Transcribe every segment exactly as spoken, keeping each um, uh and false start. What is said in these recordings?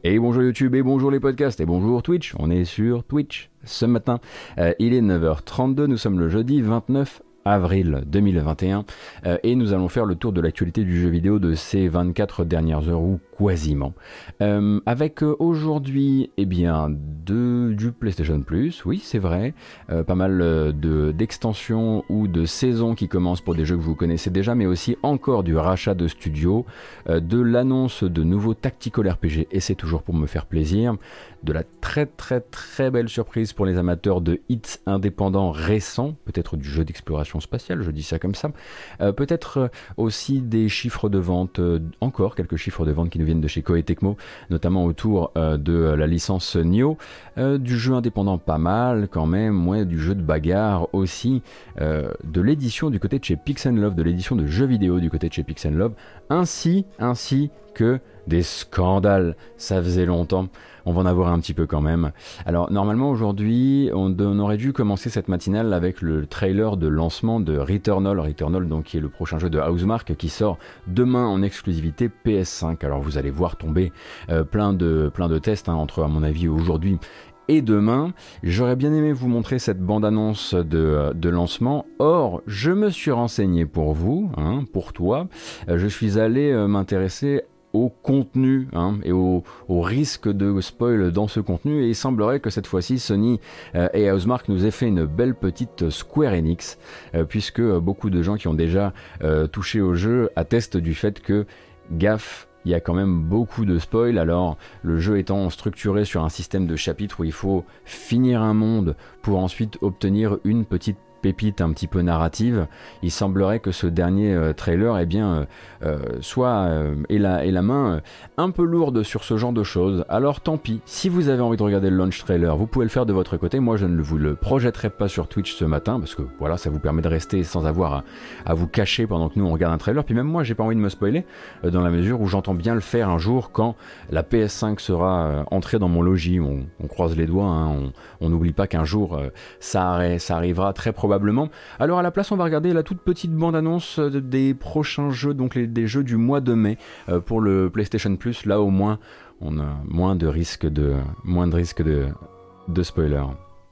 Et bonjour YouTube, et bonjour les podcasts, et bonjour Twitch, on est sur Twitch ce matin. Euh, il est neuf heures trente-deux, nous sommes le jeudi vingt-neuf avril deux mille vingt et un, euh, et nous allons faire le tour de l'actualité du jeu vidéo de ces vingt-quatre dernières heures, ou quasiment. Euh, avec euh, aujourd'hui, eh bien, de, du PlayStation Plus, oui c'est vrai, euh, pas mal euh, de, d'extensions ou de saisons qui commencent pour des jeux que vous connaissez déjà, mais aussi encore du rachat de studios, euh, de l'annonce de nouveaux Tactical R P G, et c'est toujours pour me faire plaisir, de la très très très belle surprise pour les amateurs de hits indépendants récents, peut-être du jeu d'exploration spatiale, je dis ça comme ça, euh, peut-être euh, aussi des chiffres de vente, euh, encore quelques chiffres de vente qui nous viennent de chez Koei Tecmo, notamment autour euh, de la licence Nioh, euh, du jeu indépendant pas mal quand même, ouais, du jeu de bagarre aussi, euh, de l'édition du côté de chez Pix'n'Love, de l'édition de jeux vidéo du côté de chez Pix'n'Love, ainsi, ainsi que des scandales, ça faisait longtemps. On va en avoir un petit peu quand même. Alors normalement aujourd'hui, on, on aurait dû commencer cette matinale avec le trailer de lancement de Returnal, Returnal donc qui est le prochain jeu de Housemarque qui sort demain en exclusivité P S cinq. Alors vous allez voir tomber euh, plein de plein de tests hein, entre à mon avis aujourd'hui et demain. J'aurais bien aimé vous montrer cette bande-annonce de, de lancement. Or, je me suis renseigné pour vous, hein, pour toi. Euh, je suis allé euh, m'intéresser au contenu hein, et au, au risque de spoil dans ce contenu, et il semblerait que cette fois-ci Sony euh, et Housemarque nous aient fait une belle petite Square Enix, euh, puisque beaucoup de gens qui ont déjà euh, touché au jeu attestent du fait que gaffe, il y a quand même beaucoup de spoil. Alors le jeu étant structuré sur un système de chapitres où il faut finir un monde pour ensuite obtenir une petite pépite un petit peu narrative, il semblerait que ce dernier euh, trailer eh bien, euh, euh, soit euh, ait, la, ait la main euh, un peu lourde sur ce genre de choses. Alors tant pis, si vous avez envie de regarder le launch trailer, vous pouvez le faire de votre côté. Moi je ne vous le projetterai pas sur Twitch ce matin, parce que voilà, ça vous permet de rester sans avoir à, à vous cacher pendant que nous on regarde un trailer. Puis même moi j'ai pas envie de me spoiler, euh, dans la mesure où j'entends bien le faire un jour quand la P S cinq sera euh, entrée dans mon logis. On, on croise les doigts, hein, on n'oublie pas qu'un jour euh, ça, arrête, ça arrivera très probablement. Alors à la place on va regarder la toute petite bande-annonce des prochains jeux, donc les, des jeux du mois de mai euh, pour le PlayStation Plus. Là au moins on a moins de risque de, moins de, risque de, de spoiler.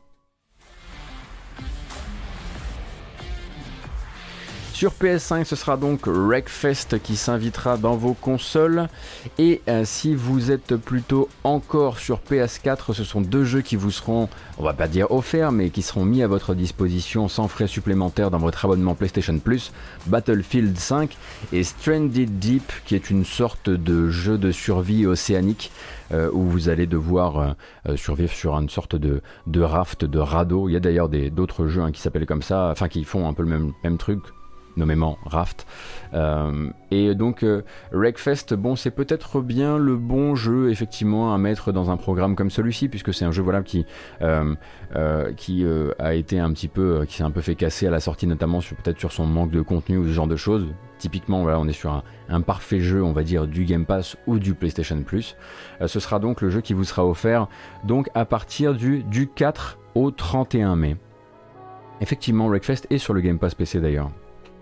Sur P S cinq, ce sera donc Wreckfest qui s'invitera dans vos consoles. Et euh, si vous êtes plutôt encore sur P S quatre, ce sont deux jeux qui vous seront, on va pas dire offerts, mais qui seront mis à votre disposition sans frais supplémentaires dans votre abonnement PlayStation Plus. Battlefield cinq et Stranded Deep, qui est une sorte de jeu de survie océanique euh, où vous allez devoir euh, survivre sur une sorte de, de raft, de radeau. Il y a d'ailleurs des, d'autres jeux hein, qui s'appellent comme ça, enfin qui font un peu le même, même truc, nommément Raft. Euh, et donc euh, Wreckfest, bon c'est peut-être bien le bon jeu effectivement à mettre dans un programme comme celui-ci, puisque c'est un jeu voilà qui euh, euh, qui euh, a été un petit peu, euh, qui s'est un peu fait casser à la sortie, notamment sur peut-être sur son manque de contenu ou ce genre de choses. Typiquement voilà, on est sur un, un parfait jeu on va dire du Game Pass ou du PlayStation Plus. Euh, ce sera donc le jeu qui vous sera offert donc à partir du, du quatre au trente et un mai. Effectivement Wreckfest est sur le Game Pass P C d'ailleurs.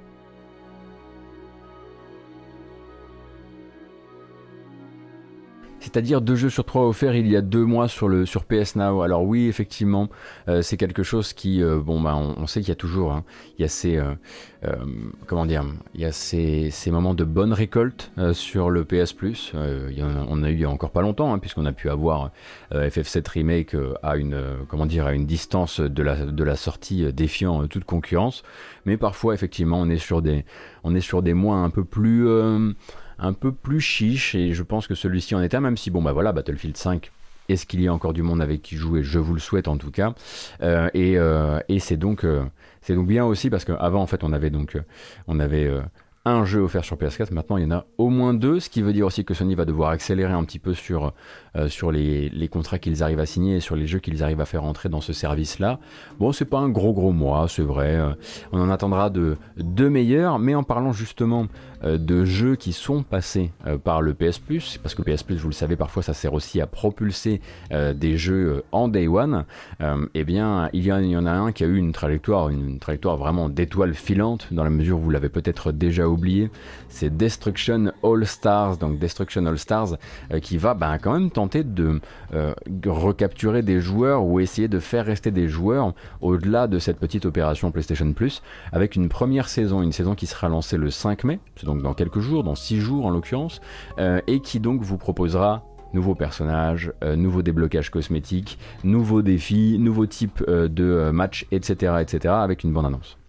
C'est-à-dire deux jeux sur trois offerts il y a deux mois sur, le, sur P S Now. Alors oui, effectivement, euh, c'est quelque chose qui... Euh, bon, bah, on, on sait qu'il y a toujours... Hein, il y a ces... Euh, euh, comment dire, il y a ces, ces moments de bonne récolte euh, sur le P S Plus. Euh, il y en a, on a eu il y a encore pas longtemps, hein, puisqu'on a pu avoir euh, F F sept Remake euh, à une euh, comment dire à une distance de la de la sortie euh, défiant euh, toute concurrence. Mais parfois, effectivement, on est sur des on est sur des mois un peu plus euh, un peu plus chiche, et je pense que celui-ci en est un, même si bon bah voilà, Battlefield cinq, est-ce qu'il y a encore du monde avec qui jouer? Je vous le souhaite en tout cas. Euh, et, euh, et c'est donc euh, c'est donc bien aussi parce qu'avant en fait on avait donc euh, on avait euh, un jeu offert sur P S quatre, maintenant il y en a au moins deux, ce qui veut dire aussi que Sony va devoir accélérer un petit peu sur, euh, sur les, les contrats qu'ils arrivent à signer et sur les jeux qu'ils arrivent à faire entrer dans ce service-là. Bon, c'est pas un gros gros mois, c'est vrai, euh, on en attendra de, de meilleurs, mais en parlant justement euh, de jeux qui sont passés euh, par le P S Plus, parce que le P S Plus, vous le savez, parfois ça sert aussi à propulser euh, des jeux euh, en Day One, euh, eh bien il y, a, il y en a un qui a eu une trajectoire, une, une trajectoire vraiment d'étoile filante, dans la mesure où vous l'avez peut-être déjà oublié, oublié, c'est Destruction All Stars, donc Destruction All Stars, euh, qui va bah, quand même tenter de euh, recapturer des joueurs ou essayer de faire rester des joueurs au-delà de cette petite opération PlayStation Plus, avec une première saison, une saison qui sera lancée le cinq mai, c'est donc dans quelques jours, dans six jours en l'occurrence, euh, et qui donc vous proposera nouveaux personnages, euh, nouveaux déblocages cosmétiques, nouveaux défis, nouveaux types euh, de euh, matchs, et cetera, et cetera, avec une bande-annonce.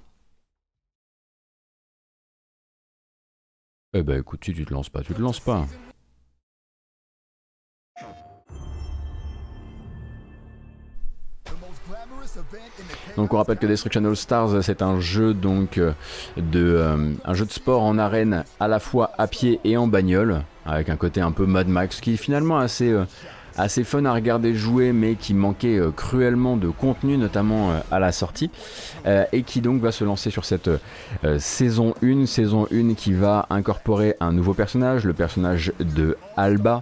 Eh ben écoute, si tu te lances pas, tu te lances pas. Donc on rappelle que Destruction All Stars c'est un jeu donc de euh, un jeu de sport en arène à la fois à pied et en bagnole, avec un côté un peu Mad Max qui est finalement assez euh, assez fun à regarder jouer, mais qui manquait euh, cruellement de contenu, notamment euh, à la sortie, euh, et qui donc va se lancer sur cette euh, saison un, saison un qui va incorporer un nouveau personnage, le personnage de Alba,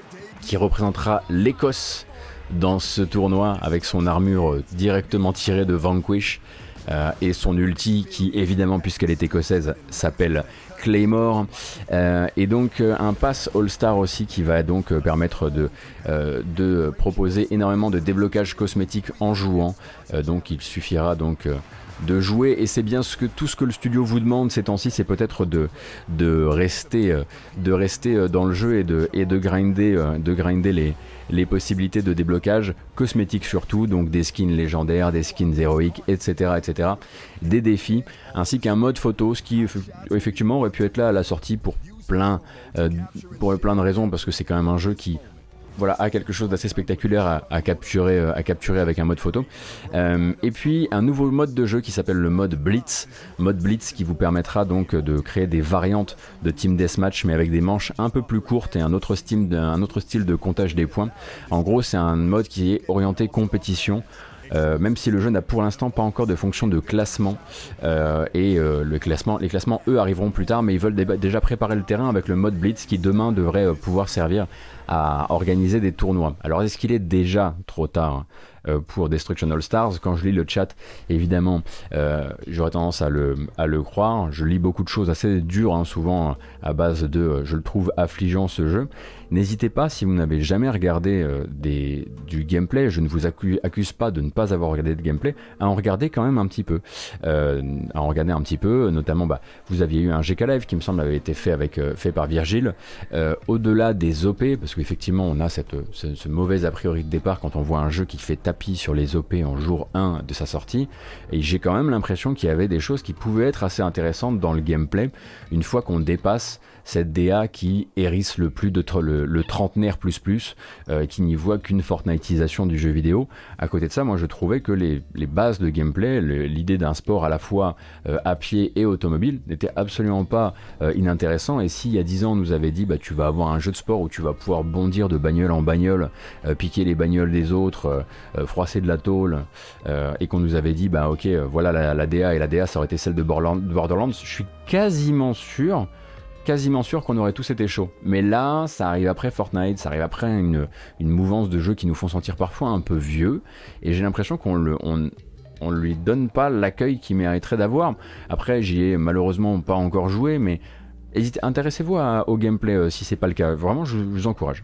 qui représentera l'Écosse dans ce tournoi avec son armure directement tirée de Vanquish euh, et son ulti qui évidemment puisqu'elle est écossaise s'appelle Claymore euh, et donc euh, un pass All-Star aussi qui va donc euh, permettre de, euh, de proposer énormément de déblocage cosmétique en jouant, euh, donc il suffira donc euh, de jouer, et c'est bien ce que tout ce que le studio vous demande ces temps-ci, c'est peut-être de, de rester, euh, de rester dans le jeu et de, et de grinder, euh, de grinder les, les possibilités de déblocage cosmétique surtout, donc des skins légendaires, des skins héroïques, et cetera, et cetera, des défis, ainsi qu'un mode photo, ce qui effectivement aurait pu être là à la sortie pour plein, euh, pour plein de raisons, parce que c'est quand même un jeu qui voilà, a quelque chose d'assez spectaculaire à, à, capturer, à capturer avec un mode photo. Euh, et puis un nouveau mode de jeu qui s'appelle le mode Blitz. Mode Blitz qui vous permettra donc de créer des variantes de Team Deathmatch, mais avec des manches un peu plus courtes et un autre style de, un autre style de comptage des points. En gros, c'est un mode qui est orienté compétition. Euh, même si le jeu n'a pour l'instant pas encore de fonction de classement, euh, et euh, le classement, les classements eux arriveront plus tard, mais ils veulent déjà préparer le terrain avec le mode Blitz qui demain devrait euh, pouvoir servir à organiser des tournois. Alors est-ce qu'il est déjà trop tard euh, pour Destruction All Stars? Quand je lis le chat, évidemment, euh, j'aurais tendance à le, à le croire. Je lis beaucoup de choses assez dures, hein, souvent à base de euh, je le trouve affligeant ce jeu. N'hésitez pas, si vous n'avez jamais regardé euh, des, du gameplay, je ne vous accuse, accuse pas de ne pas avoir regardé de gameplay, à en regarder quand même un petit peu. Euh, à en regarder un petit peu, notamment, bah, vous aviez eu un G K Live qui me semble avait été fait, avec, euh, fait par Virgile. Euh, au-delà des O P, parce qu'effectivement on a cette, ce, ce mauvais a priori de départ quand on voit un jeu qui fait tapis sur les O P en jour un de sa sortie, et j'ai quand même l'impression qu'il y avait des choses qui pouvaient être assez intéressantes dans le gameplay, une fois qu'on dépasse cette D A qui hérisse le plus de le, le trentenaire plus plus, euh, qui n'y voit qu'une Fortniteisation du jeu vidéo. À côté de ça, moi je trouvais que les, les bases de gameplay, l'idée d'un sport à la fois euh, à pied et automobile n'était absolument pas euh, inintéressant, et si il y a dix ans on nous avait dit bah tu vas avoir un jeu de sport où tu vas pouvoir bondir de bagnole en bagnole, euh, piquer les bagnoles des autres, euh, euh, froisser de la tôle, euh, et qu'on nous avait dit bah ok euh, voilà la, la D A, et la D A ça aurait été celle de Borderlands, je suis quasiment sûr quasiment sûr qu'on aurait tous été chauds. Mais là, ça arrive après Fortnite, ça arrive après une, une mouvance de jeux qui nous font sentir parfois un peu vieux, et j'ai l'impression qu'on le, on, on lui donne pas l'accueil qu'il mériterait d'avoir. Après, j'y ai malheureusement pas encore joué, mais hésitez, intéressez-vous à, au gameplay euh, si c'est pas le cas. Vraiment, je, je vous encourage.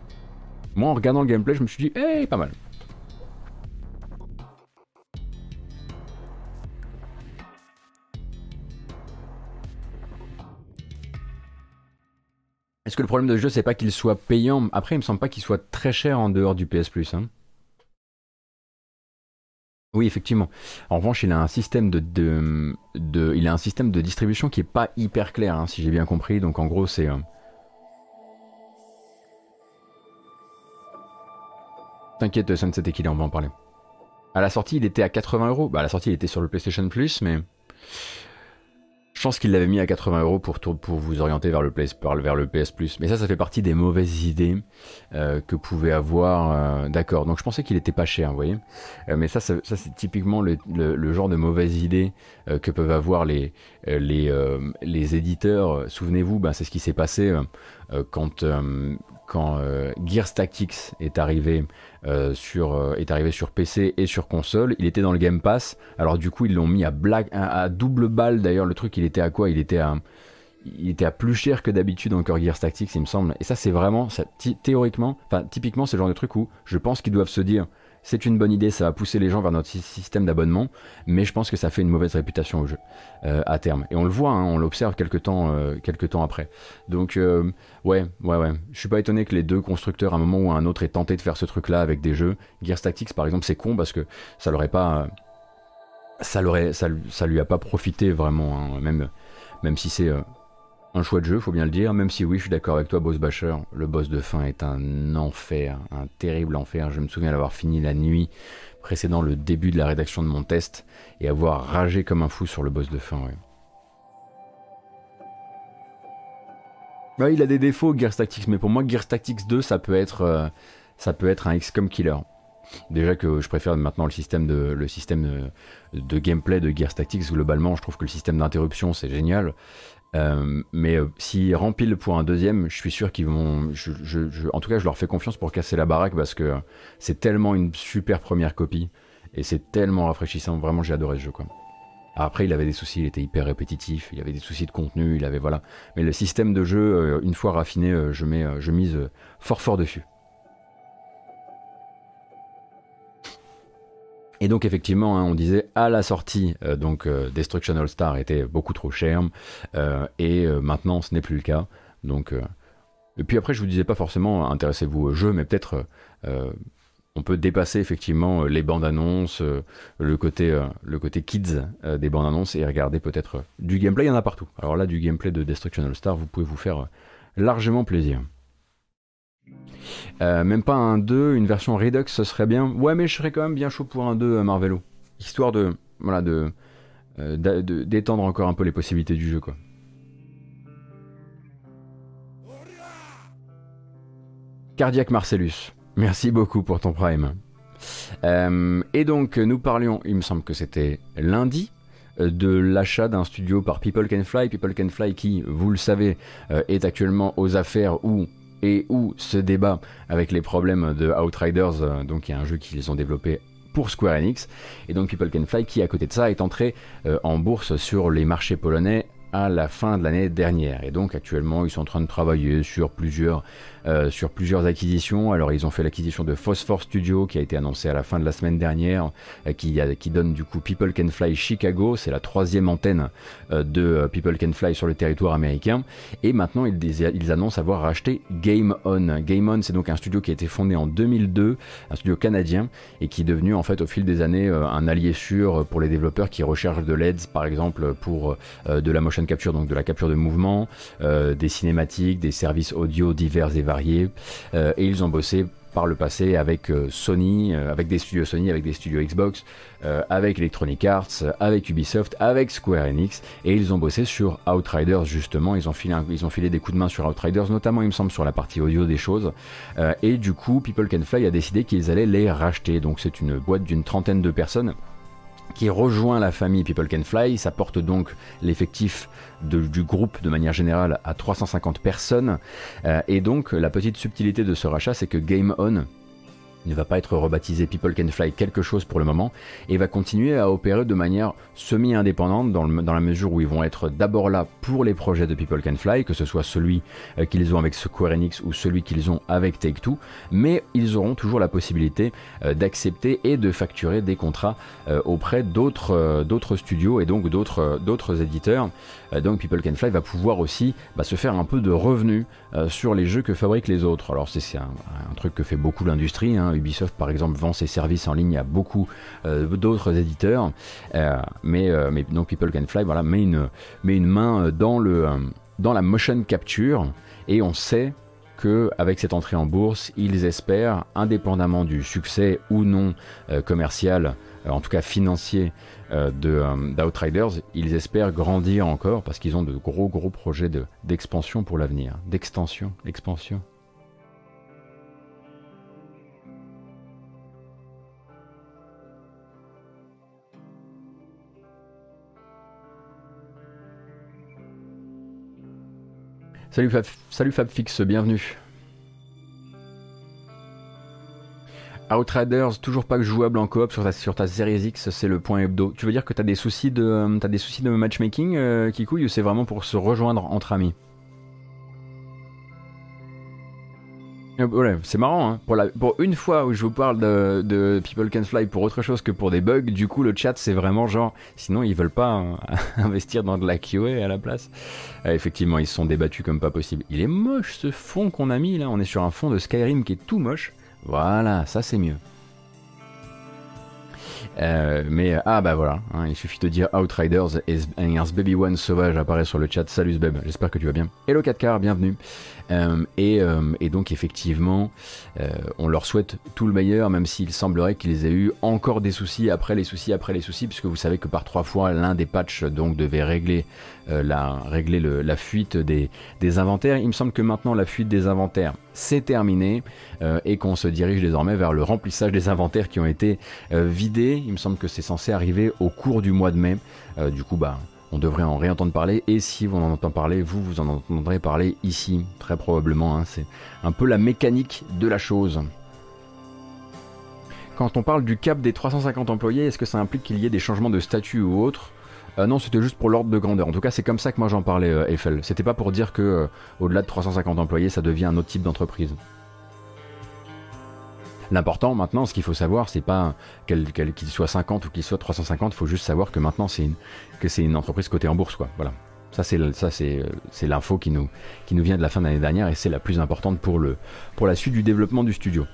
Moi, en regardant le gameplay, je me suis dit, hey, pas mal. Est-ce que le problème de ce jeu, c'est pas qu'il soit payant? Après, il me semble pas qu'il soit très cher en dehors du P S Plus. Hein. Oui, effectivement. En revanche, il a un système de, de, de, il a un système de distribution qui est pas hyper clair, hein, si j'ai bien compris. Donc, en gros, c'est. Euh... T'inquiète, Sunset Equilibre, on va en parler. À la sortie, il était à quatre-vingts euros. Bah, à la sortie, il était sur le PlayStation Plus, mais. Je pense qu'il l'avait mis à quatre-vingts euros pour, pour vous orienter vers le, Play, vers le P S Plus. Mais ça, ça fait partie des mauvaises idées euh, que pouvait avoir... Euh, D'accord, donc je pensais qu'il était pas cher, vous voyez. Euh, mais ça, ça, ça c'est typiquement le, le, le genre de mauvaises idées euh, que peuvent avoir les, les, euh, les éditeurs. Souvenez-vous, ben, c'est ce qui s'est passé euh, quand, euh, quand euh, Gears Tactics est arrivé... Euh, sur, euh, est arrivé sur P C et sur console. Il était dans le Game Pass, alors du coup ils l'ont mis à, blague, à, à double balle. D'ailleurs le truc il était à quoi? Il était à il était à plus cher que d'habitude encore Gears Tactics, il me semble. Et ça, c'est vraiment, ça, théoriquement, enfin, typiquement, c'est le genre de truc où je pense qu'ils doivent se dire, c'est une bonne idée, ça va pousser les gens vers notre système d'abonnement, mais je pense que ça fait une mauvaise réputation au jeu euh, à terme. Et on le voit, hein, on l'observe quelques temps, euh, quelques temps après. Donc, euh, ouais, ouais, ouais. Je suis pas étonné que les deux constructeurs, à un moment ou à un autre, aient tenté de faire ce truc-là avec des jeux. Gears Tactics, par exemple, c'est con parce que ça l'aurait pas, ça l'aurait, ça, ça lui a pas profité vraiment, hein, même, même si c'est euh, un choix de jeu, faut bien le dire, même si oui, je suis d'accord avec toi, Boss Basher, le boss de fin est un enfer, un terrible enfer. Je me souviens d'avoir fini la nuit précédant le début de la rédaction de mon test et avoir ragé comme un fou sur le boss de fin, ouais. Ouais, il a des défauts, Gears Tactics, mais pour moi, Gears Tactics deux, ça peut être, euh, ça peut être un X COM killer. Déjà que je préfère maintenant le système de, le système de, de gameplay de Gears Tactics, globalement, je trouve que le système d'interruption, c'est génial. Euh, mais euh, s'ils rempilent pour un deuxième, je suis sûr qu'ils vont. Je, je, je, en tout cas, je leur fais confiance pour casser la baraque parce que c'est tellement une super première copie et c'est tellement rafraîchissant. Vraiment, j'ai adoré ce jeu, quoi. Après, il avait des soucis, il était hyper répétitif, il avait des soucis de contenu, il avait voilà. Mais le système de jeu, euh, une fois raffiné, euh, je mets, euh, je mise euh, fort fort dessus. Et donc effectivement, hein, on disait à la sortie, euh, donc euh, Destruction All Star était beaucoup trop cher, euh, et euh, maintenant ce n'est plus le cas. Donc, euh, et puis après, je vous disais pas forcément intéressez-vous au jeu, mais peut-être euh, on peut dépasser effectivement les bandes annonces, euh, le côté euh, le côté kids euh, des bandes annonces et regarder peut-être euh, du gameplay. Il y en a partout. Alors là, du gameplay de Destruction All Star, vous pouvez vous faire euh, largement plaisir. Euh, même pas un deux, une version Redux, ce serait bien. Ouais, mais je serais quand même bien chaud pour un deux, euh, Marvelo. Histoire de, voilà, de, euh, d'a- de- d'étendre encore un peu les possibilités du jeu, quoi. Cardiac Marcellus, merci beaucoup pour ton prime. Euh, et donc, nous parlions, il me semble que c'était lundi, euh, de l'achat d'un studio par People Can Fly. People Can Fly qui, vous le savez, euh, est actuellement aux affaires où et où se débat avec les problèmes de Outriders, euh, donc il y a un jeu qu'ils ont développé pour Square Enix, et donc People Can Fly qui, à côté de ça, est entré euh, en bourse sur les marchés polonais à la fin de l'année dernière. Et donc actuellement, ils sont en train de travailler sur plusieurs, euh, sur plusieurs acquisitions. Alors ils ont fait l'acquisition de Phosphor Studio qui a été annoncée à la fin de la semaine dernière, euh, qui, a, qui donne du coup People Can Fly Chicago. C'est la troisième antenne euh, de euh, People Can Fly sur le territoire américain. Et maintenant, ils, ils annoncent avoir racheté Game On. Game On, c'est donc un studio qui a été fondé en deux mille deux, un studio canadien, et qui est devenu en fait au fil des années euh, un allié sûr pour les développeurs qui recherchent de l'aide, par exemple pour euh, de la motion capture, donc de la capture de mouvement, euh, des cinématiques, des services audio divers et variés, euh, et ils ont bossé par le passé avec euh, Sony, euh, avec des studios Sony, avec des studios Xbox, euh, avec Electronic Arts, avec Ubisoft, avec Square Enix, et ils ont bossé sur Outriders justement. Ils ont filé, un, ils ont filé des coups de main sur Outriders, notamment il me semble sur la partie audio des choses, euh, et du coup People Can Fly a décidé qu'ils allaient les racheter. Donc c'est une boîte d'une trentaine de personnes qui rejoint la famille People Can Fly. Ça porte donc l'effectif de, du groupe de manière générale à trois cent cinquante personnes. Euh, et donc la petite subtilité de ce rachat, c'est que Game On ne va pas être rebaptisé People Can Fly quelque chose pour le moment et va continuer à opérer de manière semi-indépendante dans, le, dans la mesure où ils vont être d'abord là pour les projets de People Can Fly, que ce soit celui euh, qu'ils ont avec Square Enix ou celui qu'ils ont avec Take-Two, mais ils auront toujours la possibilité euh, d'accepter et de facturer des contrats euh, auprès d'autres euh, d'autres studios et donc d'autres euh, d'autres éditeurs. Euh, donc People Can Fly va pouvoir aussi bah, se faire un peu de revenus euh, sur les jeux que fabriquent les autres. Alors c'est, c'est un, un truc que fait beaucoup l'industrie, hein. Ubisoft par exemple vend ses services en ligne à beaucoup euh, d'autres éditeurs, euh, mais, euh, mais donc People Can Fly voilà, met, une, met une main dans, le, euh, dans la motion capture, et on sait qu'avec cette entrée en bourse, ils espèrent, indépendamment du succès ou non euh, commercial, euh, en tout cas financier, euh, de, euh, d'Outriders, ils espèrent grandir encore parce qu'ils ont de gros gros projets de, d'expansion pour l'avenir. D'extension, expansion. Salut Fab, salut Fabfix, bienvenue. Outriders, toujours pas jouable en coop sur ta, sur ta Series X, c'est le point hebdo. Tu veux dire que t'as des soucis de, t'as des soucis de matchmaking, euh, Kikouille, ou c'est vraiment pour se rejoindre entre amis? Ouais, c'est marrant, hein. Pour, la, pour une fois où je vous parle de, de People Can Fly pour autre chose que pour des bugs, du coup le chat c'est vraiment genre, sinon ils veulent pas hein, investir dans de la Q A à la place. Euh, effectivement, ils se sont débattus comme pas possible. Il est moche ce fond qu'on a mis là, on est sur un fond de Skyrim qui est tout moche. Voilà, ça c'est mieux. Euh, mais ah bah voilà, hein, il suffit de dire Outriders et un Baby One sauvage apparaît sur le chat. Salut Sbeb, j'espère que tu vas bien. Hello quatre K, bienvenue. Euh, et, euh, et donc effectivement, euh, on leur souhaite tout le meilleur, même s'il semblerait qu'ils aient eu encore des soucis après les soucis après les soucis, puisque vous savez que par trois fois l'un des patchs donc devait régler euh, la régler le, la fuite des, des inventaires. Il me semble que maintenant la fuite des inventaires c'est terminé euh, et qu'on se dirige désormais vers le remplissage des inventaires qui ont été euh, vidés. Il me semble que c'est censé arriver au cours du mois de mai. Euh, du coup, bah, on devrait en réentendre parler. Et si on en entend parler, vous, vous en entendrez parler ici, très probablement. Hein. C'est un peu la mécanique de la chose. Quand on parle du cap des trois cent cinquante employés, est-ce que ça implique qu'il y ait des changements de statut ou autre? Euh, non, c'était juste pour l'ordre de grandeur. En tout cas, c'est comme ça que moi j'en parlais, euh, Eiffel. C'était pas pour dire que euh, au-delà de trois cent cinquante employés, ça devient un autre type d'entreprise. L'important maintenant, ce qu'il faut savoir, c'est pas qu'il qu qu soit cinquante ou qu'il soit trois cent cinquante. Il faut juste savoir que maintenant, c'est une, que c'est une entreprise cotée en bourse, quoi. Voilà. Ça, c'est ça, c'est c'est l'info qui nous qui nous vient de la fin de l'année dernière et c'est la plus importante pour le pour la suite du développement du studio.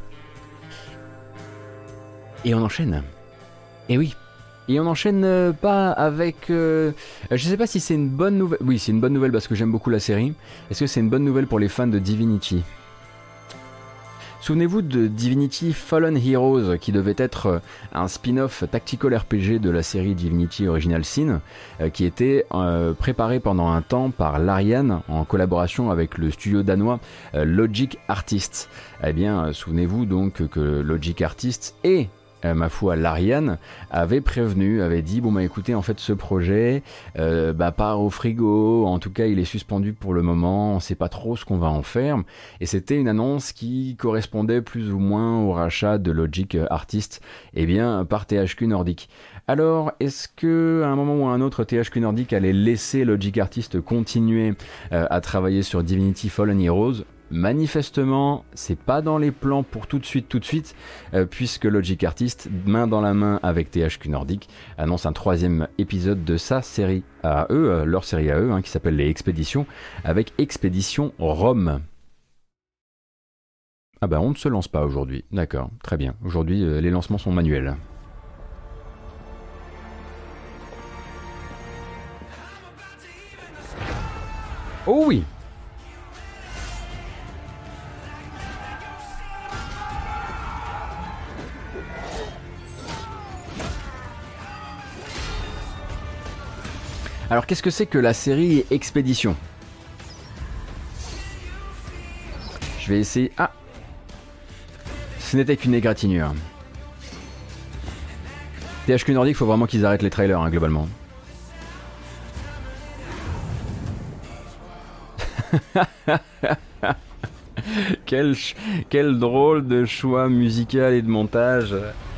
Et on enchaîne. Et oui. Et on enchaîne euh, pas avec... Euh, je sais pas si c'est une bonne nouvelle... Oui, c'est une bonne nouvelle parce que j'aime beaucoup la série. Est-ce que c'est une bonne nouvelle pour les fans de Divinity? Souvenez-vous de Divinity Fallen Heroes, qui devait être un spin-off tactical R P G de la série Divinity Original Sin, euh, qui était euh, préparé pendant un temps par Larian, en collaboration avec le studio danois euh, Logic Artists. Eh bien, euh, souvenez-vous donc que Logic Artists et... Euh, ma foi, Larian avait prévenu, avait dit bon bah écoutez, en fait ce projet euh, bah part au frigo, en tout cas il est suspendu pour le moment, on sait pas trop ce qu'on va en faire, et c'était une annonce qui correspondait plus ou moins au rachat de Logic Artists, et eh bien par T H Q Nordic. Alors, est-ce que à un moment ou à un autre, T H Q Nordic allait laisser Logic Artists continuer euh, à travailler sur Divinity Fallen Heroes? Manifestement, c'est pas dans les plans pour tout de suite, tout de suite, euh, puisque Logic Artists, main dans la main avec T H Q Nordic, annonce un troisième épisode de sa série à eux, euh, leur série à eux, hein, qui s'appelle Les Expéditions, avec Expédition Rome. Ah bah on ne se lance pas aujourd'hui, d'accord, très bien. Aujourd'hui, euh, les lancements sont manuels. Oh oui! Alors qu'est-ce que c'est que la série Expédition? Je vais essayer... Ah! Ce n'était qu'une égratignure. T H Q Nordic, faut vraiment qu'ils arrêtent les trailers, hein, globalement. quel, quel drôle de choix musical et de montage.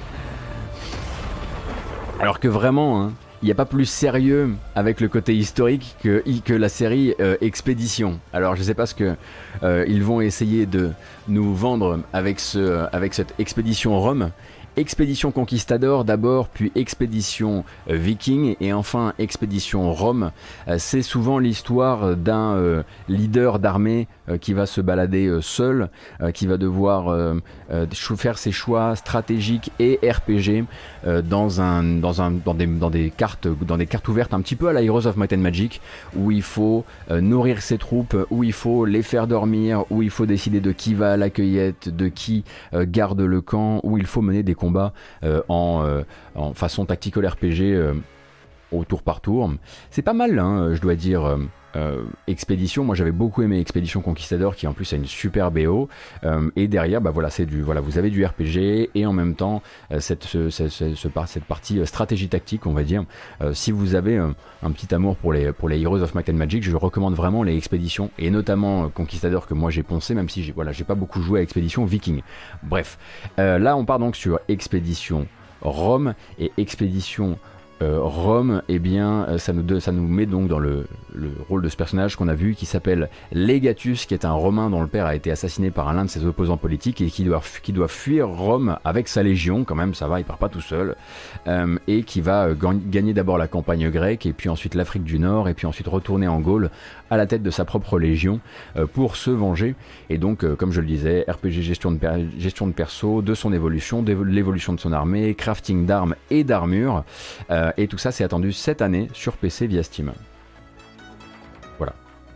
Alors que vraiment... Hein, il n'y a pas plus sérieux avec le côté historique que, que la série euh, Expédition. Alors je sais pas ce que euh, ils vont essayer de nous vendre avec, ce, avec cette Expédition Rome. Expédition Conquistador d'abord, puis Expédition euh, Viking et enfin Expédition Rome. Euh, c'est souvent l'histoire d'un euh, leader d'armée euh, qui va se balader euh, seul, euh, qui va devoir euh, euh, faire ses choix stratégiques et R P G euh, dans, un, dans, un, dans, des, dans, des cartes, dans des cartes ouvertes un petit peu à la Heroes of Might and Magic, où il faut euh, nourrir ses troupes, où il faut les faire dormir, où il faut décider de qui va à la cueillette, de qui euh, garde le camp, où il faut mener des combats euh, en, euh, en façon tactical R P G euh, au tour par tour. C'est pas mal, hein, je dois dire. Euh, euh, Expédition, moi j'avais beaucoup aimé Expédition Conquistador qui en plus a une super B O euh, et derrière bah voilà c'est du voilà vous avez du R P G et en même temps euh, cette ce, ce, ce, ce, cette partie euh, stratégie tactique on va dire. Euh, si vous avez euh, un petit amour pour les pour les Heroes of Might and Magic, je recommande vraiment les Expéditions et notamment euh, Conquistador que moi j'ai poncé même si j'ai voilà j'ai pas beaucoup joué à Expédition Viking. Bref, euh, là on part donc sur Expédition Rome et Expédition Euh, Rome, eh bien, ça nous, ça nous met donc dans le, le rôle de ce personnage qu'on a vu qui s'appelle Legatus, qui est un Romain dont le père a été assassiné par l'un de ses opposants politiques et qui doit, qui doit fuir Rome avec sa légion, quand même, ça va, il part pas tout seul, euh, et qui va euh, gagner d'abord la campagne grecque et puis ensuite l'Afrique du Nord et puis ensuite retourner en Gaule à la tête de sa propre légion euh, pour se venger. Et donc, euh, comme je le disais, R P G gestion de, per gestion de perso, de son évolution, de l'évolution de son armée, crafting d'armes et d'armure. Euh, et tout ça, c'est attendu cette année sur P C via Steam. Voilà.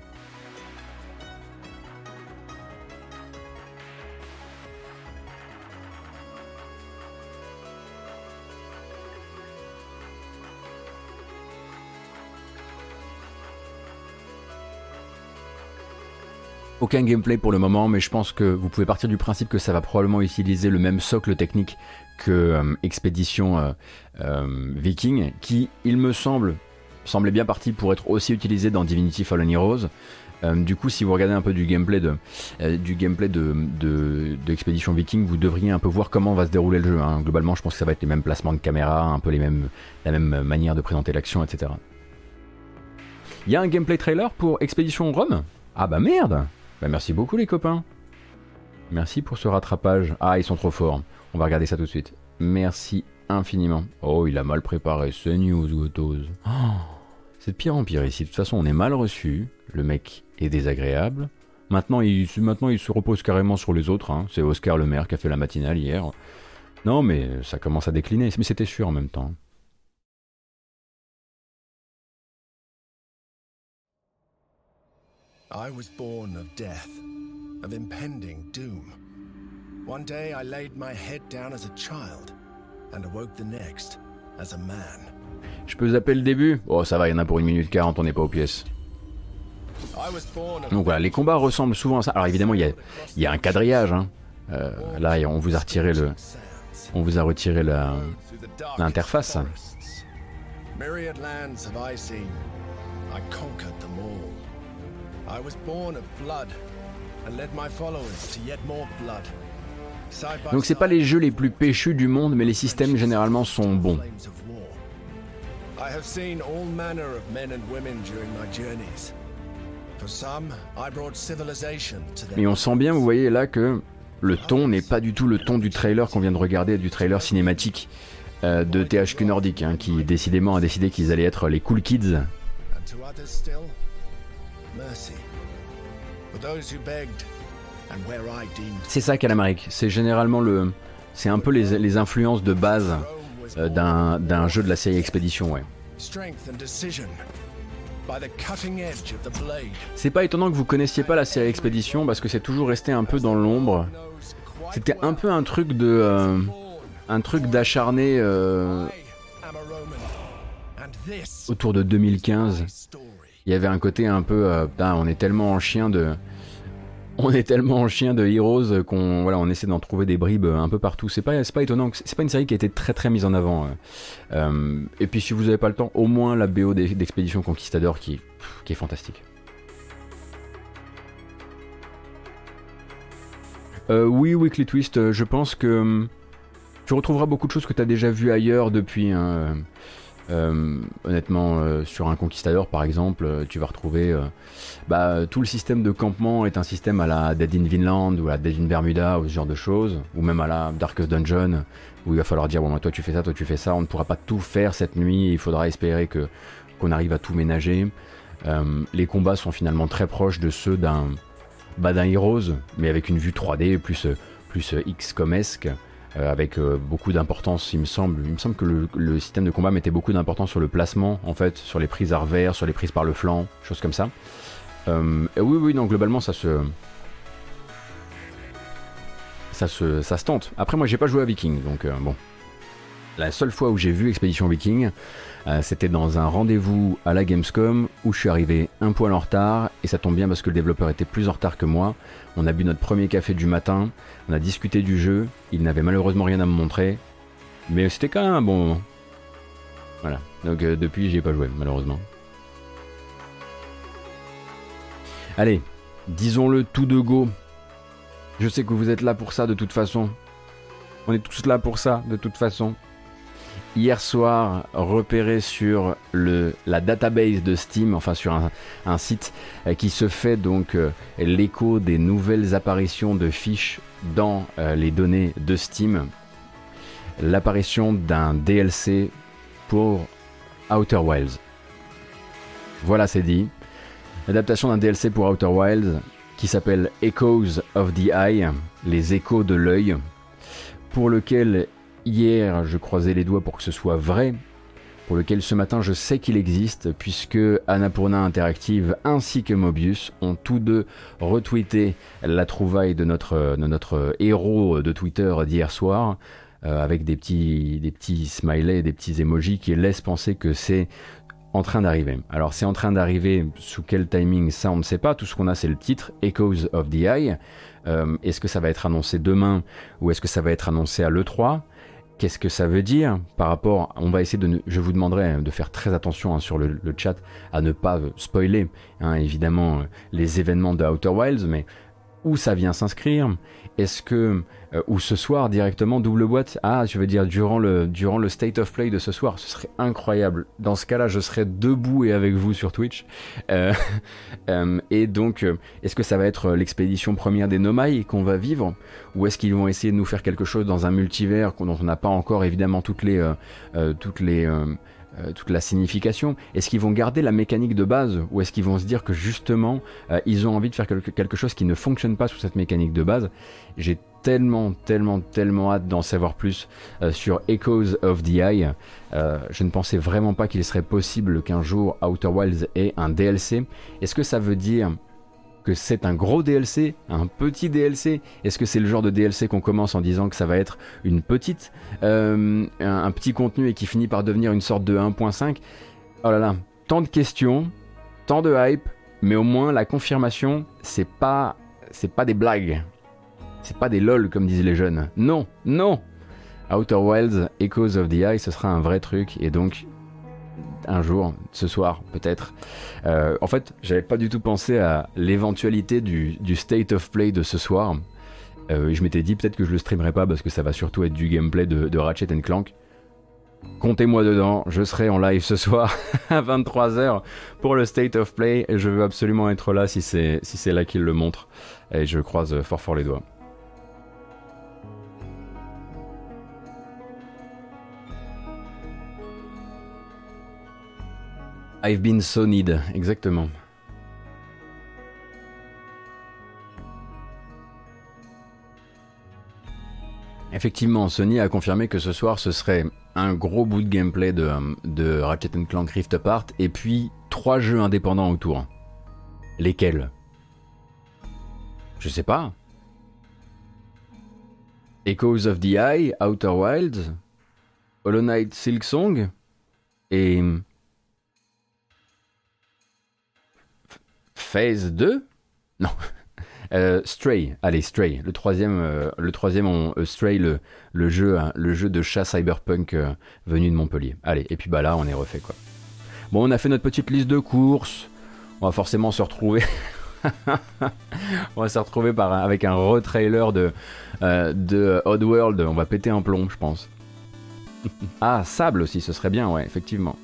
Aucun gameplay pour le moment, mais je pense que vous pouvez partir du principe que ça va probablement utiliser le même socle technique que euh, Expédition euh, euh, Viking, qui, il me semble, semblait bien parti pour être aussi utilisé dans Divinity Fallen Heroes. Euh, du coup, si vous regardez un peu du gameplay de, euh, du gameplay de, de, de Expédition Viking, vous devriez un peu voir comment va se dérouler le jeu. Hein. Globalement, je pense que ça va être les mêmes placements de caméra, un peu les mêmes, la même manière de présenter l'action, et cetera. Il y a un gameplay trailer pour Expédition Rome? Ah bah merde! Bah merci beaucoup les copains. Merci pour ce rattrapage. Ah, ils sont trop forts. On va regarder ça tout de suite. Merci infiniment. Oh, il a mal préparé ce news, Gotos. Oh, c'est de pire en pire ici. De toute façon, on est mal reçu. Le mec est désagréable. Maintenant il, maintenant, il se repose carrément sur les autres. Hein. C'est Oscar le maire qui a fait la matinale hier. Non, mais ça commence à décliner. Mais c'était sûr en même temps. I was born of death, of impending doom. One day I laid my head down as a child and awoke the next as a man. Je peux zapper le début? Oh ça va, il y en a pour une minute quarante, on n'est pas aux pièces. Donc voilà, les combats ressemblent souvent à ça. Alors évidemment, il y a, il y a un quadrillage. Hein. Euh, là, on vous a retiré le, on vous a retiré l'interface. Myriad lands have I seen. I conquered them all. I was born of blood and led my followers to yet more blood. Donc c'est pas les jeux les plus péchus du monde, mais les systèmes généralement sont bons. I have seen all manner of men and women during my journeys. For some, I brought civilization to them. Et on sent bien, vous voyez là, que le ton n'est pas du tout le ton du trailer qu'on vient de regarder, du trailer cinématique euh, de T H Q Nordic, hein, qui décidément a décidé qu'ils allaient être les cool kids. C'est ça Calamaric, c'est généralement le, c'est un peu les, les influences de base euh, d'un d'un jeu de la série Expédition, ouais. C'est pas étonnant que vous connaissiez pas la série Expédition parce que c'est toujours resté un peu dans l'ombre. C'était un peu un truc de, euh, un truc d'acharné euh, autour de deux mille quinze. Il y avait un côté un peu, euh, putain, on est tellement en chien de, on est tellement en chien de Heroes qu'on, voilà, on essaie d'en trouver des bribes un peu partout. C'est pas, c'est pas étonnant, c'est pas une série qui a été très très mise en avant. Euh, et puis si vous avez pas le temps, au moins la B O d'Expédition Conquistador qui, qui est fantastique. Euh, oui, Weekly Twist, je pense que tu retrouveras beaucoup de choses que tu as déjà vues ailleurs depuis. Hein. Euh, honnêtement, euh, sur un Conquistador par exemple, euh, tu vas retrouver euh, bah, tout le système de campement est un système à la Dead in Vinland ou à la Dead in Bermuda ou ce genre de choses, ou même à la Darkest Dungeon où il va falloir dire bon, bah, toi tu fais ça, toi tu fais ça, on ne pourra pas tout faire cette nuit, il faudra espérer que qu'on arrive à tout ménager. Euh, les combats sont finalement très proches de ceux d'un bah, d'un Heroes, mais avec une vue trois D plus, plus X COM-esque. Euh, avec euh, beaucoup d'importance, il me semble. Il me semble que le, le système de combat mettait beaucoup d'importance sur le placement, en fait, sur les prises à revers, sur les prises par le flanc, choses comme ça. Euh, et oui, oui, non, globalement, ça se, ça se, ça se tente. Après, moi, j'ai pas joué à Viking, donc euh, bon. La seule fois où j'ai vu Expédition Viking, euh, c'était dans un rendez-vous à la Gamescom où je suis arrivé un poil en retard et ça tombe bien parce que le développeur était plus en retard que moi. On a bu notre premier café du matin, on a discuté du jeu, il n'avait malheureusement rien à me montrer, mais c'était quand même un bon moment. Voilà, donc euh, depuis j'y ai pas joué malheureusement. Allez, disons-le tout de go. Je sais que vous êtes là pour ça de toute façon. On est tous là pour ça de toute façon. Hier soir, repéré sur le, la database de Steam, enfin sur un, un site euh, qui se fait donc euh, l'écho des nouvelles apparitions de fiches dans euh, les données de Steam, l'apparition d'un D L C pour Outer Wilds. Voilà, c'est dit. L'adaptation d'un D L C pour Outer Wilds qui s'appelle Echoes of the Eye, les échos de l'œil, pour lequel hier je croisais les doigts pour que ce soit vrai, pour lequel ce matin je sais qu'il existe, puisque Annapurna Interactive ainsi que Mobius ont tous deux retweeté la trouvaille de notre, de notre héros de Twitter d'hier soir, euh, avec des petits, des petits smileys, des petits emojis qui laissent penser que c'est en train d'arriver. Alors c'est en train d'arriver, sous quel timing, ça on ne sait pas, tout ce qu'on a c'est le titre, Echoes of the Eye. Euh, est-ce que ça va être annoncé demain ou est-ce que ça va être annoncé à l'E trois ? Qu'est-ce que ça veut dire par rapport, on va essayer de, ne, je vous demanderai de faire très attention hein, sur le, le chat à ne pas spoiler hein, évidemment les événements de Outer Wilds, mais où ça vient s'inscrire? Est-ce que, euh, ou ce soir directement double boîte? Ah, je veux dire durant le, durant le State of Play de ce soir, ce serait incroyable. Dans ce cas-là, je serais debout et avec vous sur Twitch. Euh, euh, et donc, euh, est-ce que ça va être l'expédition première des Nomai qu'on va vivre? Ou est-ce qu'ils vont essayer de nous faire quelque chose dans un multivers dont on n'a pas encore évidemment toutes les... Euh, euh, toutes les euh, Euh, toute la signification? Est-ce qu'ils vont garder la mécanique de base ou est-ce qu'ils vont se dire que justement euh, ils ont envie de faire quelque, quelque chose qui ne fonctionne pas sous cette mécanique de base? J'ai tellement, tellement, tellement hâte d'en savoir plus euh, sur Echoes of the Eye. Euh, je ne pensais vraiment pas qu'il serait possible qu'un jour Outer Wilds ait un D L C. Est-ce que ça veut dire que c'est un gros D L C, un petit D L C? Est-ce que c'est le genre de D L C qu'on commence en disant que ça va être une petite, euh, un, un petit contenu et qui finit par devenir une sorte de un point cinq? Oh là là, tant de questions, tant de hype, mais au moins la confirmation, c'est pas, c'est pas des blagues, c'est pas des lol comme disent les jeunes. Non, non. Outer Wilds, Echoes of the Eye, ce sera un vrai truc et donc un jour, ce soir peut-être. Euh, en fait, j'avais pas du tout pensé à l'éventualité du, du State of Play de ce soir. Euh, je m'étais dit peut-être que je le streamerai pas parce que ça va surtout être du gameplay de, de Ratchet and Clank. Comptez-moi dedans, je serai en live ce soir à vingt-trois heures pour le State of Play et je veux absolument être là si c'est si c'est là qu'il le montre. Et je croise fort fort les doigts. I've been so need, exactement. Effectivement, Sony a confirmé que ce soir ce serait un gros bout de gameplay de, de Ratchet and Clank Rift Apart et puis trois jeux indépendants autour. Lesquels? Je sais pas. Echoes of the Eye, Outer Wilds, Hollow Knight Silksong et... Phase deux? Non. Euh, Stray, allez Stray, le troisième, euh, le troisième on, euh, Stray, le, le, jeu, hein, le jeu de chat cyberpunk euh, venu de Montpellier. Allez, et puis bah là on est refait quoi. Bon, on a fait notre petite liste de courses, on va forcément se retrouver, on va se retrouver par, avec un retrailer de, euh, de Oddworld, on va péter un plomb je pense. Ah, Sable aussi, ce serait bien, ouais, effectivement.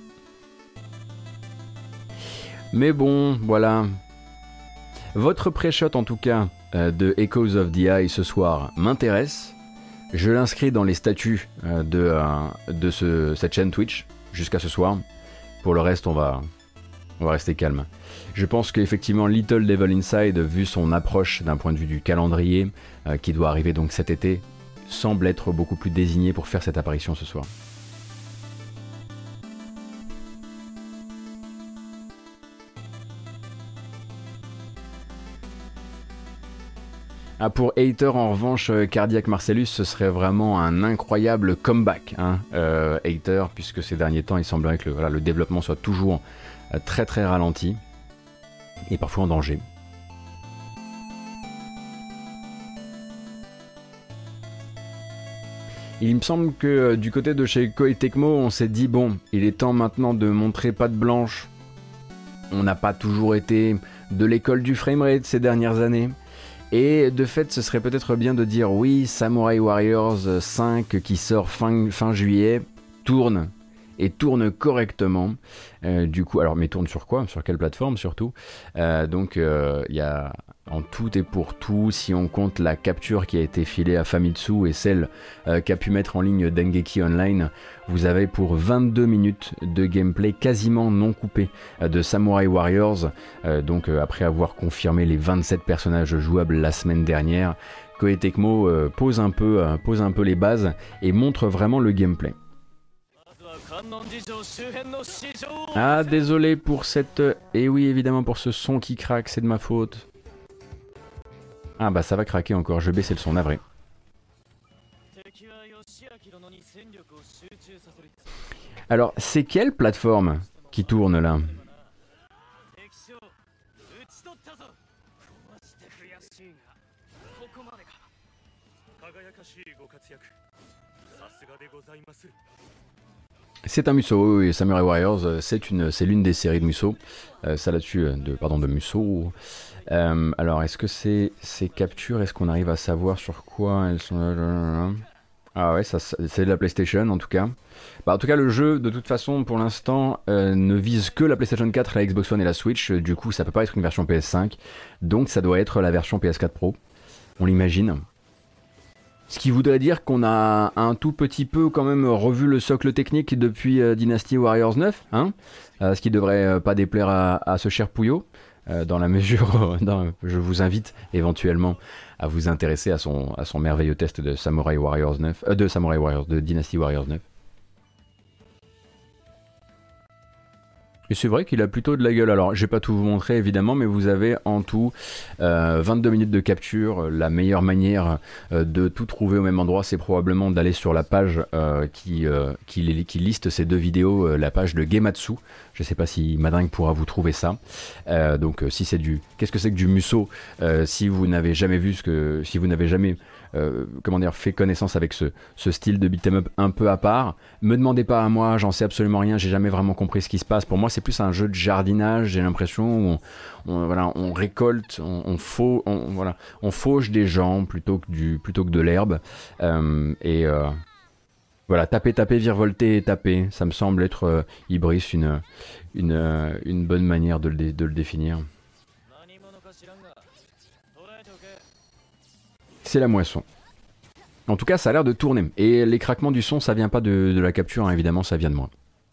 Mais bon, voilà. Votre pré-shot en tout cas euh, de Echoes of the Eye ce soir m'intéresse. Je l'inscris dans les statuts euh, de, euh, de ce, cette chaîne Twitch jusqu'à ce soir. Pour le reste, on va, on va rester calme. Je pense qu'effectivement Little Devil Inside, vu son approche d'un point de vue du calendrier, euh, qui doit arriver donc cet été, semble être beaucoup plus désigné pour faire cette apparition ce soir. Ah, pour Hater, en revanche, euh, Cardiac Marcellus, ce serait vraiment un incroyable comeback, hein, euh, Hater, puisque ces derniers temps, il semblerait que le, voilà, le développement soit toujours euh, très très ralenti et parfois en danger. Il me semble que euh, du côté de chez Koei Tecmo, on s'est dit bon, il est temps maintenant de montrer patte blanche. On n'a pas toujours été de l'école du framerate ces dernières années. Et de fait, ce serait peut-être bien de dire oui, Samurai Warriors cinq qui sort fin, fin juillet, tourne, et tourne correctement. Euh, du coup, alors, mais tourne sur quoi? Sur quelle plateforme surtout? euh, Donc, il euh, y a en tout et pour tout, si on compte la capture qui a été filée à Famitsu et celle euh, qu'a pu mettre en ligne Dengeki Online, vous avez pour vingt-deux minutes de gameplay quasiment non coupé euh, de Samurai Warriors. Euh, donc, euh, après avoir confirmé les vingt-sept personnages jouables la semaine dernière, Koei Tecmo euh, pose, un peu, euh, pose un peu les bases et montre vraiment le gameplay. Ah, désolé pour cette... Et oui, évidemment, pour ce son qui craque, c'est de ma faute. Ah bah ça va craquer encore, je vais baisser le son, navré. Alors, c'est quelle plateforme qui tourne là? C'est un Musou, oui, Samurai Warriors, c'est une, c'est l'une des séries de Musou. Euh, ça là-dessus, de, pardon, de Musou. Euh, alors, est-ce que c'est ces captures, est-ce qu'on arrive à savoir sur quoi elles sont? Ah ouais, ça, c'est de la PlayStation en tout cas. Bah, en tout cas, le jeu, de toute façon, pour l'instant, euh, ne vise que la PlayStation quatre, la Xbox One et la Switch. Du coup, ça peut pas être une version P S cinq. Donc, ça doit être la version P S quatre Pro. On l'imagine. Ce qui voudrait dire qu'on a un tout petit peu quand même revu le socle technique depuis euh, Dynasty Warriors neuf, hein, euh, ce qui devrait euh, pas déplaire à, à ce cher Pouillot, euh, dans la mesure, dans, je vous invite éventuellement à vous intéresser à son, à son merveilleux test de Samurai Warriors neuf, euh, de Samurai Warriors, de Dynasty Warriors neuf. Et c'est vrai qu'il a plutôt de la gueule. Alors, j'ai pas tout vous montrer évidemment, mais vous avez en tout euh, vingt-deux minutes de capture. La meilleure manière euh, de tout trouver au même endroit, c'est probablement d'aller sur la page euh, qui, euh, qui, qui liste ces deux vidéos, euh, la page de Gematsu. Je sais pas si Madringue pourra vous trouver ça. Euh, donc, euh, si c'est du, qu'est-ce que c'est que du Musou? euh, Si vous n'avez jamais vu ce que, si vous n'avez jamais Euh, comment dire, fait connaissance avec ce, ce style de beat'em up un peu à part. Me demandez pas à moi, j'en sais absolument rien, j'ai jamais vraiment compris ce qui se passe. Pour moi, c'est plus un jeu de jardinage, j'ai l'impression, où on, on, voilà, on récolte, on, on, fau, on, voilà, on fauche des gens plutôt que, du, plutôt que de l'herbe. Euh, et euh, voilà, taper, taper, virevolter et taper, ça me semble être, euh, Ibris, une, une, euh, une bonne manière de le, de le définir. C'est la moisson. En tout cas, ça a l'air de tourner. Et les craquements du son, ça vient pas de, de la capture, hein, évidemment, ça vient de moi.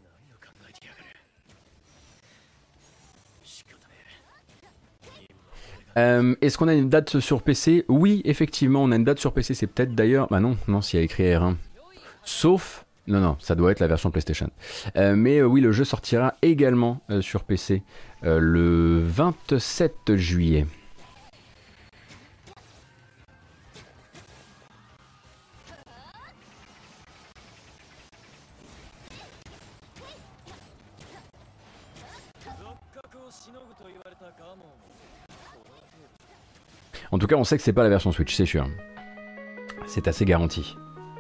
Euh, Est-ce qu'on a une date sur P C? Oui, effectivement, on a une date sur P C. C'est peut-être d'ailleurs... Bah non, non, s'il y a écrit R un. Sauf... Non, non, ça doit être la version PlayStation. Euh, mais euh, oui, le jeu sortira également euh, sur P C euh, le vingt-sept juillet. En tout cas, on sait que c'est pas la version Switch, c'est sûr. C'est assez garanti.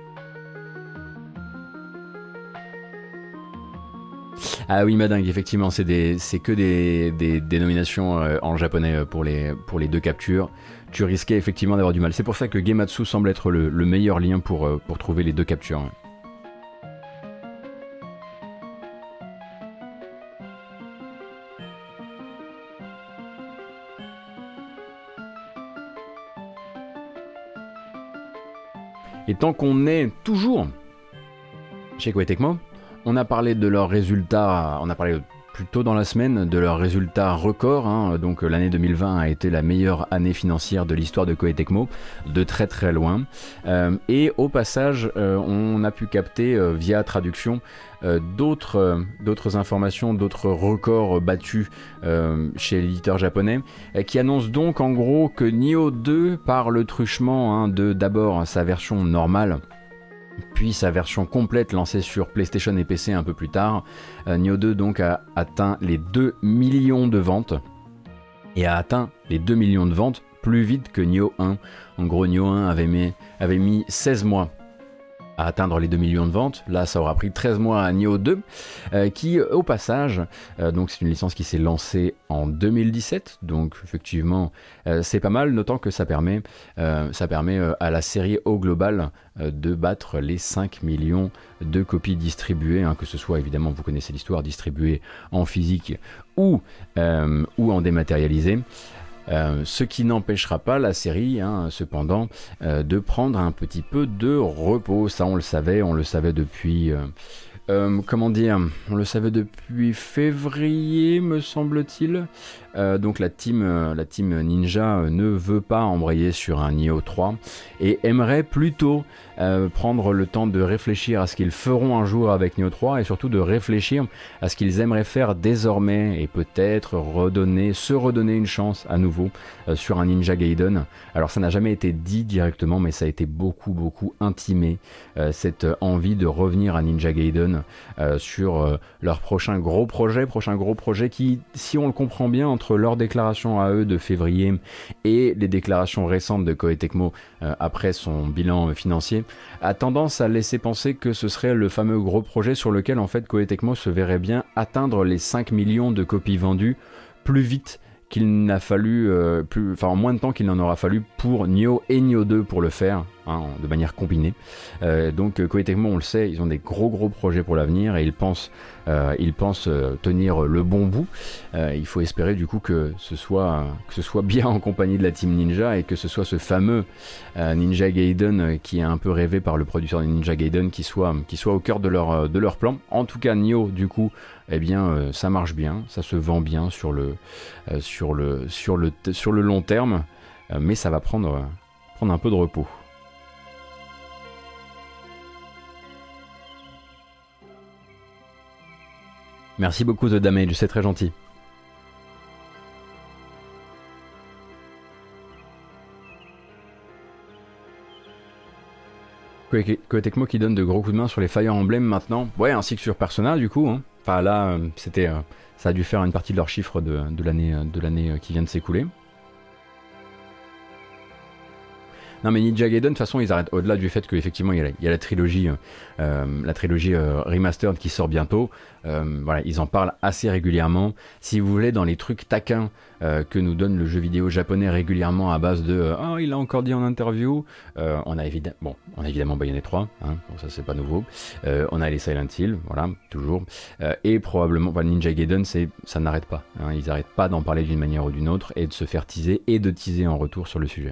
Ah oui, Madingue, effectivement, c'est que des, des dénominations euh, en japonais pour les, pour les deux captures. Tu risquais effectivement d'avoir du mal. C'est pour ça que Gematsu semble être le, le meilleur lien pour, euh, pour trouver les deux captures. Et tant qu'on est toujours chez Koei Tecmo, on a parlé de leurs résultats, on a parlé plus tôt dans la semaine de leurs résultats records. Hein. Donc l'année deux mille vingt a été la meilleure année financière de l'histoire de Koei Tecmo, de très très loin. Euh, et au passage, euh, on a pu capter euh, via traduction euh, d'autres, euh, d'autres informations, d'autres records battus euh, chez l'éditeur japonais, euh, qui annonce donc en gros que Nioh deux, par le truchement hein, de d'abord sa version normale, puis sa version complète lancée sur PlayStation et P C un peu plus tard, euh, Nioh deux donc a atteint les deux millions de ventes et a atteint les deux millions de ventes plus vite que Nioh un. En gros, Nioh un avait mis, avait mis seize mois à atteindre les deux millions de ventes. Là, ça aura pris treize mois à Nioh deux, euh, qui, au passage, euh, donc c'est une licence qui s'est lancée en deux mille dix-sept, donc effectivement, euh, c'est pas mal, notant que ça permet, euh, ça permet euh, à la série au global euh, de battre les cinq millions de copies distribuées, hein, que ce soit, évidemment, vous connaissez l'histoire, distribuées en physique ou, euh, ou en dématérialisé. Euh, ce qui n'empêchera pas la série, hein, cependant, euh, de prendre un petit peu de repos. Ça, on le savait, on le savait depuis... Euh, euh, comment dire, on le savait depuis février, me semble-t-il. Euh, donc la team, euh, la team Ninja euh, ne veut pas embrayer sur un Nioh trois et aimerait plutôt euh, prendre le temps de réfléchir à ce qu'ils feront un jour avec Nioh trois et surtout de réfléchir à ce qu'ils aimeraient faire désormais et peut-être redonner, se redonner une chance à nouveau euh, sur un Ninja Gaiden. Alors ça n'a jamais été dit directement, mais ça a été beaucoup beaucoup intimé, euh, cette envie de revenir à Ninja Gaiden euh, sur euh, leur prochain gros projet, prochain gros projet qui, si on le comprend bien, entre leurs déclarations à eux de février et les déclarations récentes de Koei Tecmo euh, après son bilan financier, a tendance à laisser penser que ce serait le fameux gros projet sur lequel en fait Koei Tecmo se verrait bien atteindre les cinq millions de copies vendues plus vite qu'il n'a fallu, euh, plus, enfin en moins de temps qu'il n'en aura fallu pour Nioh et Nioh deux pour le faire, hein, de manière combinée. Euh, donc Koei Tecmo, on le sait, ils ont des gros gros projets pour l'avenir et ils pensent, euh, ils pensent euh, tenir le bon bout. Euh, il faut espérer du coup que ce soit, que ce soit bien en compagnie de la Team Ninja et que ce soit ce fameux euh, Ninja Gaiden euh, qui est un peu rêvé par le producteur de Ninja Gaiden qui soit, qui soit au cœur de leur, de leur plan. En tout cas, Nioh, du coup, eh bien, euh, ça marche bien, ça se vend bien sur le, euh, sur le, sur le, sur le long terme, euh, mais ça va prendre, euh, prendre un peu de repos. Merci beaucoup The Damage, c'est très gentil. Koei Tecmo qui donne de gros coups de main sur les Fire Emblem maintenant, ouais, ainsi que sur Persona du coup. Hein. Enfin là, euh, c'était, euh, ça a dû faire une partie de leurs chiffres de, de l'année, de l'année qui vient de s'écouler. Non mais Ninja Gaiden, de toute façon, ils arrêtent, au-delà du fait qu'effectivement il, il y a la trilogie, euh, la trilogie euh, remastered qui sort bientôt, euh, voilà, ils en parlent assez régulièrement. Si vous voulez, dans les trucs taquins euh, que nous donne le jeu vidéo japonais régulièrement à base de « Ah, oh, il a encore dit en interview euh, », on a évidemment, bon, on a évidemment Bayonetta trois, hein, bon, ça c'est pas nouveau, euh, on a les Silent Hill, voilà, toujours, euh, et probablement, voilà, Ninja Gaiden, c'est, ça n'arrête pas, hein, ils n'arrêtent pas d'en parler d'une manière ou d'une autre et de se faire teaser et de teaser en retour sur le sujet.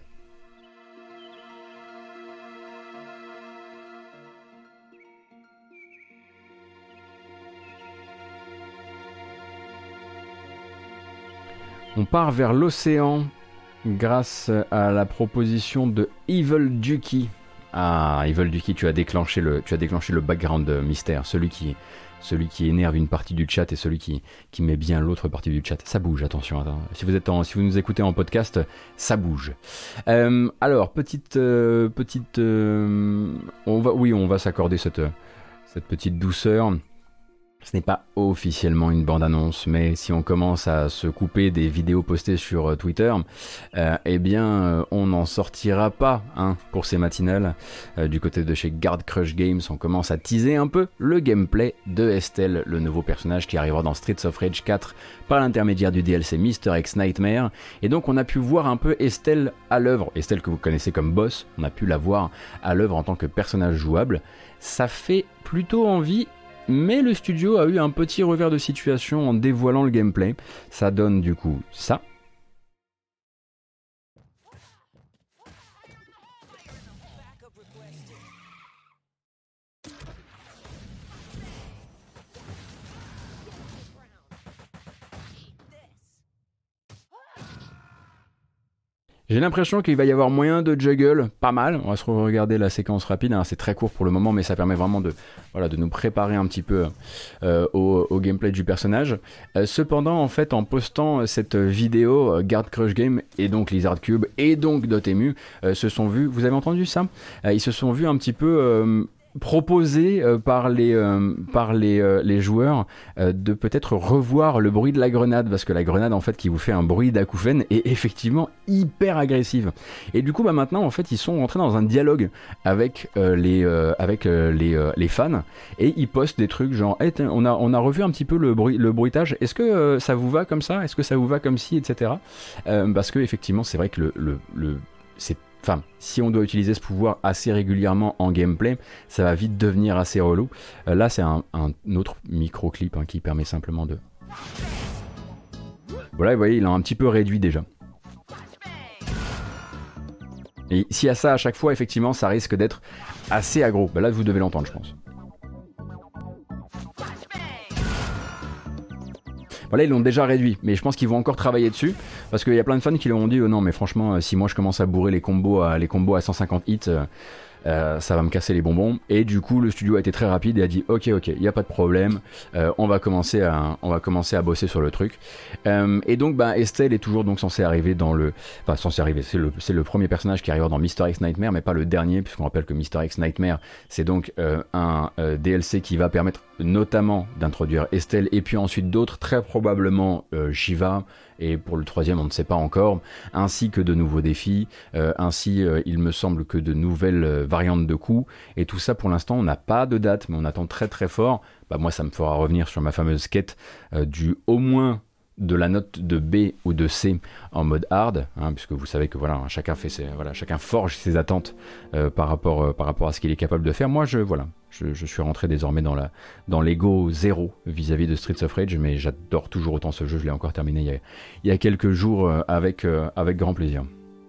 On part vers l'océan grâce à la proposition de Evil Ducky. Ah, Evil Ducky, tu as déclenché le, tu as déclenché le background mystère, celui qui, celui qui énerve une partie du chat et celui qui, qui met bien l'autre partie du chat. Ça bouge, attention. Attends. Si vous êtes en, si vous nous écoutez en podcast, ça bouge. Euh, alors, petite, euh, petite, euh, on va, oui, on va s'accorder cette, cette petite douceur. Ce n'est pas officiellement une bande-annonce, mais si on commence à se couper des vidéos postées sur euh, Twitter, euh, eh bien, euh, on n'en sortira pas hein, pour ces matinales. Euh, du côté de chez Guard Crush Games, on commence à teaser un peu le gameplay de Estelle, le nouveau personnage qui arrivera dans Streets of Rage quatre par l'intermédiaire du D L C Mister X Nightmare. Et donc, on a pu voir un peu Estelle à l'œuvre. Estelle que vous connaissez comme boss, on a pu la voir à l'œuvre en tant que personnage jouable. Ça fait plutôt envie. Mais le studio a eu un petit revers de situation en dévoilant le gameplay. Ça donne du coup ça. J'ai l'impression qu'il va y avoir moyen de juggle pas mal. On va se regarder la séquence rapide, hein. C'est très court pour le moment, mais ça permet vraiment de, voilà, de nous préparer un petit peu euh, au, au gameplay du personnage. Euh, cependant, en fait, en postant cette vidéo, euh, Guard Crush Game et donc Lizard Cube et donc Dotemu euh, se sont vus, vous avez entendu ça euh, Ils se sont vus un petit peu... Euh, proposé euh, par les euh, par les, euh, les joueurs euh, de peut-être revoir le bruit de la grenade, parce que la grenade en fait qui vous fait un bruit d'acouphène est effectivement hyper agressive. Et du coup bah maintenant en fait ils sont rentrés dans un dialogue avec euh, les euh, avec euh, les, euh, les fans, et ils postent des trucs genre hey, on a on a revu un petit peu le bruit le bruitage, est-ce que euh, ça vous va comme ça, est-ce que ça vous va comme ci, etc. Euh, parce que effectivement c'est vrai que le le, le c'est Enfin, si on doit utiliser ce pouvoir assez régulièrement en gameplay, ça va vite devenir assez relou. Euh, là, c'est un, un autre micro-clip hein, qui permet simplement de... Voilà, vous voyez, il a un petit peu réduit déjà. Et s'il y a ça à chaque fois, effectivement, ça risque d'être assez aggro. Bah là, vous devez l'entendre, je pense. Voilà, ils l'ont déjà réduit, mais je pense qu'ils vont encore travailler dessus, parce qu'il y a plein de fans qui leur ont dit oh non mais franchement si moi je commence à bourrer les combos à, les combos à cent cinquante hits, euh, euh, ça va me casser les bonbons. Et du coup le studio a été très rapide et a dit ok ok, il n'y a pas de problème, euh, on va commencer à on va commencer à bosser sur le truc. Euh, et donc bah Estelle est toujours donc censée arriver dans le, enfin censée arriver, c'est le c'est le premier personnage qui arrivera dans Mister X Nightmare, mais pas le dernier, puisqu'on rappelle que Mister X Nightmare c'est donc euh, un euh, D L C qui va permettre notamment d'introduire Estelle et puis ensuite d'autres, très probablement euh, Shiva, et pour le troisième on ne sait pas encore, ainsi que de nouveaux défis, euh, ainsi euh, il me semble que de nouvelles euh, variantes de coups, et tout ça pour l'instant on n'a pas de date, mais on attend très très fort. Bah moi ça me fera revenir sur ma fameuse quête euh, du au moins de la note de B ou de C en mode hard, hein, puisque vous savez que voilà, chacun fait ses, voilà, chacun forge ses attentes euh, par rapport euh, par rapport à ce qu'il est capable de faire. Moi, je voilà, je, je suis rentré désormais dans la dans l'ego zéro vis-à-vis de Streets of Rage, mais j'adore toujours autant ce jeu. Je l'ai encore terminé il y a, il y a quelques jours euh, avec euh, avec grand plaisir.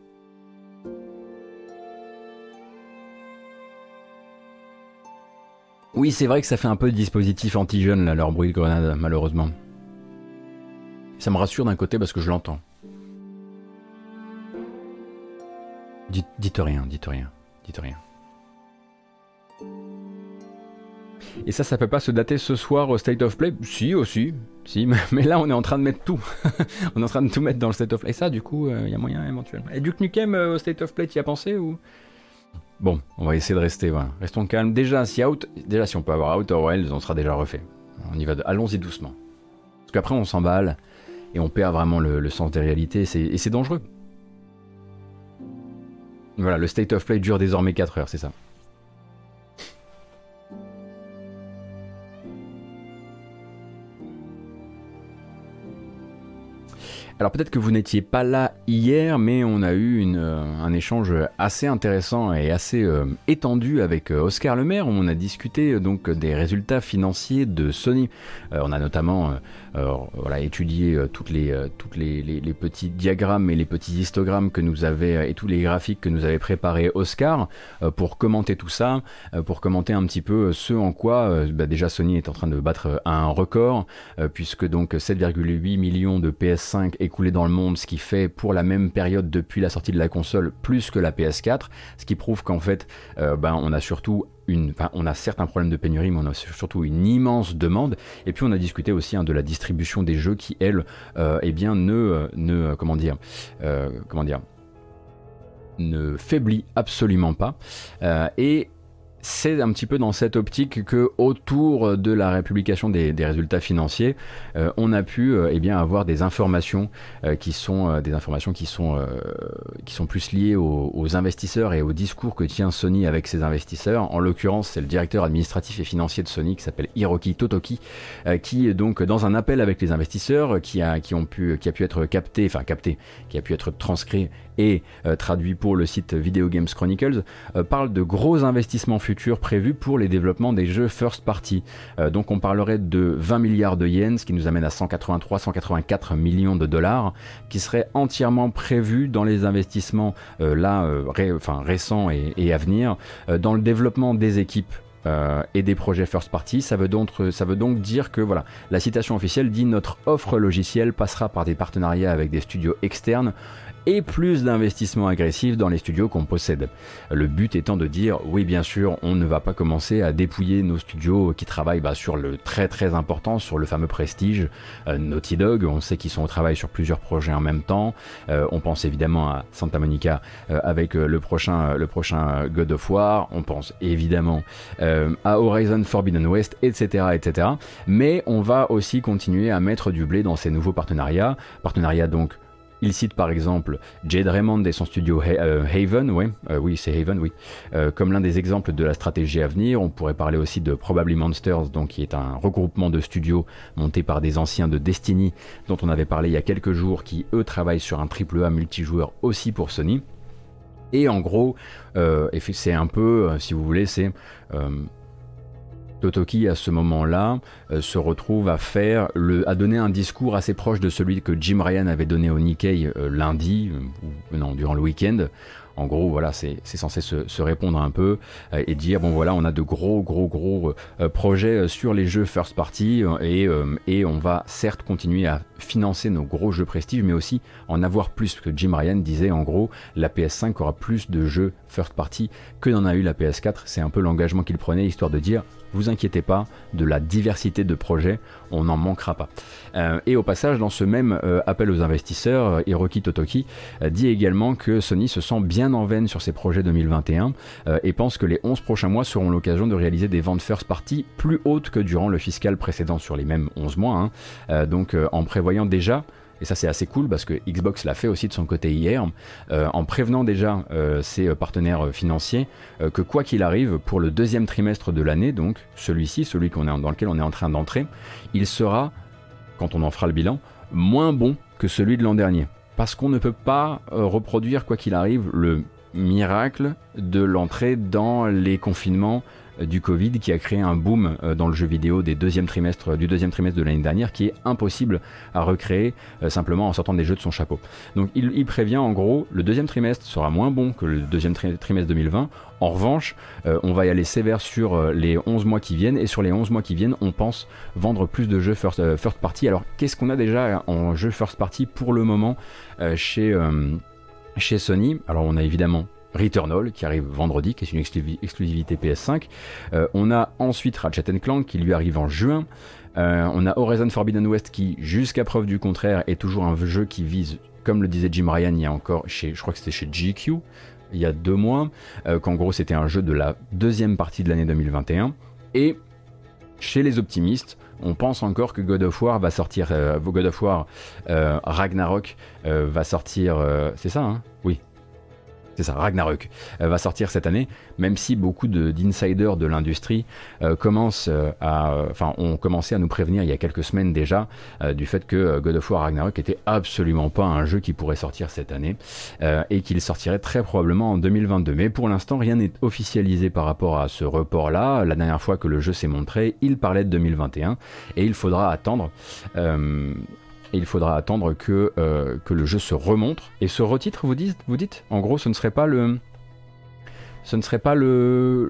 Oui, c'est vrai que ça fait un peu de dispositif anti-jeune là, leur bruit de grenade, malheureusement. Ça me rassure d'un côté parce que je l'entends. Dites, dites rien, dites rien, dites rien. Et ça, ça peut pas se dater ce soir au State of Play? Si, aussi. Si, mais là, on est en train de mettre tout. On est en train de tout mettre dans le State of Play. Et ça, du coup, il euh, y a moyen éventuellement. Et Duke Nukem euh, au State of Play, tu y as pensé ou? Bon, on va essayer de rester, voilà. Restons calmes. Déjà, si, out... Déjà, si on peut avoir Outer Wilds, on sera déjà refait. On y va, de... allons-y doucement. Parce qu'après, on s'emballe. Et on perd vraiment le, le sens des réalités, et c'est dangereux. Voilà, le State of Play dure désormais quatre heures, c'est ça. Alors peut-être que vous n'étiez pas là hier, mais on a eu une, euh, un échange assez intéressant et assez euh, étendu avec euh, Oscar Lemaire, où on a discuté euh, donc des résultats financiers de Sony. Euh, on a notamment euh, euh, voilà, étudié euh, toutes, les, euh, toutes les, les, les petits diagrammes et les petits histogrammes que nous avait, et tous les graphiques que nous avait préparé Oscar euh, pour commenter tout ça, euh, pour commenter un petit peu ce en quoi euh, bah déjà Sony est en train de battre un record, euh, puisque donc sept virgule huit millions de P S cinq écoulés dans le monde, ce qui fait pour la même période depuis la sortie de la console plus que la P S quatre, ce qui prouve qu'en fait euh, ben, on a surtout une, enfin, on a certes un problème de pénurie, mais on a surtout une immense demande. Et puis on a discuté aussi hein, de la distribution des jeux qui elle euh, eh bien ne, ne comment dire euh, comment dire ne faiblit absolument pas, euh, et c'est un petit peu dans cette optique que, autour de la républication des, des résultats financiers, euh, on a pu euh, eh bien, avoir des informations euh, qui sont euh, des informations qui sont euh, qui sont plus liées aux, aux investisseurs et au discours que tient Sony avec ses investisseurs. En l'occurrence, c'est le directeur administratif et financier de Sony qui s'appelle Hiroki Totoki, euh, qui donc dans un appel avec les investisseurs qui a qui ont pu qui a pu être capté, enfin capté, qui a pu être transcrit et euh, traduit pour le site Video Games Chronicles, euh, parle de gros investissements futurs prévus pour les développements des jeux first party. Euh, donc on parlerait de vingt milliards de yens, ce qui nous amène à cent quatre-vingt-trois à cent quatre-vingt-quatre millions de dollars, qui seraient entièrement prévus dans les investissements euh, là, euh, ré, enfin, récents et, et à venir, euh, dans le développement des équipes Euh, et des projets first party. Ça veut donc, ça veut donc dire que voilà, la citation officielle dit: notre offre logicielle passera par des partenariats avec des studios externes et plus d'investissements agressifs dans les studios qu'on possède. Le but étant de dire, oui bien sûr, on ne va pas commencer à dépouiller nos studios qui travaillent bah, sur le très très important, sur le fameux prestige euh, Naughty Dog. On sait qu'ils sont au travail sur plusieurs projets en même temps. Euh, on pense évidemment à Santa Monica euh, avec euh, le prochain, le prochain God of War. On pense évidemment euh, à Horizon Forbidden West, et cetera, et cetera. Mais on va aussi continuer à mettre du blé dans ces nouveaux partenariats. Partenariats donc. Il cite par exemple Jade Raymond et son studio ha euh, Haven, ouais, euh, oui c'est Haven, oui, euh, comme l'un des exemples de la stratégie à venir. On pourrait parler aussi de Probably Monsters, donc qui est un regroupement de studios monté par des anciens de Destiny, dont on avait parlé il y a quelques jours, qui eux travaillent sur un triple A multijoueur aussi pour Sony. Et en gros, euh, c'est un peu, si vous voulez, c'est... Euh, Totoki à ce moment-là euh, se retrouve à faire le, à donner un discours assez proche de celui que Jim Ryan avait donné au Nikkei euh, lundi, euh, ou non durant le week-end. En gros, voilà, c'est censé se, se répondre un peu euh, et dire bon voilà, on a de gros gros gros euh, projets sur les jeux first party euh, et, euh, et on va certes continuer à financer nos gros jeux prestige, mais aussi en avoir plus, parce que Jim Ryan disait en gros la P S cinq aura plus de jeux first party que n'en a eu la P S quatre. C'est un peu l'engagement qu'il prenait, histoire de dire vous inquiétez pas, de la diversité de projets, on n'en manquera pas. Euh, et au passage, dans ce même euh, appel aux investisseurs, Hiroki Totoki euh, dit également que Sony se sent bien en veine sur ses projets deux mille vingt et un euh, et pense que les onze prochains mois seront l'occasion de réaliser des ventes first party plus hautes que durant le fiscal précédent sur les mêmes onze mois. Hein. Euh, donc euh, en prévoyant déjà, et ça c'est assez cool parce que Xbox l'a fait aussi de son côté hier, euh, en prévenant déjà euh, ses partenaires financiers euh, que quoi qu'il arrive pour le deuxième trimestre de l'année, donc celui-ci, celui qu'on est, dans lequel on est en train d'entrer, il sera, quand on en fera le bilan, moins bon que celui de l'an dernier. Parce qu'on ne peut pas euh, reproduire quoi qu'il arrive le miracle de l'entrée dans les confinements du Covid qui a créé un boom dans le jeu vidéo des deuxième trimestre, du deuxième trimestre de l'année dernière qui est impossible à recréer euh, simplement en sortant des jeux de son chapeau. Donc il, il prévient en gros, le deuxième trimestre sera moins bon que le deuxième tri trimestre deux mille vingt. En revanche, euh, on va y aller sévère sur euh, les onze mois qui viennent, et sur les onze mois qui viennent, on pense vendre plus de jeux first, euh, first party. Alors qu'est-ce qu'on a déjà en jeu first party pour le moment euh, chez, euh, chez Sony? Alors on a évidemment Returnal qui arrive vendredi, qui est une exclusivité P S cinq. Euh, on a ensuite Ratchet and Clank qui lui arrive en juin. Euh, on a Horizon Forbidden West qui, jusqu'à preuve du contraire, est toujours un jeu qui vise, comme le disait Jim Ryan il y a encore, chez, je crois que c'était chez G Q, il y a deux mois, euh, qu'en gros c'était un jeu de la deuxième partie de l'année deux mille vingt et un. Et chez les optimistes, on pense encore que God of War va sortir, euh, God of War euh, Ragnarok euh, va sortir, euh, c'est ça hein? Oui. C'est ça, Ragnarok euh, va sortir cette année, même si beaucoup d'insiders de, de l'industrie euh, commencent euh, à, enfin, ont commencé à nous prévenir il y a quelques semaines déjà euh, du fait que euh, God of War Ragnarok était absolument pas un jeu qui pourrait sortir cette année euh, et qu'il sortirait très probablement en deux mille vingt-deux. Mais pour l'instant, rien n'est officialisé par rapport à ce report-là. La dernière fois que le jeu s'est montré, il parlait de deux mille vingt et un et il faudra attendre. Euh, Et il faudra attendre que, euh, que le jeu se remontre. Et ce retitre, vous dites, vous dites en gros, ce ne serait pas le... Ce ne serait pas le...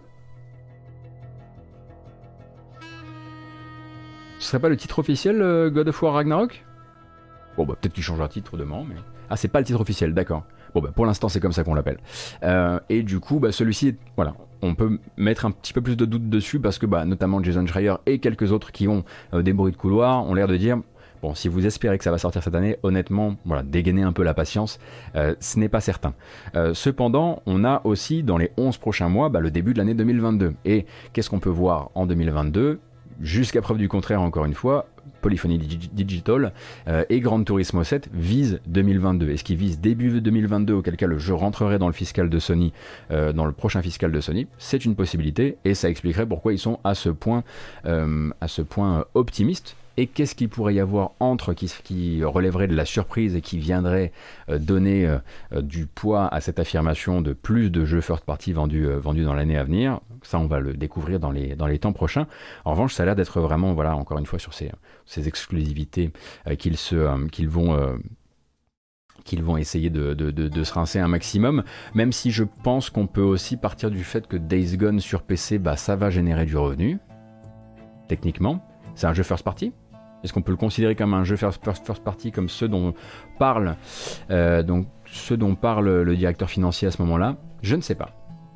Ce serait pas le titre officiel, euh, God of War Ragnarok? Bon, bah peut-être qu'il changera de titre demain, mais... Ah, c'est pas le titre officiel, d'accord. Bon, bah pour l'instant, c'est comme ça qu'on l'appelle. Euh, et du coup, bah celui-ci, voilà... On peut mettre un petit peu plus de doute dessus parce que, bah, notamment Jason Schreier et quelques autres qui ont euh, des bruits de couloir ont l'air de dire... Bon, si vous espérez que ça va sortir cette année, honnêtement, voilà, dégainez un peu la patience, euh, ce n'est pas certain. Euh, cependant, on a aussi dans les onze prochains mois bah, le début de l'année deux mille vingt-deux. Et qu'est-ce qu'on peut voir en deux mille vingt-deux? Jusqu'à preuve du contraire, encore une fois, Polyphony Digital euh, et Gran Turismo sept visent deux mille vingt-deux. Est-ce qu'ils visent début deux mille vingt-deux, auquel cas le jeu rentrerait dans le fiscal de Sony, euh, dans le prochain fiscal de Sony? C'est une possibilité et ça expliquerait pourquoi ils sont à ce point, euh, à ce point optimistes. Et qu'est-ce qu'il pourrait y avoir entre qui, qui relèverait de la surprise et qui viendrait euh, donner euh, du poids à cette affirmation de plus de jeux first party vendus, euh, vendus dans l'année à venir? Ça, on va le découvrir dans les, dans les temps prochains. En revanche, ça a l'air d'être vraiment, voilà, encore une fois, sur ces, ces exclusivités euh, qu'ils se, euh, qu'ils vont... Euh, qu'ils vont essayer de, de, de, de se rincer un maximum, même si je pense qu'on peut aussi partir du fait que Days Gone sur P C, bah, ça va générer du revenu, techniquement. C'est un jeu first party? Est-ce qu'on peut le considérer comme un jeu first, first, first party, comme ceux dont parle, euh, donc ceux dont parle le directeur financier à ce moment-là? Je ne sais pas.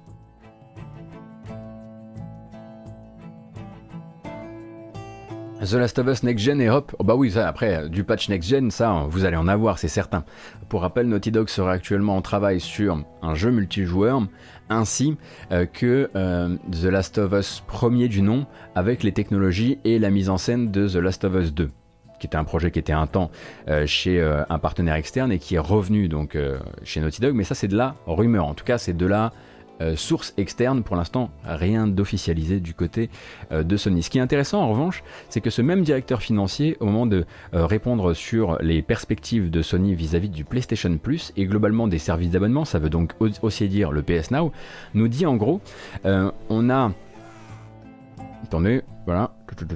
The Last of Us Next Gen et hop, oh bah oui, ça, après, du patch Next Gen, ça, vous allez en avoir, c'est certain. Pour rappel, Naughty Dog serait actuellement en travail sur un jeu multijoueur, ainsi euh, que euh, The Last of Us premier du nom, avec les technologies et la mise en scène de The Last of Us deux, qui était un projet qui était un temps euh, chez euh, un partenaire externe et qui est revenu donc euh, chez Naughty Dog, mais ça c'est de la rumeur, en tout cas c'est de la Euh, source externe, pour l'instant rien d'officialisé du côté euh, de Sony. Ce qui est intéressant en revanche, c'est que ce même directeur financier, au moment de euh, répondre sur les perspectives de Sony vis-à-vis du PlayStation Plus et globalement des services d'abonnement, ça veut donc aussi dire le P S Now, nous dit en gros, euh, on a... Attendez, voilà...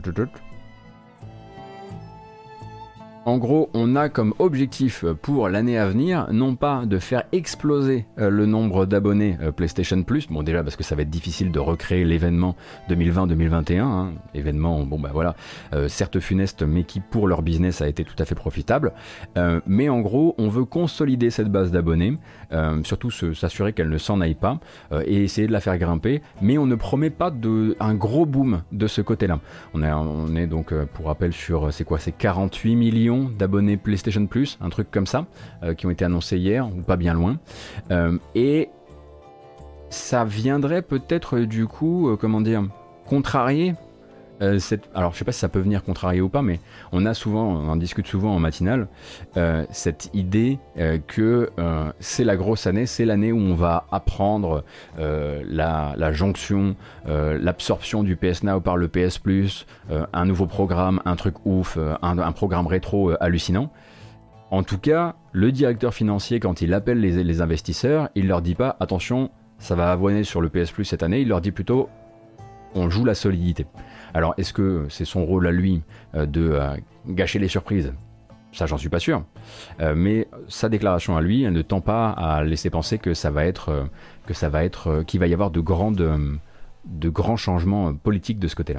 En gros, on a comme objectif pour l'année à venir, non pas de faire exploser euh, le nombre d'abonnés euh, PlayStation Plus, bon déjà parce que ça va être difficile de recréer l'événement deux mille vingt deux mille vingt et un, hein, événement, bon bah voilà, euh, certes funeste, mais qui pour leur business a été tout à fait profitable, euh, mais en gros, on veut consolider cette base d'abonnés, euh, surtout se, s'assurer qu'elle ne s'en aille pas, euh, et essayer de la faire grimper, mais on ne promet pas de, un gros boom de ce côté-là. On, a, on est donc, euh, pour rappel, sur, c'est quoi, c'est quarante-huit millions d'abonnés PlayStation Plus, un truc comme ça, euh, qui ont été annoncés hier, ou pas bien loin. Euh, et ça viendrait peut-être du coup, euh, comment dire, contrarier euh, cette... Alors je sais pas si ça peut venir contrarier ou pas, mais on a souvent, on en discute souvent en matinale, euh, cette idée euh, que euh, c'est la grosse année, c'est l'année où on va apprendre euh, la, la jonction, euh, l'absorption du P S Now par le P S Plus, euh, un nouveau programme, un truc ouf, euh, un, un programme rétro euh, hallucinant. En tout cas, le directeur financier, quand il appelle les, les investisseurs, il leur dit pas attention, ça va avoiner sur le P S Plus cette année, il leur dit plutôt on joue la solidité. Alors, est-ce que c'est son rôle à lui euh, de euh, gâcher les surprises? Ça, j'en suis pas sûr. Euh, mais sa déclaration à lui, elle ne tend pas à laisser penser que ça va être, euh, que ça va être, euh, qu'il va y avoir de grandes, euh, de grands changements euh, politiques de ce côté-là.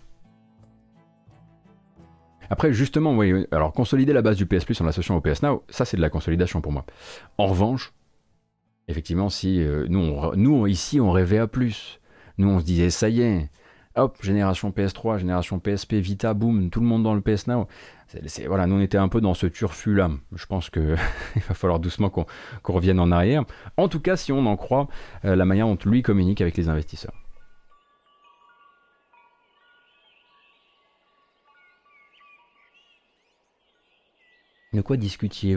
Après, justement, oui, alors consolider la base du P S Plus en l'associant au P S Now, ça c'est de la consolidation pour moi. En revanche, effectivement, si euh, nous, on, nous on, ici, on rêvait à plus. Nous, on se disait ça y est. Hop, génération P S trois, génération P S P, Vita, boum, tout le monde dans le P S Now. C'est, c'est, voilà, nous on était un peu dans ce turfu-là. Je pense qu'il va falloir doucement qu'on, qu'on revienne en arrière. En tout cas, si on en croit euh, la manière dont lui communique avec les investisseurs. De quoi discutiez-vous ?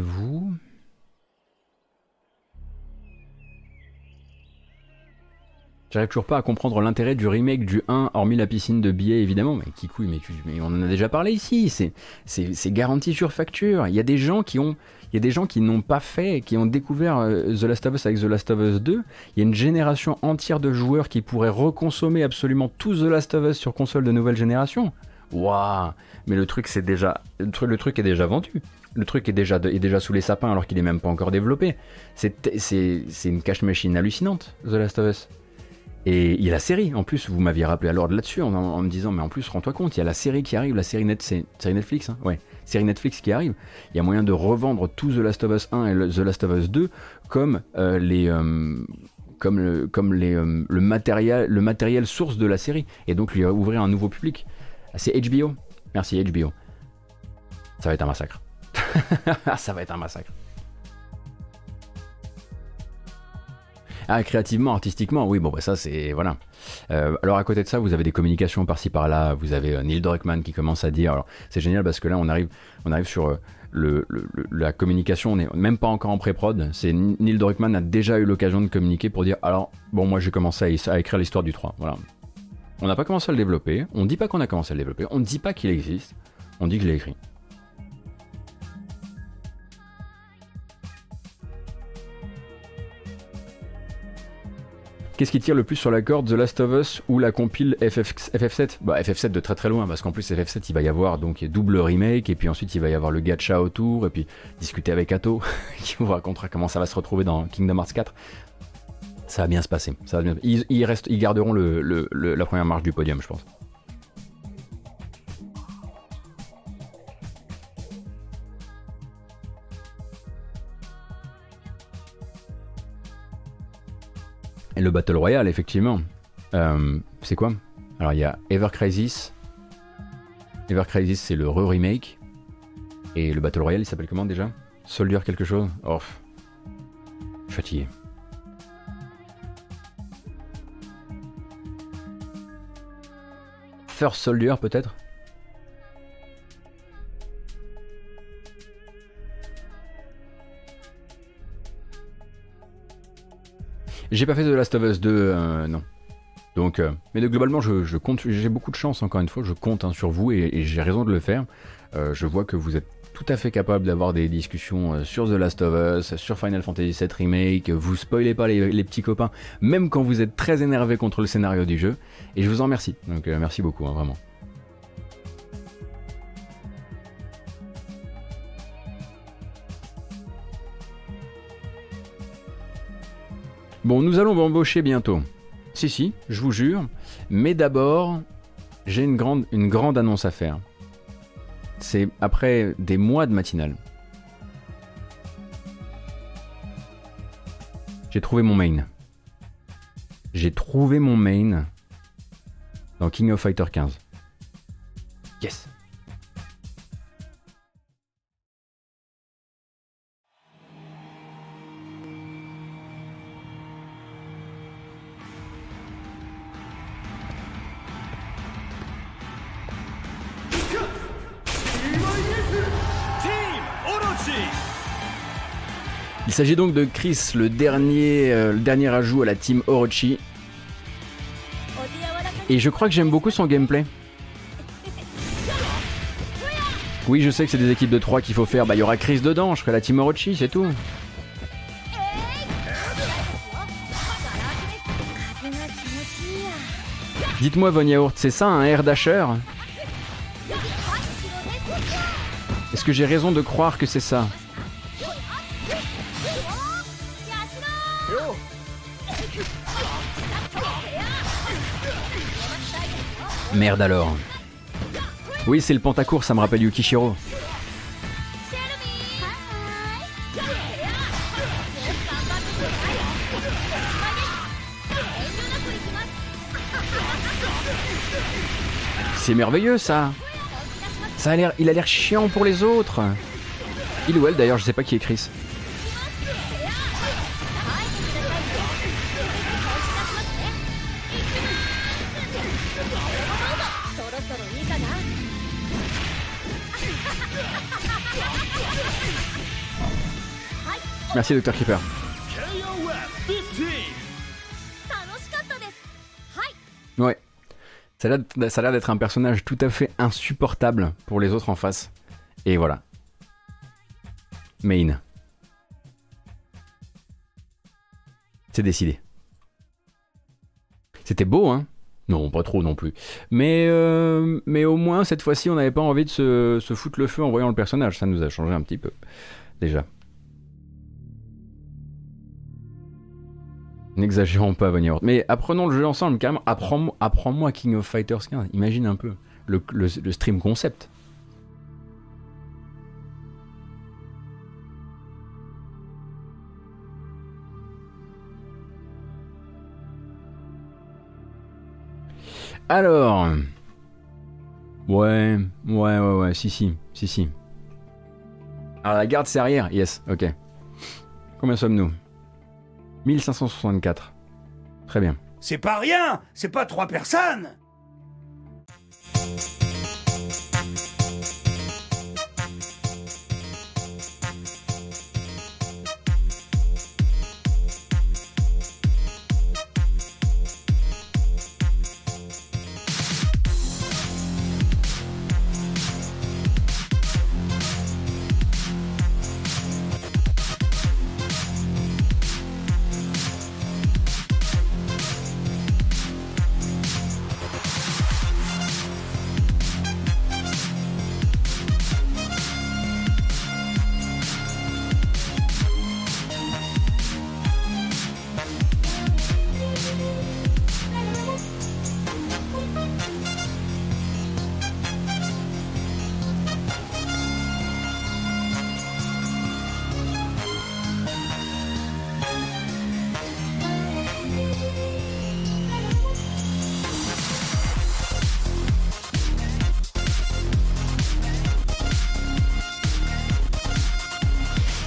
J'arrive toujours pas à comprendre l'intérêt du remake du un, hormis la piscine de billets évidemment, mais qui couille, mais, tu, mais on en a déjà parlé ici, c'est, c'est, c'est garanti sur facture. Il y a des gens qui ont, il y a des gens qui n'ont pas fait, qui ont découvert euh, The Last of Us avec The Last of Us deux. Il y a une génération entière de joueurs qui pourraient reconsommer absolument tout The Last of Us sur console de nouvelle génération. Waouh! Mais le truc c'est déjà, le truc, le truc est déjà vendu. Le truc est déjà, est déjà sous les sapins alors qu'il est même pas encore développé. C'est, c'est, c'est une cash machine hallucinante, The Last of Us. Et il y a la série, en plus, vous m'aviez rappelé à l'ordre là-dessus en, en me disant, mais en plus, rends-toi compte, il y a la série qui arrive, la série, net, c'est, série Netflix, hein, ouais, série Netflix qui arrive. Il y a moyen de revendre tout The Last of Us un et le, The Last of Us deux comme euh, les, euh, comme le, comme les, euh, le matériel, le matériel source de la série, et donc lui ouvrir un nouveau public. C'est H B O. Merci H B O. Ça va être un massacre. Ça va être un massacre. Ah, créativement, artistiquement, oui, bon, bah ça c'est, voilà. Euh, alors à côté de ça, vous avez des communications par-ci par-là, vous avez euh, Neil Druckmann qui commence à dire, alors c'est génial parce que là on arrive, on arrive sur euh, le, le, le, la communication, on n'est même pas encore en pré-prod, c'est Neil Druckmann a déjà eu l'occasion de communiquer pour dire, alors, bon, moi j'ai commencé à, à écrire l'histoire du trois, voilà. On n'a pas commencé à le développer, on ne dit pas qu'on a commencé à le développer, on ne dit pas qu'il existe, on dit que je l'ai écrit. Qu'est-ce qui tire le plus sur la corde, The Last of Us ou la compile F F sept? Bah F F sept de très très loin, parce qu'en plus F F sept il va y avoir donc double remake, et puis ensuite il va y avoir le gacha autour, et puis discuter avec Atto, qui vous racontera comment ça va se retrouver dans Kingdom Hearts quatre. Ça va bien se passer, ça va bien... Ils, ils, restent, ils garderont le, le, le, la première marche du podium, je pense. le Battle Royale, effectivement. Euh, c'est quoi? Alors, il y a Ever Crisis. Ever Crisis, c'est le re-remake. Et le Battle Royale, il s'appelle comment déjà? Soldier quelque chose? Oh, je suis fatigué. First Soldier, peut-être? J'ai pas fait The Last of Us deux, euh, non. Donc, euh, mais de, globalement, je, je compte, j'ai beaucoup de chance, encore une fois, je compte hein, sur vous et, et j'ai raison de le faire. Euh, je vois que vous êtes tout à fait capable d'avoir des discussions euh, sur The Last of Us, sur Final Fantasy sept Remake, vous spoilez pas les, les petits copains, même quand vous êtes très énervé contre le scénario du jeu, et je vous en remercie. Donc, euh, merci beaucoup, hein, vraiment. Bon, nous allons embaucher bientôt. Si, si, je vous jure. Mais d'abord, j'ai une grande, une grande annonce à faire. C'est après des mois de matinale. J'ai trouvé mon main. J'ai trouvé mon main dans King of Fighter quinze. Yes! Il s'agit donc de Chris, le dernier, euh, le dernier ajout à la team Orochi. Et je crois que j'aime beaucoup son gameplay. Oui, je sais que c'est des équipes de trois qu'il faut faire. Bah, il y aura Chris dedans, je ferai la team Orochi, c'est tout. Dites-moi, Von Yaourt, c'est ça un air dasher? Est-ce que j'ai raison de croire que c'est ça? Merde alors. Oui, c'est le pentacourt, ça me rappelle Yukishiro. C'est merveilleux ça. Ça a l'air, il a l'air chiant pour les autres. Il ou elle d'ailleurs, je sais pas qui est Chris. Merci Docteur Creeper. Ouais. Ça a l'air, ça a l'air d'être un personnage tout à fait insupportable pour les autres en face. Et voilà. Main. C'est décidé. C'était beau, hein? Non, pas trop non plus. Mais, euh, mais au moins, cette fois-ci, on n'avait pas envie de se, se foutre le feu en voyant le personnage. Ça nous a changé un petit peu. Déjà. N'exagérons pas, Von. Mais apprenons le jeu ensemble, carrément. Apprends-moi, apprends-moi King of Fighters quinze. Imagine un peu le, le, le stream concept. Alors. Ouais, ouais, ouais, ouais, si, si, si, si. Alors la garde c'est arrière, yes, ok. Combien sommes-nous? mille cinq cent soixante-quatre. Très bien. C'est pas rien, c'est pas trois personnes.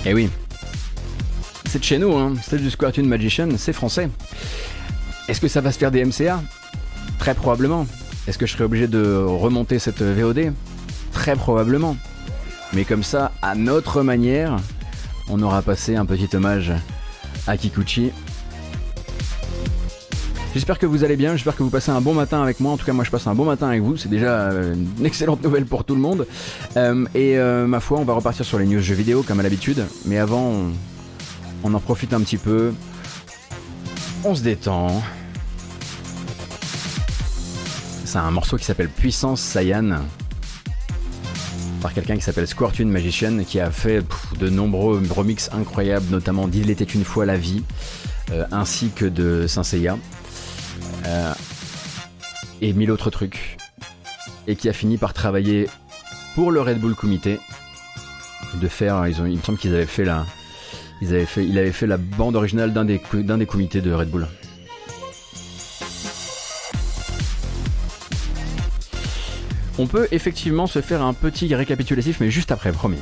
Eh oui. C'est de chez nous, hein. C'est du Square Toon Magician, c'est français. Est-ce que ça va se faire des M C A? Très probablement. Est-ce que je serai obligé de remonter cette V O D? Très probablement. Mais comme ça, à notre manière, on aura passé un petit hommage à Kikuchi. J'espère que vous allez bien, j'espère que vous passez un bon matin avec moi. En tout cas, moi je passe un bon matin avec vous, c'est déjà une excellente nouvelle pour tout le monde. Euh, et euh, ma foi, on va repartir sur les news jeux vidéo comme à l'habitude. Mais avant, on, on en profite un petit peu. On se détend. C'est un morceau qui s'appelle Puissance Saiyan, par quelqu'un qui s'appelle Square Toon Magician, qui a fait pff, de nombreux remixes incroyables, notamment d'Il était une fois la vie, euh, ainsi que de Saint Seiya, euh, et mille autres trucs, et qui a fini par travailler pour le Red Bull Comité, de faire, ils ont, il me semble qu'ils avaient fait la, ils avaient fait, il avait fait la bande originale d'un des, d'un des comités de Red Bull. On peut effectivement se faire un petit récapitulatif, mais juste après, promis.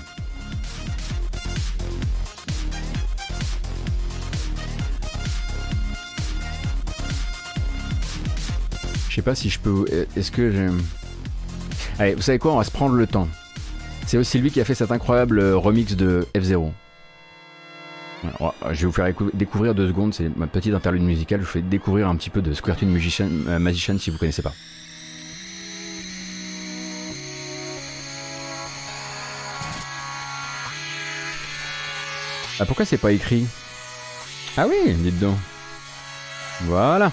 Je sais pas si je peux... Est-ce que j'ai... Allez, vous savez quoi, on va se prendre le temps. C'est aussi lui qui a fait cet incroyable remix de F zéro. Alors, je vais vous faire découvrir deux secondes, c'est ma petite interlude musicale, je vous fais découvrir un petit peu de Square Toon Magician, euh, Magician si vous connaissez pas. Ah, pourquoi c'est pas écrit? Ah oui, dites donc. Voilà.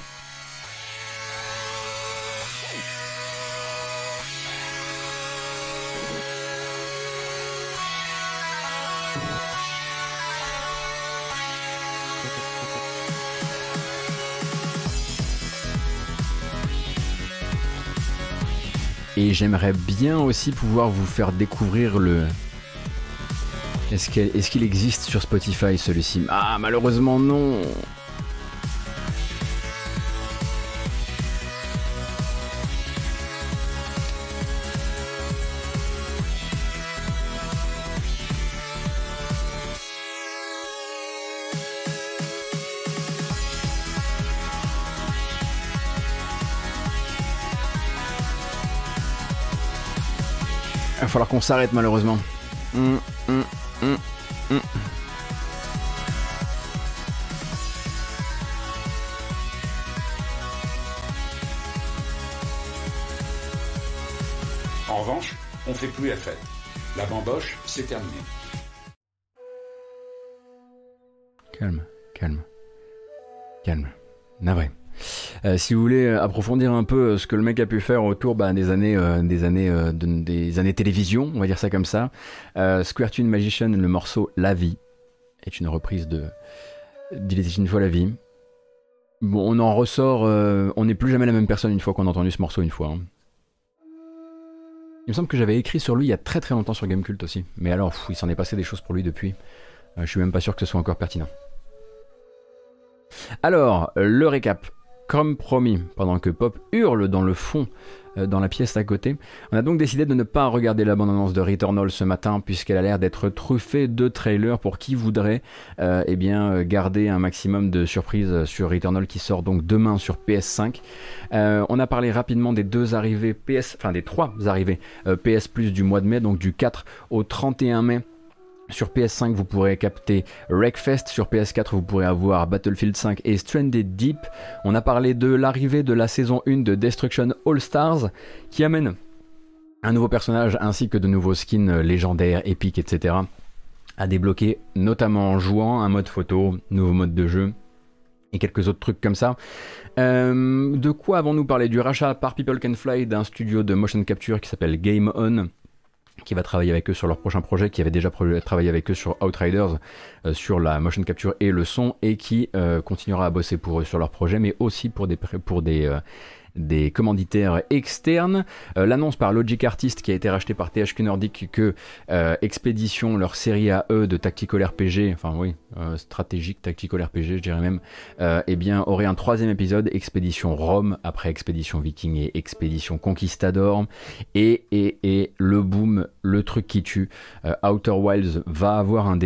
Et j'aimerais bien aussi pouvoir vous faire découvrir le... Est-ce qu'il, est-ce qu'il existe sur Spotify celui-ci? Ah, malheureusement non. Il va falloir qu'on s'arrête malheureusement. Mmh, mmh. Mmh, mmh. En revanche, on fait plus la fête. La bamboche, c'est terminé. Calme, calme, calme. Navré. Euh, si vous voulez approfondir un peu ce que le mec a pu faire autour bah, des années, euh, des années, euh, de, des années télévision, on va dire ça comme ça, euh, Square Toon Magician, le morceau La Vie, est une reprise de d'Il était une fois la vie. Bon, on en ressort, euh, on n'est plus jamais la même personne une fois qu'on a entendu ce morceau une fois. Hein. Il me semble que j'avais écrit sur lui il y a très très longtemps sur Gamecult aussi, mais alors pff, il s'en est passé des choses pour lui depuis. Euh, je suis même pas sûr que ce soit encore pertinent. Alors, le récap. Comme promis, pendant que Pop hurle dans le fond, euh, dans la pièce à côté, on a donc décidé de ne pas regarder la bande-annonce de Returnal ce matin, puisqu'elle a l'air d'être truffée de trailers pour qui voudrait euh, eh bien, garder un maximum de surprises sur Returnal qui sort donc demain sur P S cinq. Euh, on a parlé rapidement des deux arrivées P S, enfin des trois arrivées euh, P S Plus du mois de mai, donc du quatre au trente et un mai. Sur P S cinq, vous pourrez capter Wreckfest. Sur P S quatre, vous pourrez avoir Battlefield cinq et Stranded Deep. On a parlé de l'arrivée de la saison un de Destruction All Stars, qui amène un nouveau personnage ainsi que de nouveaux skins légendaires, épiques, et cetera à débloquer, notamment en jouant, un mode photo, nouveau mode de jeu et quelques autres trucs comme ça. Euh, de quoi avons-nous parlé? Du rachat par People Can Fly d'un studio de motion capture qui s'appelle Game On, qui va travailler avec eux sur leur prochain projet, qui avait déjà travaillé avec eux sur Outriders, euh, sur la motion capture et le son, et qui euh, continuera à bosser pour eux sur leur projet, mais aussi pour des, pour des, euh, des commanditaires externes. Euh, l'annonce par Logic Artist, qui a été racheté par T H Q Nordic, que euh, Expedition, leur série à eux de Tactical R P G, enfin oui, euh, stratégique Tactical R P G, je dirais même, euh, eh bien, aurait un troisième épisode, Expédition Rome, après Expédition Viking et Expédition Conquistador, et, et, et le boom, le truc qui tue, euh, Outer Wilds va avoir un D L C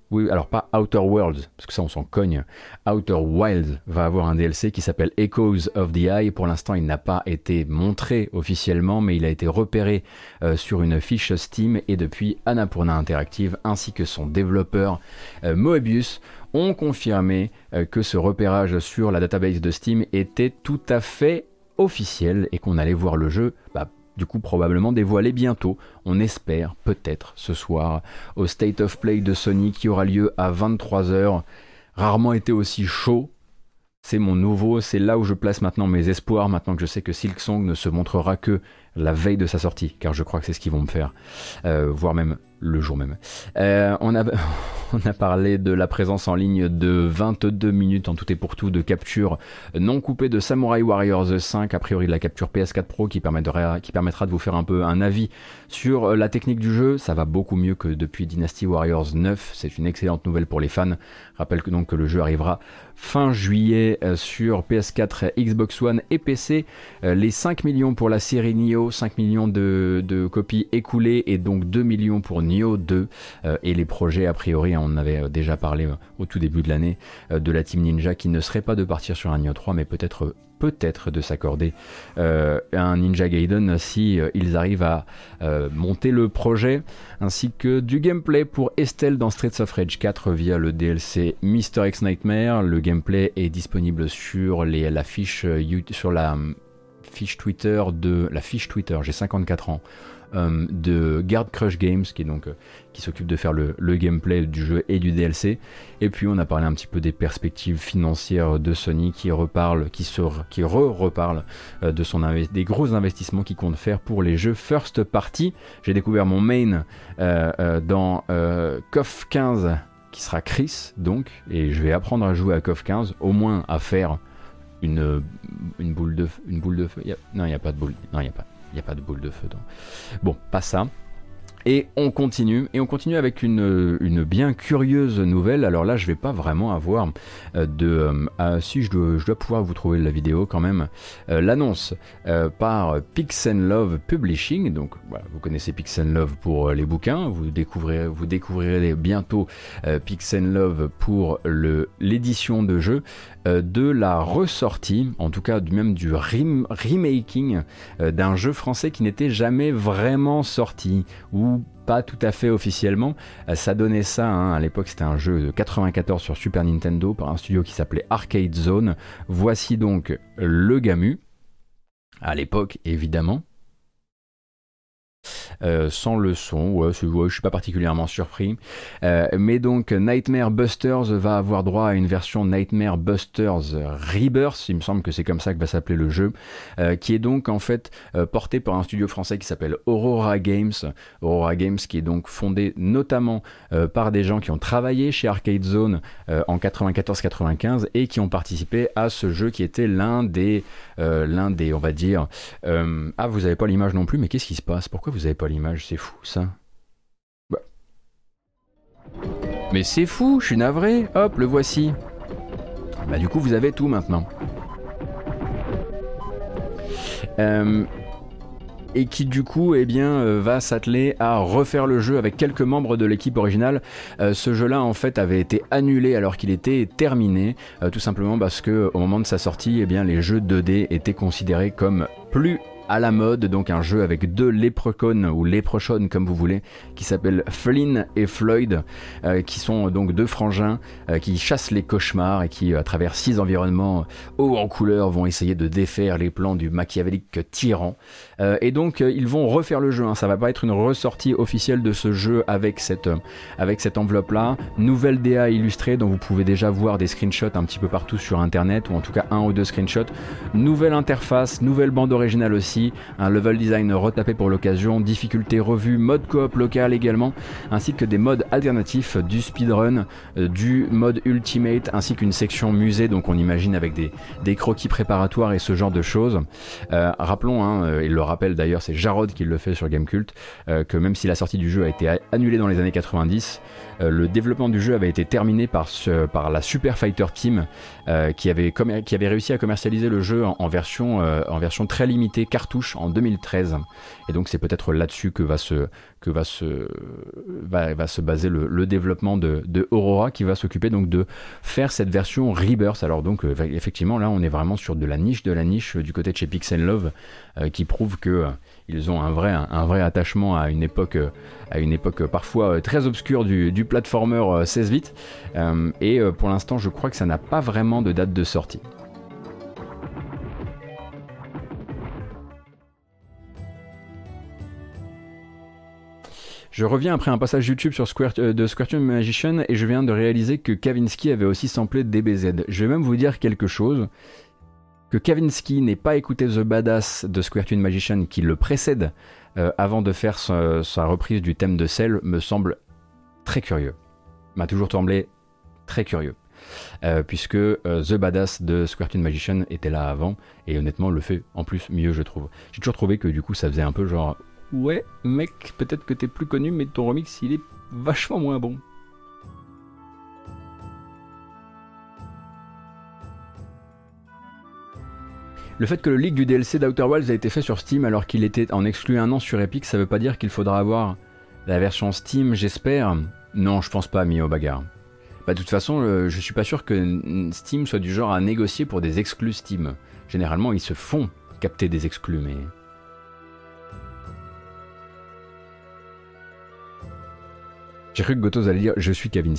oui, alors pas Outer Worlds, parce que ça on s'en cogne. Outer Wilds va avoir un D L C qui s'appelle Echoes of the Eye. Pour l'instant, il n'a pas été montré officiellement, mais il a été repéré euh, sur une fiche Steam et depuis Annapurna Interactive ainsi que son développeur euh, Moebius ont confirmé euh, que ce repérage sur la database de Steam était tout à fait officiel et qu'on allait voir le jeu bah, du coup probablement dévoilé bientôt, on espère peut-être ce soir au State of Play de Sony qui aura lieu à vingt-trois heures, rarement été aussi chaud, c'est mon nouveau, c'est là où je place maintenant mes espoirs, maintenant que je sais que Silksong ne se montrera que la veille de sa sortie, car je crois que c'est ce qu'ils vont me faire, euh, voire même le jour même. Euh, on, a, on a parlé de la présence en ligne de vingt-deux minutes en tout et pour tout de capture non coupée de Samurai Warriors cinq, a priori de la capture P S quatre Pro qui permettra, qui permettra de vous faire un peu un avis sur la technique du jeu. Ça va beaucoup mieux que depuis Dynasty Warriors neuf, c'est une excellente nouvelle pour les fans. Je rappelle que, donc, que le jeu arrivera fin juillet euh, sur P S quatre, Xbox One et P C. Euh, les cinq millions pour la série Nioh, cinq millions de, de copies écoulées et donc deux millions pour Nioh deux euh, et les projets a priori, on en avait déjà parlé euh, au tout début de l'année, euh, de la Team Ninja qui ne serait pas de partir sur un Nioh trois mais peut-être peut-être de s'accorder euh, un Ninja Gaiden si euh, ils arrivent à euh, monter le projet, ainsi que du gameplay pour Estelle dans Streets of Rage quatre via le D L C Mister X Nightmare. Le gameplay est disponible sur les, la fiche euh, sur la fiche Twitter de la fiche Twitter, j'ai cinquante-quatre ans, euh, de Guard Crush Games qui est donc euh, qui s'occupe de faire le, le gameplay du jeu et du D L C. Et puis on a parlé un petit peu des perspectives financières de Sony qui reparle, qui se qui re-reparle euh, de son inv- des gros investissements qu'il compte faire pour les jeux first party. J'ai découvert mon main euh, euh, dans euh, C O F quinze qui sera Chris donc, et je vais apprendre à jouer à C O F quinze, au moins à faire une une boule de une boule de feu. Y a, non, il y a pas de boule. Non, il y a pas. Il y a pas de boule de feu. Donc. Bon, pas ça. Et on continue, et on continue avec une, une bien curieuse nouvelle. Alors là, je vais pas vraiment avoir euh, de... Euh, ah, si, je dois, je dois pouvoir vous trouver la vidéo quand même. Euh, l'annonce euh, par Pix and Love Publishing. Donc, voilà, vous connaissez Pix and Love pour euh, les bouquins. Vous découvrirez, vous découvrirez bientôt euh, Pix and Love pour le, l'édition de jeu. Euh, de la ressortie, en tout cas du même du rem- remaking euh, d'un jeu français qui n'était jamais vraiment sorti, ou pas tout à fait officiellement. Euh, ça donnait ça, hein, à l'époque c'était un jeu de quatre-vingt-quatorze sur Super Nintendo par un studio qui s'appelait Arcade Zone. Voici donc le Gamu, à l'époque évidemment. Euh, sans le son, ouais, c'est, ouais, je suis pas particulièrement surpris. Euh, mais donc Nightmare Busters va avoir droit à une version Nightmare Busters Rebirth, il me semble que c'est comme ça que va s'appeler le jeu, euh, qui est donc en fait euh, porté par un studio français qui s'appelle Aurora Games. Aurora Games qui est donc fondé notamment euh, par des gens qui ont travaillé chez Arcade Zone euh, en quatre-vingt-quatorze quatre-vingt-quinze et qui ont participé à ce jeu qui était l'un des, euh, l'un des, on va dire, euh, ah vous avez pas l'image non plus, mais qu'est-ce qui se passe? Pourquoi vous avez pas l'image? C'est fou ça. Bah. Mais c'est fou, je suis navré. Hop, le voici. Bah du coup vous avez tout maintenant. Euh, et qui du coup eh bien, euh, va s'atteler à refaire le jeu avec quelques membres de l'équipe originale. Euh, ce jeu-là en fait avait été annulé alors qu'il était terminé, euh, tout simplement parce que au moment de sa sortie, eh bien, les jeux deux D étaient considérés comme plus à la mode, donc un jeu avec deux léprechauns ou léprechaunes comme vous voulez, qui s'appellent Flynn et Floyd, euh, qui sont donc deux frangins euh, qui chassent les cauchemars et qui, à travers six environnements hauts en couleur, vont essayer de défaire les plans du machiavélique tyran. Euh, et donc euh, ils vont refaire le jeu, hein. Ça va pas être une ressortie officielle de ce jeu avec cette, euh, avec cette enveloppe là. Nouvelle D A illustrée dont vous pouvez déjà voir des screenshots un petit peu partout sur internet, ou en tout cas un ou deux screenshots. Nouvelle interface, nouvelle bande originale aussi, un level design retapé pour l'occasion, difficulté revue, mode coop local également, ainsi que des modes alternatifs, du speedrun, euh, du mode ultimate, ainsi qu'une section musée, donc on imagine avec des, des croquis préparatoires et ce genre de choses. Euh, rappelons, hein, il le rappelle d'ailleurs, c'est Jarod qui le fait sur Gamecult, euh, que même si la sortie du jeu a été annulée dans les années quatre-vingt-dix, euh, le développement du jeu avait été terminé par, ce, par la Super Fighter Team, euh, qui, avait commer- qui avait réussi à commercialiser le jeu en, en, version, euh, en version très limitée, carton cartouche en deux mille treize. Et donc c'est peut-être là-dessus que va se, que va se, va, va se baser le, le développement de, de Aurora, qui va s'occuper donc de faire cette version Rebirth. Alors donc euh, effectivement là on est vraiment sur de la niche de la niche euh, du côté de chez Pixel Love, euh, qui prouve que euh, ils ont un vrai, un, un vrai attachement à une époque, euh, à une époque euh, parfois euh, très obscure du, du platformer euh, seize bits. Euh, et euh, pour l'instant je crois que ça n'a pas vraiment de date de sortie. Je reviens après un passage YouTube sur Square, euh, de Square Magician et je viens de réaliser que Kavinsky avait aussi samplé D B Z. Je vais même vous dire quelque chose, que Kavinsky n'ait pas écouté The Badass de Square Magician qui le précède euh, avant de faire sa, sa reprise du thème de Cell me semble très curieux. M'a toujours semblé très curieux. Euh, puisque euh, The Badass de Square Magician était là avant et honnêtement le fait en plus mieux je trouve. J'ai toujours trouvé que du coup ça faisait un peu genre ouais mec peut-être que t'es plus connu mais ton remix il est vachement moins bon. Le fait que le leak du D L C d'Outer Wilds a été fait sur Steam alors qu'il était en exclu un an sur Epic, ça veut pas dire qu'il faudra avoir la version Steam, j'espère. Non, je pense pas, Mio Bagarre. Bah, de toute façon, euh, je suis pas sûr que Steam soit du genre à négocier pour des exclus Steam. Généralement, ils se font capter des exclus, mais... J'ai cru que Gotos allait dire « Je suis Kavinsky ».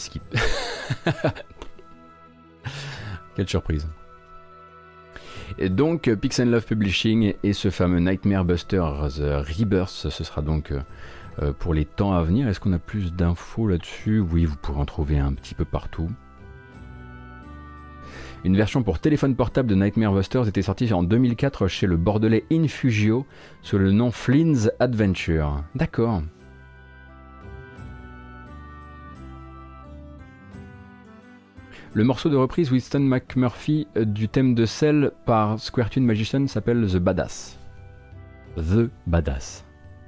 Quelle surprise. Et donc, Pixel Love Publishing et ce fameux Nightmare Busters Rebirth, ce sera donc... Euh, pour les temps à venir. Est-ce qu'on a plus d'infos là-dessus? Oui, vous pourrez en trouver un petit peu partout. Une version pour téléphone portable de Nightmare Busters était sortie en deux mille quatre chez le bordelais Infugio sous le nom Flynn's Adventure. D'accord. Le morceau de reprise Winston McMurphy du thème de Cell par Square Magician s'appelle The Badass. The Badass.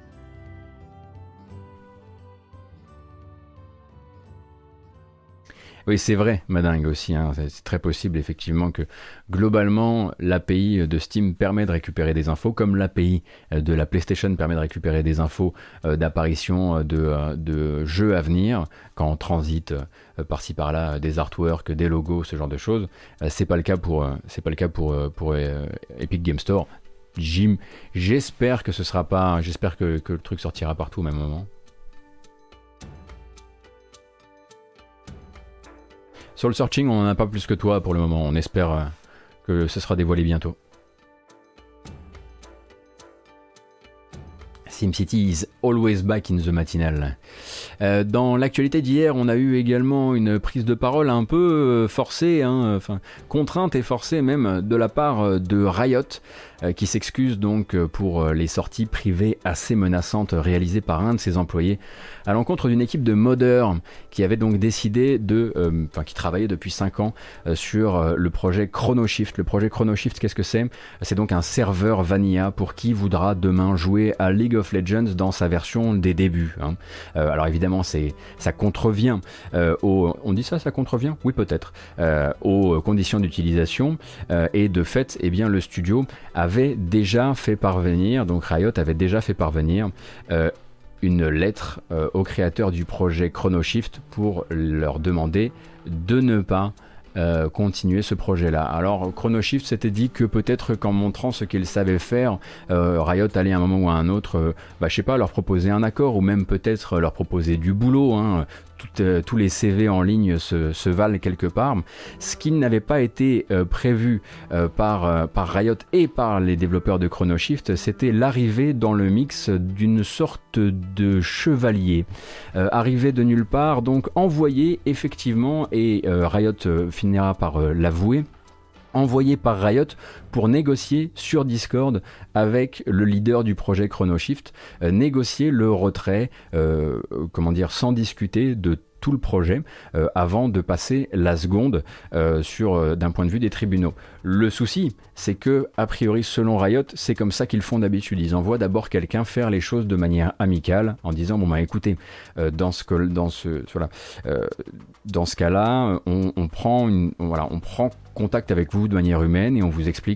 Oui, c'est vrai, madingue aussi, hein. C'est très possible effectivement que globalement l'A P I de Steam permet de récupérer des infos, comme l'A P I de la PlayStation permet de récupérer des infos euh, d'apparition de, euh, de jeux à venir, quand on transite euh, par-ci par-là des artworks, des logos, ce genre de choses. Euh, c'est pas le cas pour, euh, c'est pas le cas pour, euh, pour euh, Epic Game Store. Jim, j'espère que ce sera pas, j'espère que, que le truc sortira partout au même moment. Sur le searching, on n'en a pas plus que toi pour le moment. On espère euh, que ce sera dévoilé bientôt. SimCity is always back in the matinale. Euh, dans l'actualité d'hier, on a eu également une prise de parole un peu forcée, hein, enfin contrainte et forcée même, de la part de Riot, euh, qui s'excuse donc pour les sorties privées assez menaçantes réalisées par un de ses employés à l'encontre d'une équipe de modeurs qui avait donc décidé de, euh, enfin qui travaillait depuis cinq ans euh, sur euh, le projet ChronoShift. Le projet ChronoShift, qu'est-ce que c'est? C'est donc un serveur vanilla pour qui voudra demain jouer à League of Legends dans sa version des débuts. Hein. Euh, alors évidemment, c'est, ça contrevient euh, aux... On dit ça, ça contrevient? Oui, peut-être. Euh, aux conditions d'utilisation. Euh, et de fait, eh bien, le studio avait déjà fait parvenir, donc Riot avait déjà fait parvenir euh, une lettre euh, aux créateurs du projet ChronoShift pour leur demander de ne pas Euh, continuer ce projet-là. Alors ChronoShift s'était dit que peut-être qu'en montrant ce qu'ils savaient faire, euh, Riot allait à un moment ou à un autre, euh, bah, je sais pas, leur proposer un accord ou même peut-être leur proposer du boulot. Hein. Tout, euh, tous les C V en ligne se, se valent quelque part. Ce qui n'avait pas été euh, prévu euh, par, euh, par Riot et par les développeurs de ChronoShift, c'était l'arrivée dans le mix d'une sorte de chevalier. Euh, arrivé de nulle part, donc envoyé effectivement, et euh, Riot euh, finira par euh, l'avouer, envoyé par Riot pour négocier sur Discord avec le leader du projet ChronoShift, euh, négocier le retrait, euh, comment dire, sans discuter de tout le projet euh, avant de passer la seconde euh, sur euh, d'un point de vue des tribunaux. Le souci, c'est que a priori selon Riot, c'est comme ça qu'ils font d'habitude. Ils envoient d'abord quelqu'un faire les choses de manière amicale en disant bon bah écoutez, euh, dans ce que dans ce voilà, euh, dans ce cas-là, on, on prend une voilà, on prend contact avec vous de manière humaine et on vous explique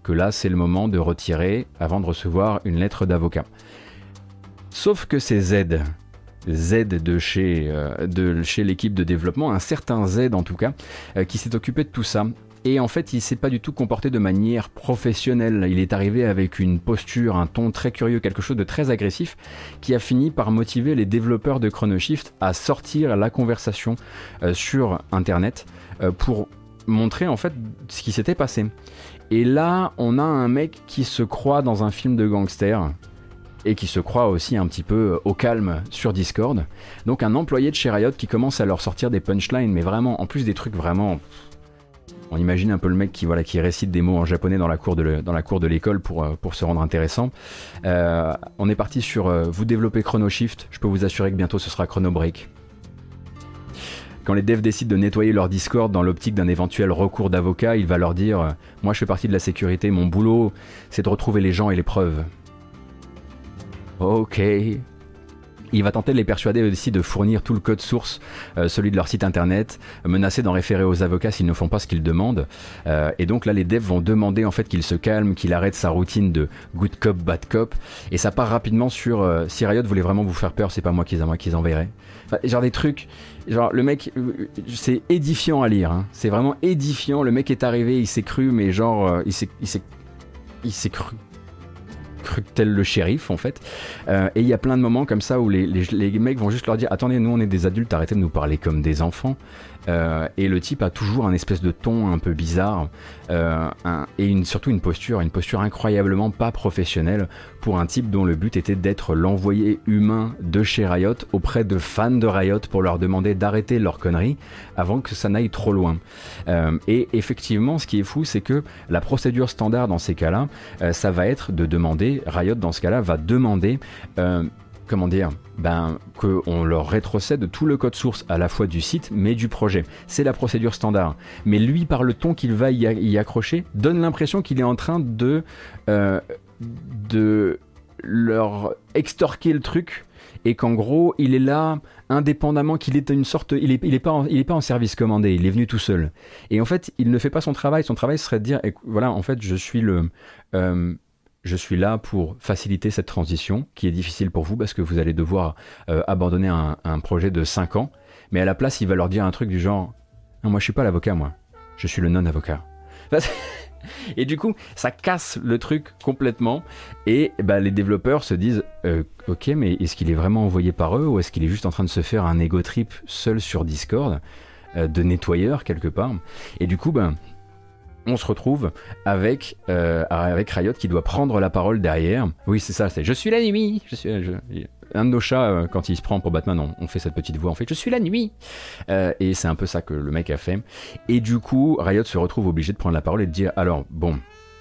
que là c'est le moment de retirer avant de recevoir une lettre d'avocat. Sauf que ces Z, Z de chez, euh, de chez l'équipe de développement, un certain Z en tout cas, euh, qui s'est occupé de tout ça. Et en fait, il s'est pas du tout comporté de manière professionnelle. Il est arrivé avec une posture, un ton très curieux, quelque chose de très agressif, qui a fini par motiver les développeurs de Chronoshift à sortir la conversation euh, sur Internet euh, pour montrer en fait ce qui s'était passé. Et là, on a un mec qui se croit dans un film de gangster et qui se croit aussi un petit peu au calme sur Discord. Donc un employé de chez Riot qui commence à leur sortir des punchlines, mais vraiment, en plus des trucs vraiment... On imagine un peu le mec qui, voilà, qui récite des mots en japonais dans la cour de, le, dans la cour de l'école pour, pour se rendre intéressant. Euh, on est parti sur euh, vous développez Chronoshift, je peux vous assurer que bientôt ce sera Chronobreak. Quand les devs décident de nettoyer leur Discord dans l'optique d'un éventuel recours d'avocat, il va leur dire euh, moi je fais partie de la sécurité, mon boulot c'est de retrouver les gens et les preuves. Ok. Il va tenter de les persuader aussi de fournir tout le code source, euh, celui de leur site internet, menacer d'en référer aux avocats s'ils ne font pas ce qu'ils demandent. Euh, et donc là, les devs vont demander en fait qu'il se calme, qu'il arrête sa routine de good cop, bad cop. Et ça part rapidement sur euh, si Riot voulait vraiment vous faire peur, c'est pas moi qu'ils moi qu'ils enverraient. Enfin, genre des trucs, genre le mec, c'est édifiant à lire. Hein. C'est vraiment édifiant. Le mec est arrivé, il s'est cru, mais genre, euh, il s'est, il s'est, il s'est cru. cru tel le shérif en fait, euh, et il y a plein de moments comme ça où les, les, les mecs vont juste leur dire attendez, nous on est des adultes, arrêtez de nous parler comme des enfants. Euh, et le type a toujours un espèce de ton un peu bizarre euh, un, et une, surtout une posture une posture incroyablement pas professionnelle pour un type dont le but était d'être l'envoyé humain de chez Riot auprès de fans de Riot pour leur demander d'arrêter leurs conneries avant que ça n'aille trop loin. Euh, et effectivement ce qui est fou c'est que la procédure standard dans ces cas-là euh, ça va être de demander, Riot dans ce cas-là va demander euh, comment dire, ben, qu'on leur rétrocède tout le code source à la fois du site mais du projet. C'est la procédure standard. Mais lui, par le ton qu'il va y, y accrocher, donne l'impression qu'il est en train de, euh, de leur extorquer le truc et qu'en gros, il est là indépendamment, qu'il est une sorte... Il est, il est pas en, il est pas en service commandé, il est venu tout seul. Et en fait, il ne fait pas son travail. Son travail serait de dire, voilà, en fait, je suis le... Euh, Je suis là pour faciliter cette transition qui est difficile pour vous parce que vous allez devoir euh, abandonner un, un projet de cinq ans. Mais à la place, il va leur dire un truc du genre « Non, moi je suis pas l'avocat, moi. Je suis le non-avocat. » Et du coup, ça casse le truc complètement. Et bah, les développeurs se disent euh, « Ok, mais est-ce qu'il est vraiment envoyé par eux ou est-ce qu'il est juste en train de se faire un ego trip seul sur Discord euh, de nettoyeur quelque part ?» Et du coup, ben... Bah, on se retrouve avec, euh, avec Riot qui doit prendre la parole derrière. Oui, c'est ça, c'est « Je suis la nuit !» je suis, je... Un de nos chats, euh, quand il se prend pour Batman, on, on fait cette petite voix, on fait « Je suis la nuit !» euh, Et c'est un peu ça que le mec a fait. Et du coup, Riot se retrouve obligé de prendre la parole et de dire « Alors, bon,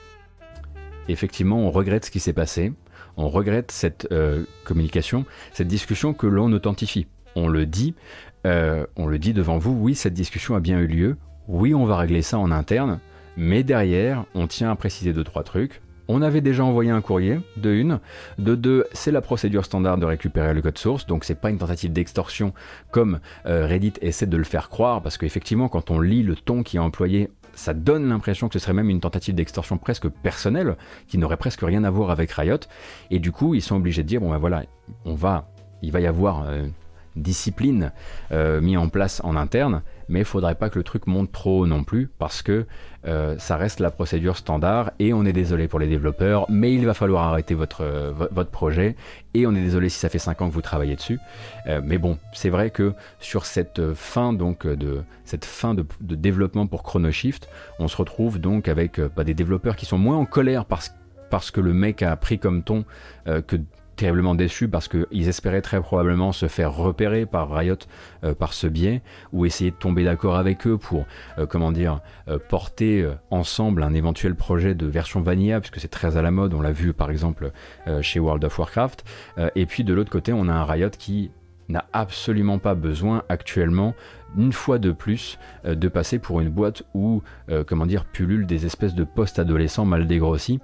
effectivement, on regrette ce qui s'est passé, on regrette cette euh, communication, cette discussion que l'on authentifie. On le dit, euh, on le dit devant vous, oui, cette discussion a bien eu lieu, oui, on va régler ça en interne, mais derrière, on tient à préciser deux, trois trucs. On avait déjà envoyé un courrier, de une. De deux, c'est la procédure standard de récupérer le code source, donc c'est pas une tentative d'extorsion comme euh, Reddit essaie de le faire croire, parce qu'effectivement, quand on lit le ton qui est employé, ça donne l'impression que ce serait même une tentative d'extorsion presque personnelle, qui n'aurait presque rien à voir avec Riot. Et du coup, ils sont obligés de dire, bon ben voilà, on va, il va y avoir... Euh, discipline euh, mis en place en interne, mais il faudrait pas que le truc monte trop haut non plus parce que euh, ça reste la procédure standard et on est désolé pour les développeurs, mais il va falloir arrêter votre, euh, votre projet et on est désolé si ça fait cinq ans que vous travaillez dessus. Euh, mais bon, c'est vrai que sur cette fin donc de cette fin de, de développement pour Chronoshift, on se retrouve donc avec euh, bah, des développeurs qui sont moins en colère parce, parce que le mec a pris comme ton euh, que terriblement déçus parce qu'ils espéraient très probablement se faire repérer par Riot euh, par ce biais ou essayer de tomber d'accord avec eux pour euh, comment dire euh, porter euh, ensemble un éventuel projet de version vanilla puisque c'est très à la mode, on l'a vu par exemple euh, chez World of Warcraft euh, et puis de l'autre côté on a un Riot qui n'a absolument pas besoin actuellement une fois de plus euh, de passer pour une boîte où euh, comment dire pullulent des espèces de post-adolescents mal dégrossis.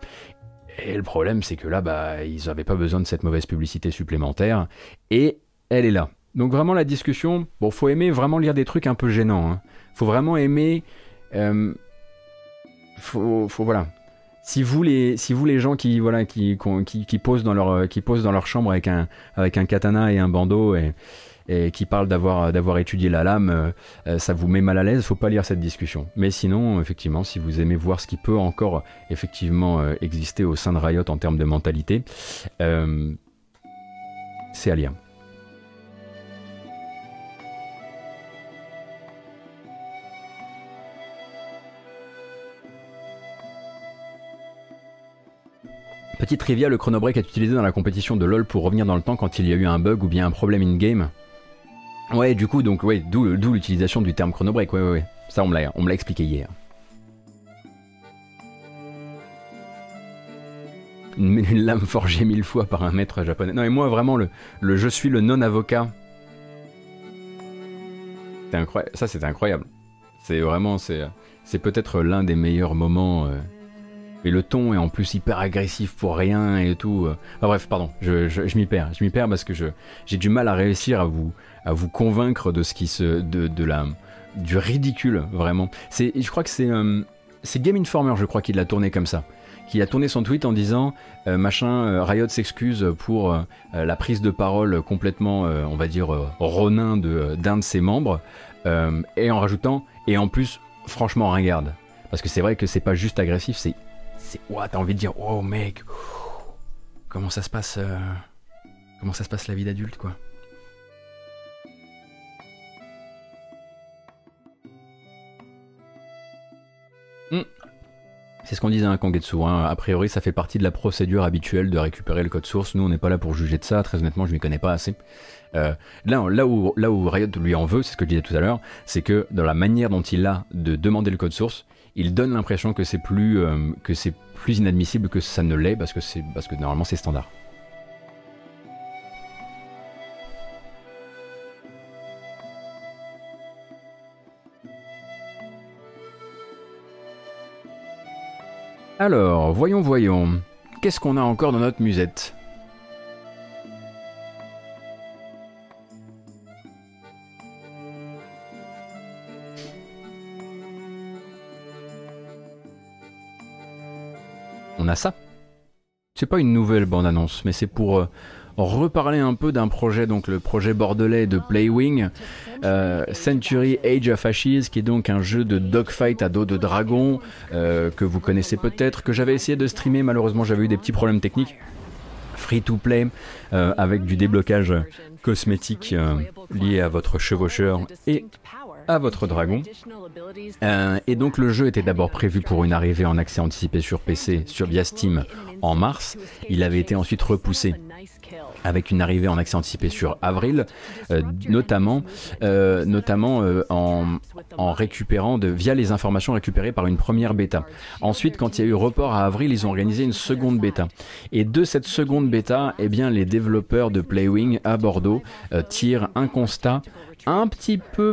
Et le problème, c'est que là, bah, ils n'avaient pas besoin de cette mauvaise publicité supplémentaire. Et elle est là. Donc vraiment, la discussion... Bon, faut aimer vraiment lire des trucs un peu gênants. Hein. Faut vraiment aimer... Euh, faut, faut, voilà. Si vous les, si vous les gens qui, voilà, qui, qui, qui, posent dans leur, qui posent dans leur chambre avec un, avec un katana et un bandeau et, et qui parlent d'avoir, d'avoir étudié la lame, euh, ça vous met mal à l'aise, faut pas lire cette discussion. Mais sinon, effectivement, si vous aimez voir ce qui peut encore effectivement euh, exister au sein de Riot en termes de mentalité, euh, c'est à lire. Petite trivia, le chronobreak est utilisé dans la compétition de LoL pour revenir dans le temps quand il y a eu un bug ou bien un problème in-game. Ouais, du coup, donc, ouais, d'où, d'où l'utilisation du terme chronobreak, ouais, ouais, ouais. Ça, on me l'a, on me l'a expliqué hier. Une, une lame forgée mille fois par un maître japonais. Non, et moi, vraiment, le, le je suis le non-avocat. C'est incroyable. Ça, c'était incroyable. C'est vraiment, c'est, c'est peut-être l'un des meilleurs moments... Euh... Et le ton est en plus hyper agressif pour rien et tout. Enfin bref, pardon, je, je, je m'y perds. Je m'y perds parce que je, j'ai du mal à réussir à vous, à vous convaincre de ce qui se, de, de la, du ridicule vraiment. C'est, je crois que c'est, euh, c'est Game Informer, je crois, qui l'a tourné comme ça, qui a tourné son tweet en disant euh, machin, euh, Riot s'excuse pour euh, la prise de parole complètement, euh, on va dire, euh, ronin de, d'un de ses membres, euh, et en rajoutant et en plus, franchement, ringarde, parce que c'est vrai que c'est pas juste agressif, c'est C'est, ouah, t'as envie de dire, oh mec, comment ça se passe, euh, comment ça se passe la vie d'adulte, quoi. Mm. C'est ce qu'on disait à Kangetsu, hein. A priori ça fait partie de la procédure habituelle de récupérer le code source. Nous on n'est pas là pour juger de ça, très honnêtement je m'y connais pas assez. Euh, là, là, où, là où Riot lui en veut, c'est ce que je disais tout à l'heure, c'est que dans la manière dont il a de demander le code source, il donne l'impression que c'est plus, euh, que c'est plus inadmissible que ça ne l'est, parce que, c'est, parce que normalement c'est standard. Alors, voyons, voyons. Qu'est-ce qu'on a encore dans notre musette ? On a ça. C'est pas une nouvelle bande-annonce, mais c'est pour euh, reparler un peu d'un projet, donc le projet bordelais de Playwing, euh, Century Age of Ashes, qui est donc un jeu de dogfight à dos de dragon, euh, que vous connaissez peut-être, que j'avais essayé de streamer, malheureusement j'avais eu des petits problèmes techniques. Free to play, euh, avec du déblocage cosmétique euh, lié à votre chevaucheur et à votre dragon. Euh, et donc le jeu était d'abord prévu pour une arrivée en accès anticipé sur P C sur via Steam en mars. Il avait été ensuite repoussé avec une arrivée en accès anticipé sur avril, euh, notamment, euh, notamment euh, en, en récupérant de, via les informations récupérées par une première bêta. Ensuite, quand il y a eu report à avril, ils ont organisé une seconde bêta. Et de cette seconde bêta, eh bien, les développeurs de Playwing à Bordeaux euh, tirent un constat un petit peu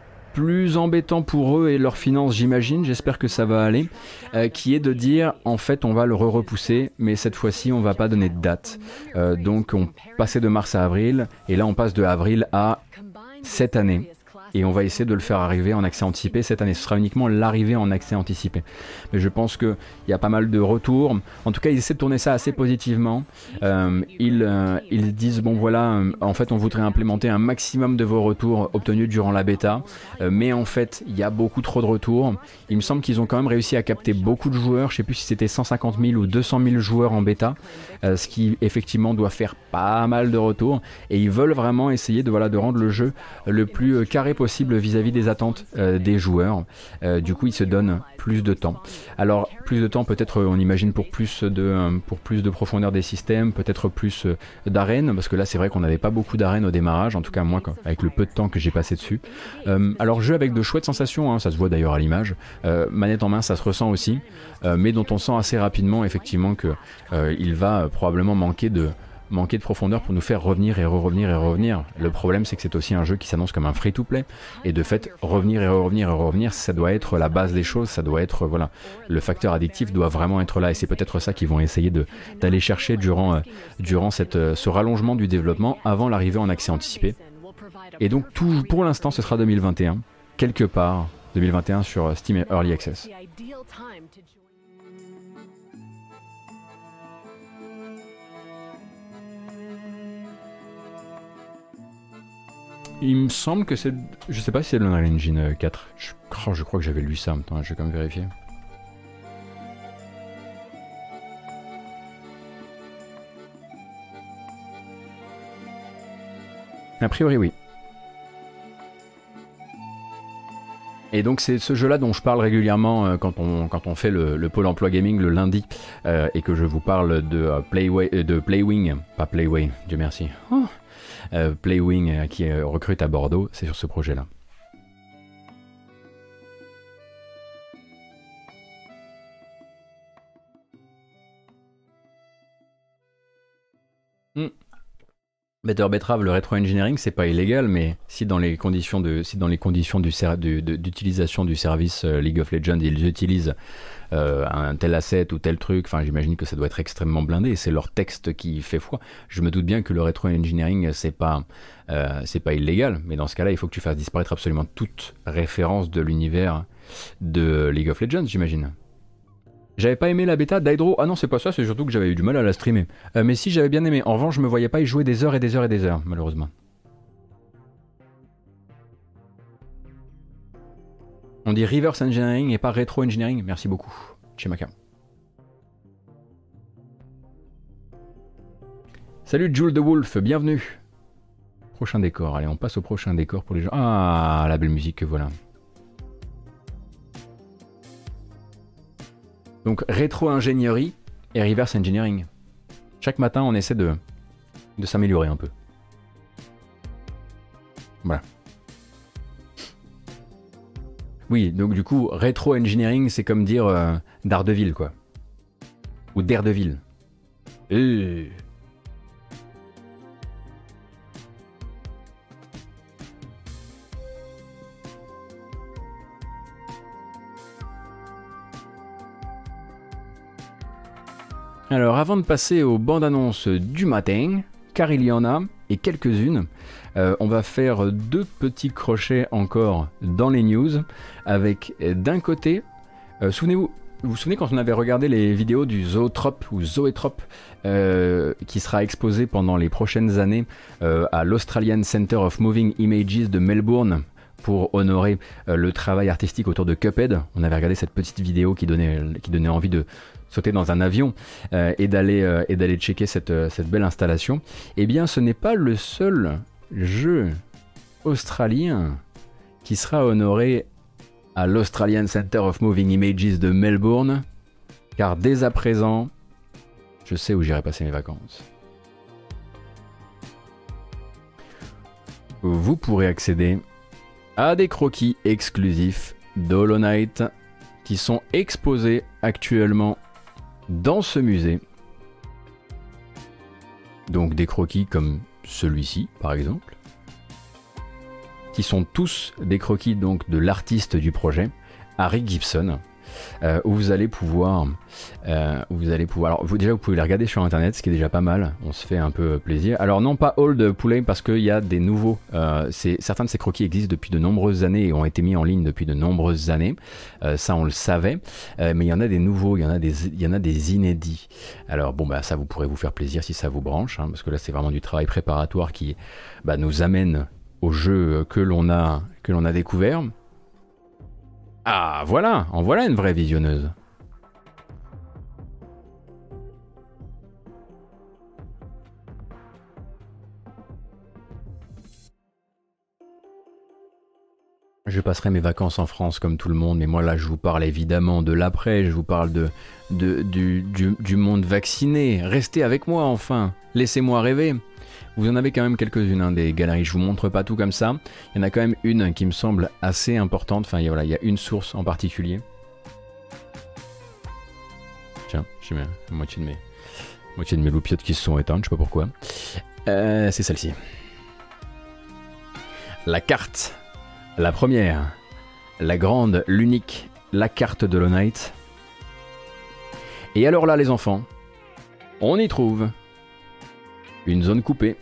plus embêtant pour eux et leurs finances, j'imagine, j'espère que ça va aller, euh, qui est de dire, en fait, on va le re-repousser, mais cette fois-ci, on va pas donner de date. Euh, donc, on passait de mars à avril, et là, on passe de avril à cette année. Et on va essayer de le faire arriver en accès anticipé cette année. Ce sera uniquement l'arrivée en accès anticipé. Mais je pense qu'il y a pas mal de retours. En tout cas, ils essaient de tourner ça assez positivement. Euh, ils, euh, ils disent, bon voilà, euh, en fait, on voudrait implémenter un maximum de vos retours obtenus durant la bêta. Euh, mais en fait, il y a beaucoup trop de retours. Il me semble qu'ils ont quand même réussi à capter beaucoup de joueurs. Je ne sais plus si c'était cent cinquante mille ou deux cent mille joueurs en bêta. Euh, ce qui, effectivement, doit faire pas mal de retours. Et ils veulent vraiment essayer de, voilà, de rendre le jeu le plus euh, carré possible possible vis-à-vis des attentes euh, des joueurs. Euh, du coup, ils se donnent plus de temps. Alors, plus de temps, peut-être, on imagine pour plus de, euh, pour plus de profondeur des systèmes, peut-être plus euh, d'arènes, parce que là, c'est vrai qu'on n'avait pas beaucoup d'arènes au démarrage, en tout cas moi, quoi, avec le peu de temps que j'ai passé dessus. Euh, alors, jeu avec de chouettes sensations, hein, ça se voit d'ailleurs à l'image. Euh, manette en main, ça se ressent aussi, euh, mais dont on sent assez rapidement, effectivement, que euh, il va probablement manquer de manquer de profondeur pour nous faire revenir et re-revenir et revenir. Le problème, c'est que c'est aussi un jeu qui s'annonce comme un free-to-play, et de fait, revenir et revenir et revenir, ça doit être la base des choses, ça doit être, voilà, le facteur addictif doit vraiment être là, et c'est peut-être ça qu'ils vont essayer de, d'aller chercher durant, euh, durant cette, euh, ce rallongement du développement avant l'arrivée en accès anticipé. Et donc, tout, pour l'instant, ce sera deux mille vingt et un, quelque part, deux mille vingt et un sur Steam et Early Access. Il me semble que c'est... Je sais pas si c'est le Unreal Engine quatre. Je, oh, je crois que j'avais lu ça. Attends, je vais quand même vérifier. A priori, oui. Et donc c'est ce jeu-là dont je parle régulièrement euh, quand, on, quand on fait le, le pôle emploi gaming le lundi euh, et que je vous parle de, euh, Playway, euh, de Playwing, pas Playway, Dieu merci, oh, euh, Playwing euh, qui euh, recrute à Bordeaux, c'est sur ce projet-là. Hmm. Better Betrave, le rétro-engineering, c'est pas illégal, mais si dans les conditions de, si dans les conditions du ser- du- de- d'utilisation du service euh, League of Legends, ils utilisent euh, un tel asset ou tel truc, enfin j'imagine que ça doit être extrêmement blindé, et c'est leur texte qui fait foi. Je me doute bien que le rétro-engineering, c'est pas, euh, c'est pas illégal, mais dans ce cas-là, il faut que tu fasses disparaître absolument toute référence de l'univers de League of Legends, j'imagine. J'avais pas aimé la bêta d'Hydro. Ah non, c'est pas ça, c'est surtout que j'avais eu du mal à la streamer. Euh, mais si, j'avais bien aimé. En revanche, je me voyais pas y jouer des heures et des heures et des heures, malheureusement. On dit reverse engineering et pas retro engineering. Merci beaucoup, Chimaka. Salut Jules the Wolf, bienvenue. Prochain décor. Allez, on passe au prochain décor pour les gens. Ah, la belle musique que voilà. Donc rétro-ingénierie et reverse engineering. Chaque matin, on essaie de, de s'améliorer un peu. Voilà. Oui, donc du coup, rétro-engineering, c'est comme dire euh, Daredevil, quoi. Ou Daredevil. Euh... Alors avant de passer aux bandes annonces du matin, car il y en a, et quelques-unes, euh, on va faire deux petits crochets encore dans les news, avec d'un côté, euh, souvenez-vous, vous vous souvenez quand on avait regardé les vidéos du Zoetrope ou Zoetrope euh, qui sera exposé pendant les prochaines années euh, à l'Australian Centre of Moving Images de Melbourne pour honorer euh, le travail artistique autour de Cuphead. On avait regardé cette petite vidéo qui donnait, qui donnait envie de sauter dans un avion euh, et d'aller euh, et d'aller checker cette, euh, cette belle installation. Eh bien, ce n'est pas le seul jeu australien qui sera honoré à l'Australian Centre of Moving Images de Melbourne, car dès à présent, je sais où j'irai passer mes vacances. Vous pourrez accéder à des croquis exclusifs d'Hollow Knight qui sont exposés actuellement dans ce musée. Donc des croquis comme celui-ci par exemple, qui sont tous des croquis donc de l'artiste du projet, Harry Gibson, euh, où vous allez pouvoir, euh, où vous allez pouvoir, alors vous, déjà vous pouvez les regarder sur internet, ce qui est déjà pas mal, on se fait un peu plaisir. Alors non pas Old Poulet parce qu'il y a des nouveaux, euh, c'est, certains de ces croquis existent depuis de nombreuses années et ont été mis en ligne depuis de nombreuses années, euh, ça on le savait, euh, mais il y en a des nouveaux, il y en a des, il y en a des inédits. Alors bon bah ça vous pourrez vous faire plaisir si ça vous branche, hein, parce que là c'est vraiment du travail préparatoire qui bah, nous amène au jeu que l'on a, que l'on a découvert. Ah voilà, en voilà une vraie visionneuse. Je passerai mes vacances en France comme tout le monde, mais moi là je vous parle évidemment de l'après, je vous parle de, de, du, du, du monde vacciné. Restez avec moi enfin, laissez-moi rêver. Vous en avez quand même quelques-unes, hein, des galeries, je vous montre pas tout comme ça. Il y en a quand même une qui me semble assez importante, enfin voilà, il y a une source en particulier. Tiens, j'ai la moitié de mes, moitié de mes loupiottes qui se sont éteintes, je sais pas pourquoi. Euh, c'est celle-ci. La carte, la première, la grande, l'unique, la carte de Hollow Knight. Et alors là les enfants, on y trouve une zone coupée.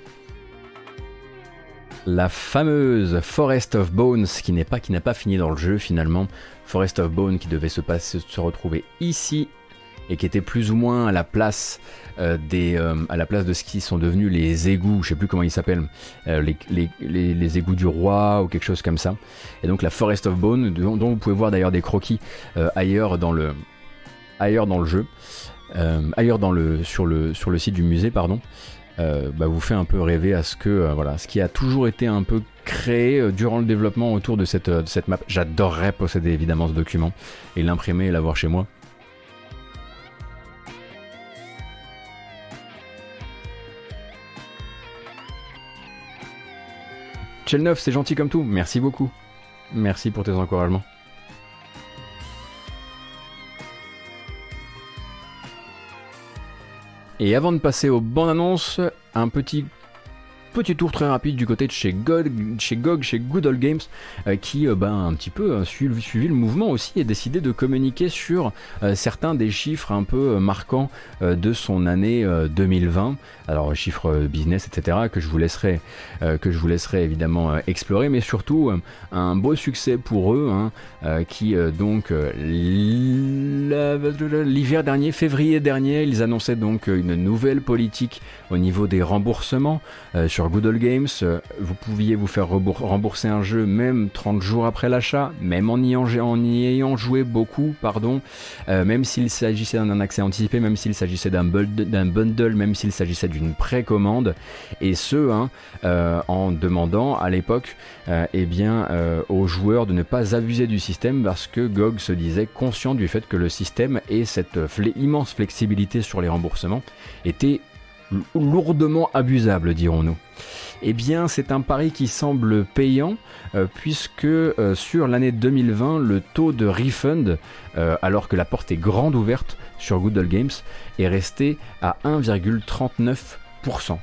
La fameuse Forest of Bones qui n'est pas, qui n'a pas fini dans le jeu finalement. Forest of Bones qui devait se, passer, se retrouver ici et qui était plus ou moins à la place euh, des, euh, à la place de ce qui sont devenus les égouts, je sais plus comment ils s'appellent, euh, les, les, les, les égouts du roi ou quelque chose comme ça. Et donc la Forest of Bone, dont, dont vous pouvez voir d'ailleurs des croquis euh, ailleurs dans le, ailleurs dans le jeu, euh, ailleurs dans le, sur le, sur le site du musée, pardon. Euh, bah, vous fait un peu rêver à ce que euh, voilà, ce qui a toujours été un peu créé euh, durant le développement autour de cette, euh, de cette map. J'adorerais posséder évidemment ce document et l'imprimer et l'avoir chez moi. Chelneuf, c'est gentil comme tout, merci beaucoup. Merci pour tes encouragements. Et avant de passer aux bandes annonces, un petit petit tour très rapide du côté de chez G O G, chez, G O G, chez Good Old Games, euh, qui euh, bah, un petit peu euh, suivi, suivi le mouvement aussi et décidé de communiquer sur euh, certains des chiffres un peu euh, marquants euh, de son année euh, deux mille vingt. Alors chiffres euh, business, et cetera que je vous laisserai, euh, que je vous laisserai évidemment euh, explorer, mais surtout euh, un beau succès pour eux, hein, euh, qui euh, donc euh, l'hiver dernier, février dernier, ils annonçaient donc une nouvelle politique au niveau des remboursements euh, sur Good Old Games. Euh, vous pouviez vous faire rembourser un jeu même trente jours après l'achat, même en y, en, en y ayant joué beaucoup, pardon, euh, même s'il s'agissait d'un accès anticipé, même s'il s'agissait d'un d'un bundle, même s'il s'agissait d'une précommande, et ce, hein, euh, en demandant à l'époque euh, eh bien, euh, aux joueurs de ne pas abuser du système, parce que G O G se disait conscient du fait que le système et cette fl- immense flexibilité sur les remboursements était lourdement abusable, dirons-nous. Eh bien, c'est un pari qui semble payant, euh, puisque euh, sur l'année deux mille vingt, le taux de refund, euh, alors que la porte est grande ouverte sur Good Old Games, est resté à un virgule trente-neuf pour cent.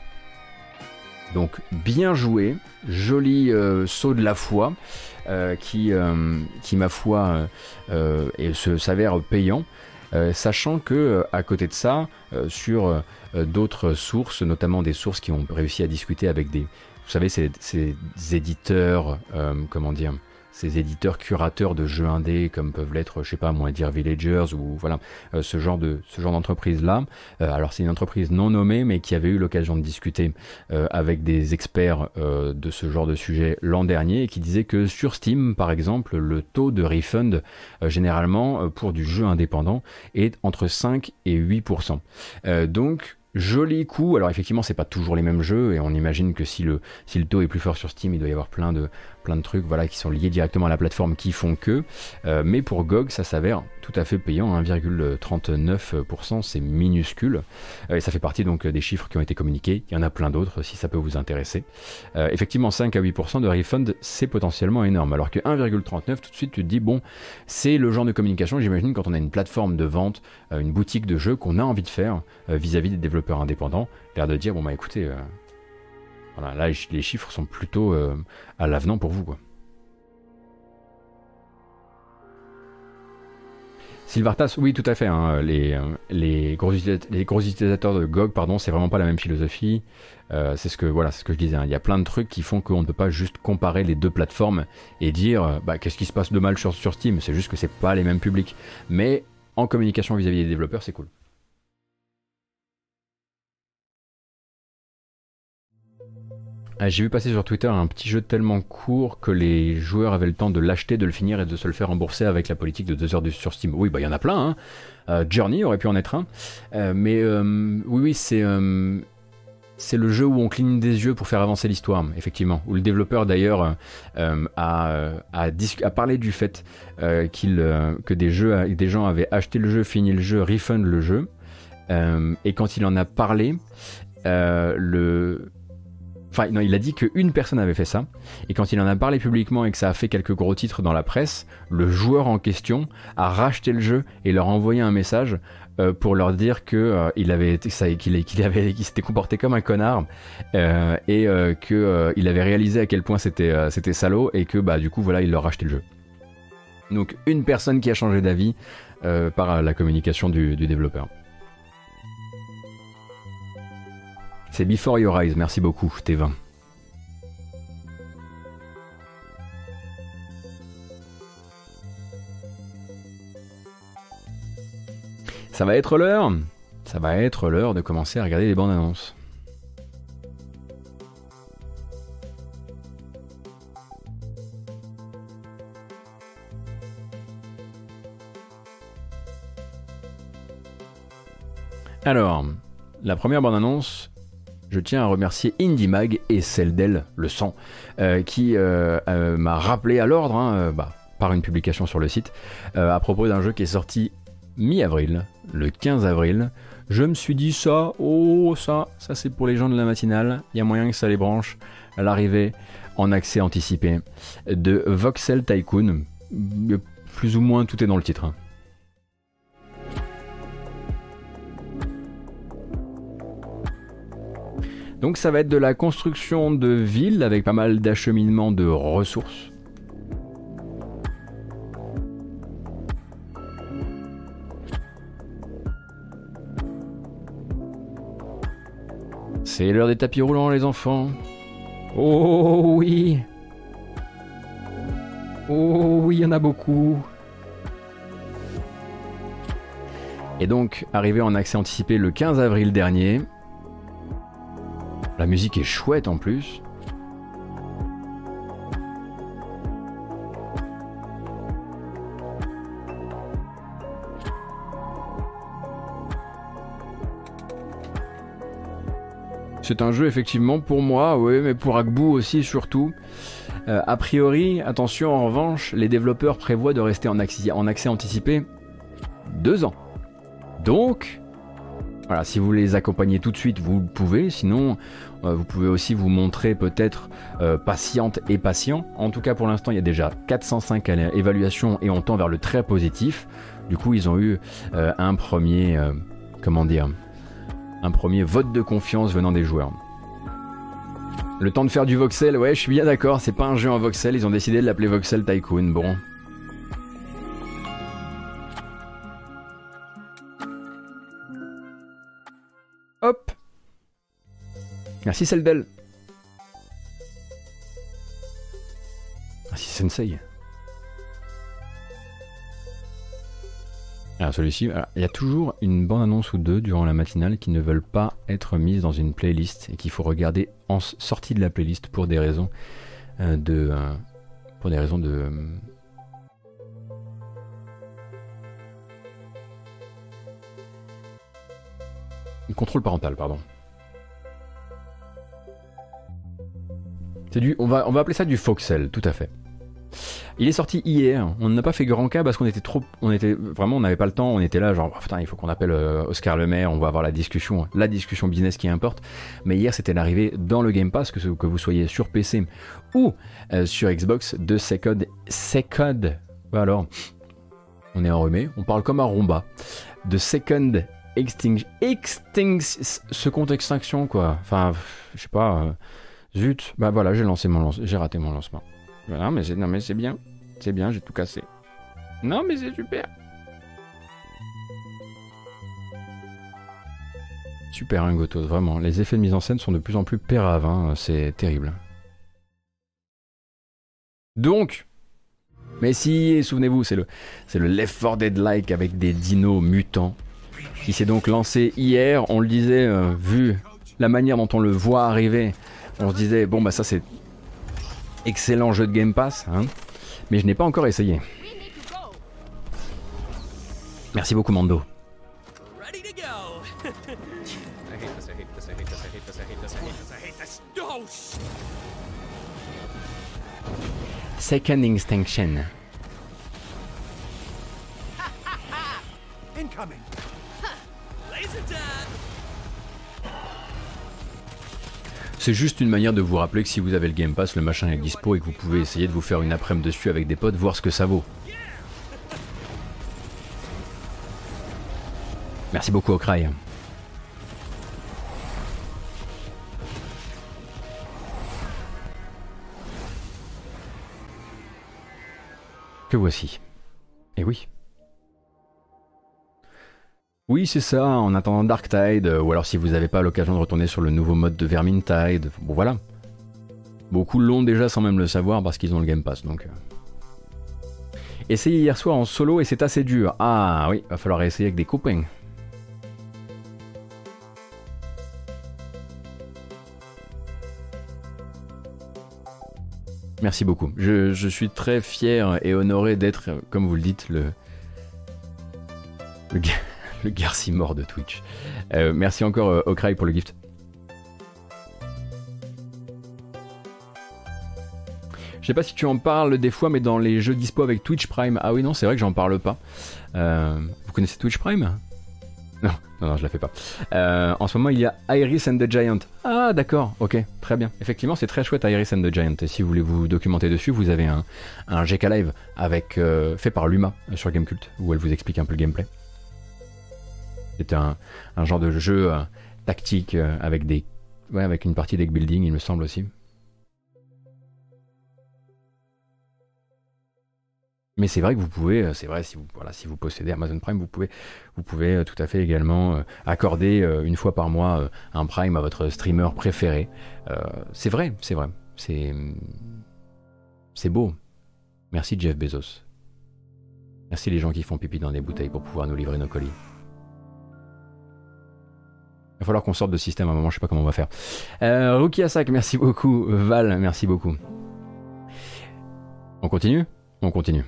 Donc, bien joué, joli euh, saut de la foi, euh, qui, euh, qui, ma foi, euh, euh, et se, s'avère payant. Euh, sachant que euh, à côté de ça, euh, sur euh, d'autres sources, notamment des sources qui ont réussi à discuter avec des, vous savez, ces, ces éditeurs, euh, comment dire, ces éditeurs curateurs de jeux indés, comme peuvent l'être, je sais pas moi, Dear Villagers ou voilà, euh, ce genre de ce genre d'entreprise là. Euh, alors c'est une entreprise non nommée, mais qui avait eu l'occasion de discuter euh, avec des experts euh, de ce genre de sujet l'an dernier, et qui disait que sur Steam, par exemple, le taux de refund euh, généralement euh, pour du jeu indépendant est entre cinq et huit pour cent. Euh, donc joli coup. Alors effectivement, c'est pas toujours les mêmes jeux, et on imagine que si le si le taux est plus fort sur Steam, il doit y avoir plein de plein de trucs, voilà, qui sont liés directement à la plateforme, qui font que. Euh, mais pour G O G, ça s'avère tout à fait payant. un virgule trente-neuf pour cent, c'est minuscule. Euh, et ça fait partie donc des chiffres qui ont été communiqués. Il y en a plein d'autres si ça peut vous intéresser. Euh, effectivement, cinq à huit pour cent de refund, c'est potentiellement énorme. Alors que un virgule trente-neuf, tout de suite, tu te dis bon, c'est le genre de communication, j'imagine, quand on a une plateforme de vente, euh, une boutique de jeux qu'on a envie de faire euh, vis-à-vis des développeurs indépendants, l'air de dire bon bah écoutez. Euh, Voilà, là, les chiffres sont plutôt euh, à l'avenant pour vous, quoi. Sylvartas, oui, tout à fait. Hein, les, les, gros les gros utilisateurs de G O G, pardon, c'est vraiment pas la même philosophie. Euh, c'est ce que voilà, c'est ce que je disais. Hein. Il y a plein de trucs qui font qu'on ne peut pas juste comparer les deux plateformes et dire, bah, qu'est-ce qui se passe de mal sur, sur Steam. C'est juste que c'est pas les mêmes publics. Mais en communication vis-à-vis des développeurs, c'est cool. J'ai vu passer sur Twitter un petit jeu tellement court que les joueurs avaient le temps de l'acheter, de le finir et de se le faire rembourser avec la politique de deux heures de, sur Steam. Oui, bah il y en a plein. Hein. Euh, Journey aurait pu en être un. Euh, mais euh, oui, oui, c'est euh, c'est le jeu où on cligne des yeux pour faire avancer l'histoire, effectivement. Où le développeur d'ailleurs euh, a, a, a parlé du fait euh, qu'il, euh, que des, jeux, des gens avaient acheté le jeu, fini le jeu, refund le jeu. Euh, et quand il en a parlé, euh, le... Enfin, non, il a dit qu'une personne avait fait ça, et quand il en a parlé publiquement et que ça a fait quelques gros titres dans la presse, le joueur en question a racheté le jeu et leur a envoyé un message euh, pour leur dire que euh, il avait été, ça, qu'il, qu'il avait, qu'il s'était comporté comme un connard euh, et euh, que euh, il avait réalisé à quel point c'était, euh, c'était salaud, et que bah du coup voilà, il leur a racheté le jeu. Donc une personne qui a changé d'avis euh, par la communication du, du développeur. C'est Before Your Eyes, merci beaucoup, T vingt. Ça va être l'heure. Ça va être l'heure de commencer à regarder les bandes annonces. Alors, la première bande-annonce, je tiens à remercier IndieMag et celle d'elle, le sang, euh, qui euh, euh, m'a rappelé à l'ordre, hein, euh, bah, par une publication sur le site, euh, à propos d'un jeu qui est sorti mi-avril, le quinze avril. Je me suis dit ça, oh ça, ça c'est pour les gens de la matinale, il y a moyen que ça les branche à l'arrivée en accès anticipé de Voxel Tycoon. Plus ou moins tout est dans le titre. Hein. Donc ça va être de la construction de villes avec pas mal d'acheminement de ressources. C'est l'heure des tapis roulants les enfants. Oh oui. Oh oui, il y en a beaucoup. Et donc, arrivé en accès anticipé le quinze avril dernier. La musique est chouette en plus. C'est un jeu effectivement pour moi, oui, mais pour Agbou aussi surtout. Euh, a priori, attention en revanche, les développeurs prévoient de rester en accès, en accès anticipé deux ans. Donc, voilà, si vous les accompagnez tout de suite, vous le pouvez. Sinon, euh, vous pouvez aussi vous montrer peut-être euh, patiente et patient. En tout cas, pour l'instant, il y a déjà quatre cent cinq évaluations et on tend vers le très positif. Du coup, ils ont eu euh, un premier, euh, comment dire, un premier vote de confiance venant des joueurs. Le temps de faire du voxel, ouais, je suis bien d'accord. C'est pas un jeu en voxel. Ils ont décidé de l'appeler Voxel Tycoon. Bon. Hop. Merci Celdel. Merci Sensei. Alors celui-ci, il y a toujours une bande-annonce ou deux durant la matinale qui ne veulent pas être mises dans une playlist et qu'il faut regarder en sortie de la playlist pour des raisons euh, de... Euh, pour des raisons de... Euh, contrôle parental, pardon. C'est du, on va, on va appeler ça du Voxel, tout à fait. Il est sorti hier, on n'a pas fait grand cas parce qu'on était trop, on était vraiment, on n'avait pas le temps, on était là genre, oh, putain, il faut qu'on appelle euh, Oscar Le Maire, on va avoir la discussion, la discussion business qui importe. Mais hier, c'était l'arrivée dans le Game Pass, que, que vous soyez sur P C ou euh, sur Xbox, de Second, Second, bah alors, on est enrhumé, on parle comme un rumba, de Second Extinction, Extinction, Second Extinction quoi, enfin, je sais pas, euh, zut, bah voilà, j'ai lancé mon lance, j'ai raté mon lancement. Non mais c'est, non mais c'est bien, c'est bien, j'ai tout cassé. Non mais c'est super. Super hein Gotos, vraiment. Les effets de mise en scène sont de plus en plus péraves, hein. C'est terrible. Donc, mais si, souvenez-vous, c'est le, c'est le Left four Dead-like avec des dinos mutants qui s'est donc lancé hier. On le disait, euh, vu la manière dont on le voit arriver, on se disait, bon bah ça c'est... excellent jeu de Game Pass, hein, mais je n'ai pas encore essayé. Merci beaucoup Mando. Second Extinction. C'est juste une manière de vous rappeler que si vous avez le Game Pass, le machin est dispo et que vous pouvez essayer de vous faire une après-midi dessus avec des potes, voir ce que ça vaut. Merci beaucoup Okraï. Que voici. Et oui. Oui, c'est ça, en attendant Darktide, euh, ou alors si vous n'avez pas l'occasion de retourner sur le nouveau mode de Vermintide, bon voilà. Beaucoup l'ont déjà sans même le savoir parce qu'ils ont le Game Pass, donc... Euh... Essayez hier soir en solo et c'est assez dur. Ah oui, va falloir essayer avec des copains. Merci beaucoup. Je, je suis très fier et honoré d'être, comme vous le dites, le... Le, le Garci mort de Twitch. Euh, merci encore euh, Okrai pour le gift. Je sais pas si tu en parles des fois, mais dans les jeux dispo avec Twitch Prime. Ah oui, non, c'est vrai que j'en parle pas. Euh, vous connaissez Twitch Prime? Non, non, non, je la fais pas. Euh, en ce moment, il y a Iris and the Giant. Ah, d'accord, ok, très bien. Effectivement, c'est très chouette Iris and the Giant. Et si vous voulez vous documenter dessus, vous avez un, un G K Live avec, euh, fait par Luma euh, sur Gamecult, où elle vous explique un peu le gameplay. C'est un, un genre de jeu euh, tactique euh, avec des, ouais, avec une partie deck building, il me semble aussi. Mais c'est vrai que vous pouvez, c'est vrai, si vous, voilà, si vous possédez Amazon Prime, vous pouvez, vous pouvez euh, tout à fait également euh, accorder euh, une fois par mois euh, un Prime à votre streamer préféré. Euh, c'est vrai, c'est vrai. C'est, c'est beau. Merci Jeff Bezos. Merci les gens qui font pipi dans des bouteilles pour pouvoir nous livrer nos colis. Il va falloir qu'on sorte de système à un moment, je sais pas comment on va faire. Euh, Rookie Asak, merci beaucoup. Val, merci beaucoup. On continue ? On continue.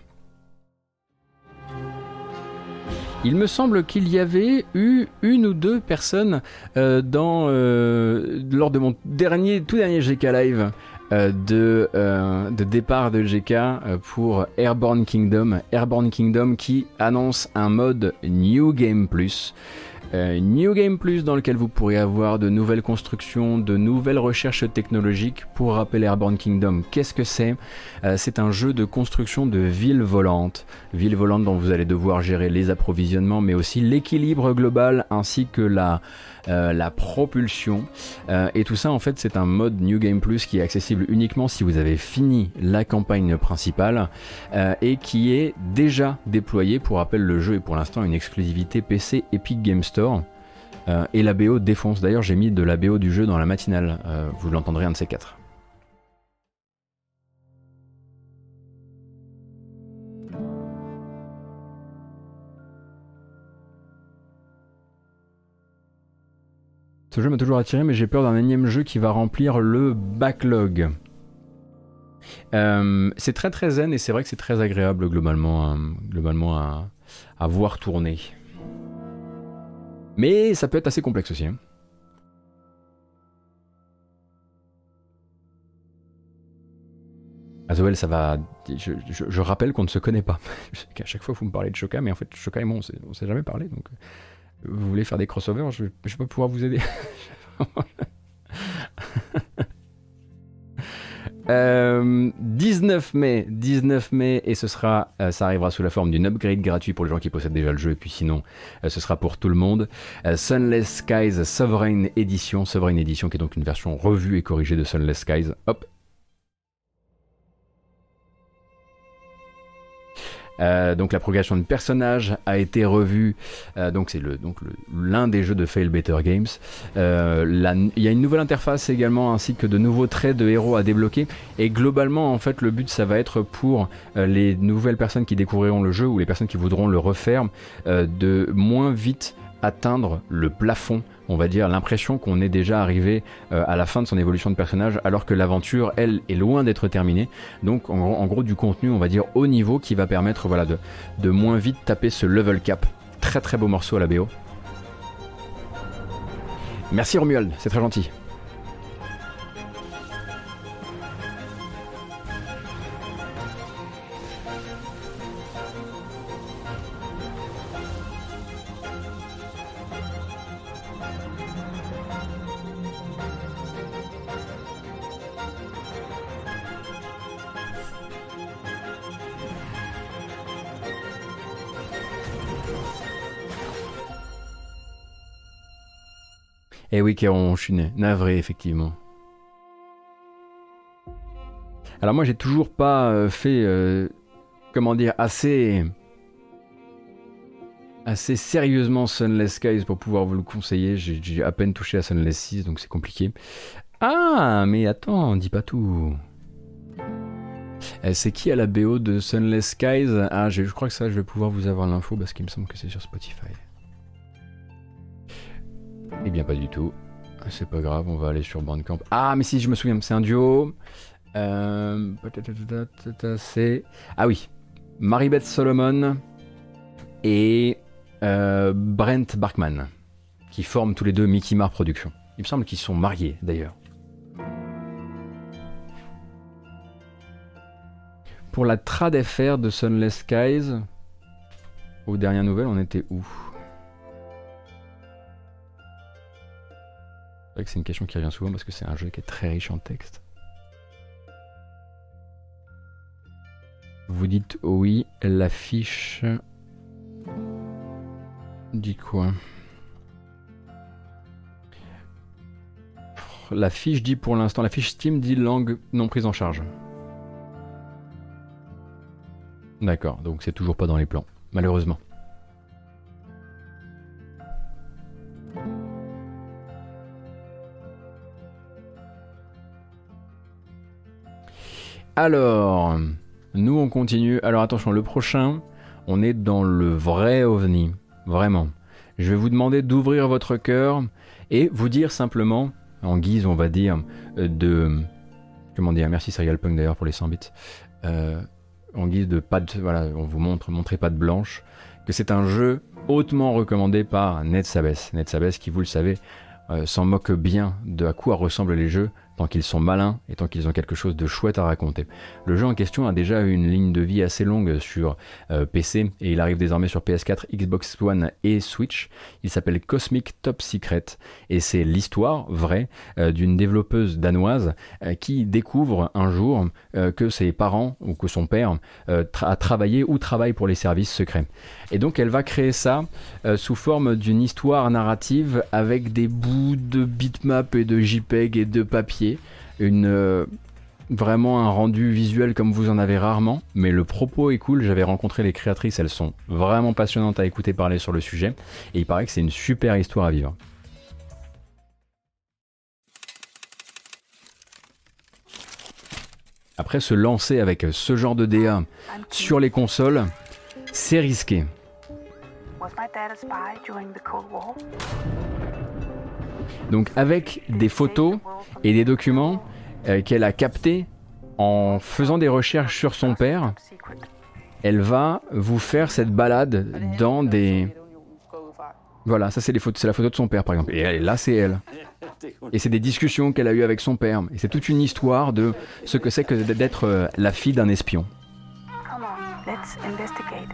Il me semble qu'il y avait eu une ou deux personnes euh, dans, euh, lors de mon dernier, tout dernier G K Live euh, de, euh, de départ de G K euh, pour Airborne Kingdom. Airborne Kingdom qui annonce un mode New Game Plus. Euh, New Game Plus dans lequel vous pourrez avoir de nouvelles constructions, de nouvelles recherches technologiques. Pour rappel, Airborne Kingdom, qu'est-ce que c'est ? euh, C'est un jeu de construction de villes volantes. Villes volantes dont vous allez devoir gérer les approvisionnements, mais aussi l'équilibre global ainsi que la, euh, la propulsion. Euh, et tout ça, en fait, c'est un mode New Game Plus qui est accessible uniquement si vous avez fini la campagne principale euh, et qui est déjà déployé. Pour rappel, le jeu est pour l'instant une exclusivité P C Epic Game Store. Euh, et la B O défonce. D'ailleurs, j'ai mis de la B O du jeu dans la matinale. Euh, vous l'entendrez un de ces quatre. Ce jeu m'a toujours attiré, mais j'ai peur d'un énième jeu qui va remplir le backlog. Euh, c'est très très zen et c'est vrai que c'est très agréable globalement, hein, globalement à, à voir tourner. Mais ça peut être assez complexe aussi. Hein. Azoel, ça va... Je, je, je rappelle qu'on ne se connaît pas. À chaque fois, vous me parlez de Shoka, mais en fait, Shoka et moi, on ne s'est jamais parlé. Donc, vous voulez faire des crossovers, je ne vais pas pouvoir vous aider. Euh, dix-neuf mai, dix-neuf mai, et ce sera, euh, ça arrivera sous la forme d'une upgrade gratuit pour les gens qui possèdent déjà le jeu, et puis sinon, euh, ce sera pour tout le monde. Euh, Sunless Skies Sovereign Edition, Sovereign Edition qui est donc une version revue et corrigée de Sunless Skies. Hop. Euh, donc la progression de personnages a été revue, euh, donc c'est le, donc le, l'un des jeux de Fail Better Games. Euh, la, il y a une nouvelle interface également ainsi que de nouveaux traits de héros à débloquer et globalement en fait le but ça va être pour euh, les nouvelles personnes qui découvriront le jeu ou les personnes qui voudront le refaire euh, de moins vite atteindre le plafond, on va dire, l'impression qu'on est déjà arrivé euh, à la fin de son évolution de personnage alors que l'aventure, elle, est loin d'être terminée. Donc en gros, en gros du contenu, on va dire, haut niveau qui va permettre voilà, de, de moins vite taper ce level cap. Très très beau morceau à la B O. Merci Romuald, c'est très gentil. Eh oui, Kéron, je suis navré, effectivement. Alors moi, j'ai toujours pas euh, fait, euh, comment dire, assez, assez sérieusement Sunless Skies pour pouvoir vous le conseiller. J'ai, j'ai à peine touché à Sunless six, donc c'est compliqué. Ah, mais attends, dis pas tout. Euh, c'est qui à la B O de Sunless Skies? Ah, je, je crois que ça, je vais pouvoir vous avoir l'info parce qu'il me semble que c'est sur Spotify. Eh bien pas du tout, c'est pas grave, on va aller sur Bandcamp. Ah mais si je me souviens, c'est un duo, Euh, c'est... Ah oui, Mary-Beth Solomon et euh, Brent Barkman, qui forment tous les deux Mickey Mar Productions. Il me semble qu'ils sont mariés d'ailleurs. Pour la trad F R de Sunless Skies, aux dernières nouvelles, on était où? C'est vrai que c'est une question qui revient souvent parce que c'est un jeu qui est très riche en texte. Vous dites oui, la fiche dit quoi? La fiche dit pour l'instant, la fiche Steam dit langue non prise en charge. D'accord, donc c'est toujours pas dans les plans, malheureusement. Alors, nous on continue. Alors attention, le prochain, on est dans le vrai ovni, vraiment. Je vais vous demander d'ouvrir votre cœur et vous dire simplement, en guise, on va dire, de... Comment dire, merci Serial Punk d'ailleurs pour les cent bits. Euh, en guise de patte, voilà, on vous montre, montrez patte blanche, que c'est un jeu hautement recommandé par Ned Sabes. Ned Sabes qui, vous le savez, euh, s'en moque bien de à quoi ressemblent les jeux, tant qu'ils sont malins et tant qu'ils ont quelque chose de chouette à raconter. Le jeu en question a déjà eu une ligne de vie assez longue sur euh, P C et il arrive désormais sur P S quatre, Xbox One et Switch. Il s'appelle Cosmic Top Secret et c'est l'histoire vraie euh, d'une développeuse danoise euh, qui découvre un jour euh, que ses parents ou que son père euh, tra- a travaillé ou travaille pour les services secrets. Et donc elle va créer ça euh, sous forme d'une histoire narrative avec des bouts de bitmap et de JPEG et de papier. Une, euh, vraiment un rendu visuel comme vous en avez rarement, mais le propos est cool. J'avais rencontré les créatrices, elles sont vraiment passionnantes à écouter parler sur le sujet, et il paraît que c'est une super histoire à vivre. Après, se lancer avec ce genre de D A sur les consoles, c'est risqué. Donc avec des photos et des documents euh, qu'elle a captés en faisant des recherches sur son père, elle va vous faire cette balade dans des... Voilà, ça c'est, les photos, c'est la photo de son père par exemple. Et elle, là c'est elle. Et c'est des discussions qu'elle a eues avec son père. Et c'est toute une histoire de ce que c'est que d'être euh, la fille d'un espion. Come on, let's investigate.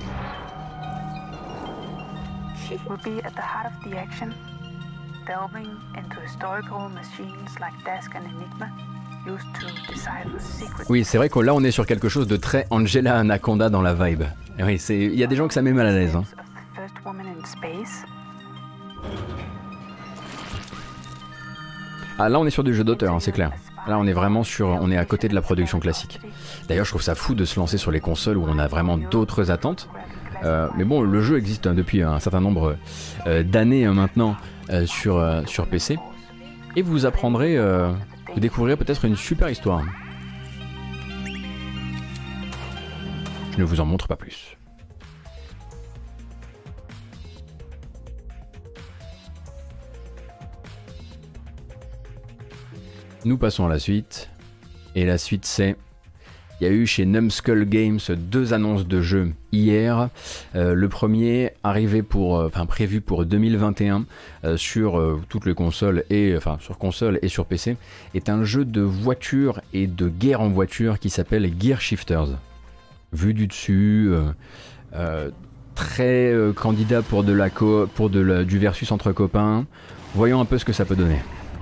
We'll be at the heart of the action. Delving into historical machines like Dask and Enigma, used to decipher secrets. Oui, c'est vrai que là on est sur quelque chose de très Angela Anaconda dans la vibe. Et oui, c'est, il y a des gens que ça met mal à l'aise. Hein. Ah là on est sur du jeu d'auteur, hein, c'est clair. Là on est vraiment sur, on est à côté de la production classique. D'ailleurs je trouve ça fou de se lancer sur les consoles où on a vraiment d'autres attentes. Euh, mais bon, le jeu existe hein, depuis un certain nombre euh, d'années hein, maintenant euh, sur, euh, sur P C. Et vous apprendrez, euh, vous découvrirez peut-être une super histoire. Je ne vous en montre pas plus. Nous passons à la suite. Et la suite c'est... Il y a eu chez Numskull Games deux annonces de jeux hier. Euh, le premier arrivé pour, euh, enfin prévu pour deux mille vingt et un euh, sur euh, toutes les consoles et enfin sur console et sur P C est un jeu de voiture et de guerre en voiture qui s'appelle Gear Shifters. Vu du dessus, euh, euh, très euh, candidat pour de la co- pour de la, du versus entre copains. Voyons un peu ce que ça peut donner.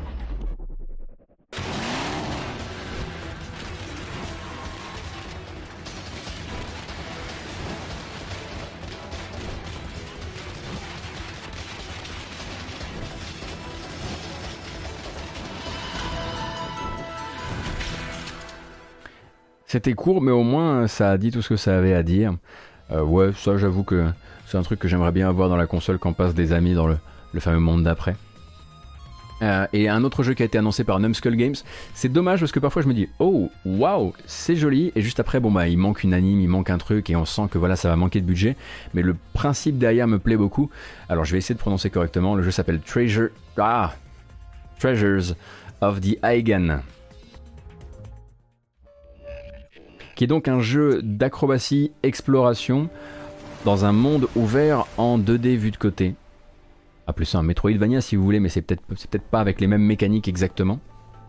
C'était court, mais au moins ça a dit tout ce que ça avait à dire. Euh, ouais, ça j'avoue que c'est un truc que j'aimerais bien avoir dans la console quand passe des amis dans le, le fameux monde d'après. Euh, et un autre jeu qui a été annoncé par Numskull Games, c'est dommage parce que parfois je me dis oh waouh c'est joli et juste après bon bah il manque une anime, il manque un truc et on sent que voilà ça va manquer de budget, mais le principe derrière me plaît beaucoup. Alors je vais essayer de prononcer correctement. Le jeu s'appelle Treasure ah Treasures of the Aigan. qui est donc un jeu d'acrobatie, exploration, dans un monde ouvert en deux D vu de côté. Appelez ça un Metroidvania si vous voulez, mais c'est peut-être c'est peut-être pas avec les mêmes mécaniques exactement.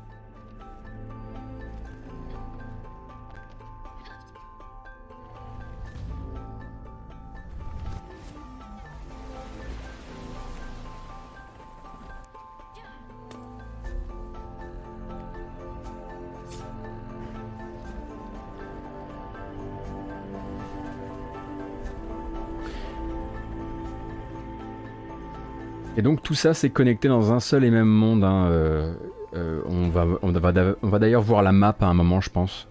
Et donc tout ça c'est connecté dans un seul et même monde. Hein. Euh, euh, on va, on va, on va d'ailleurs voir la map à un moment, je pense.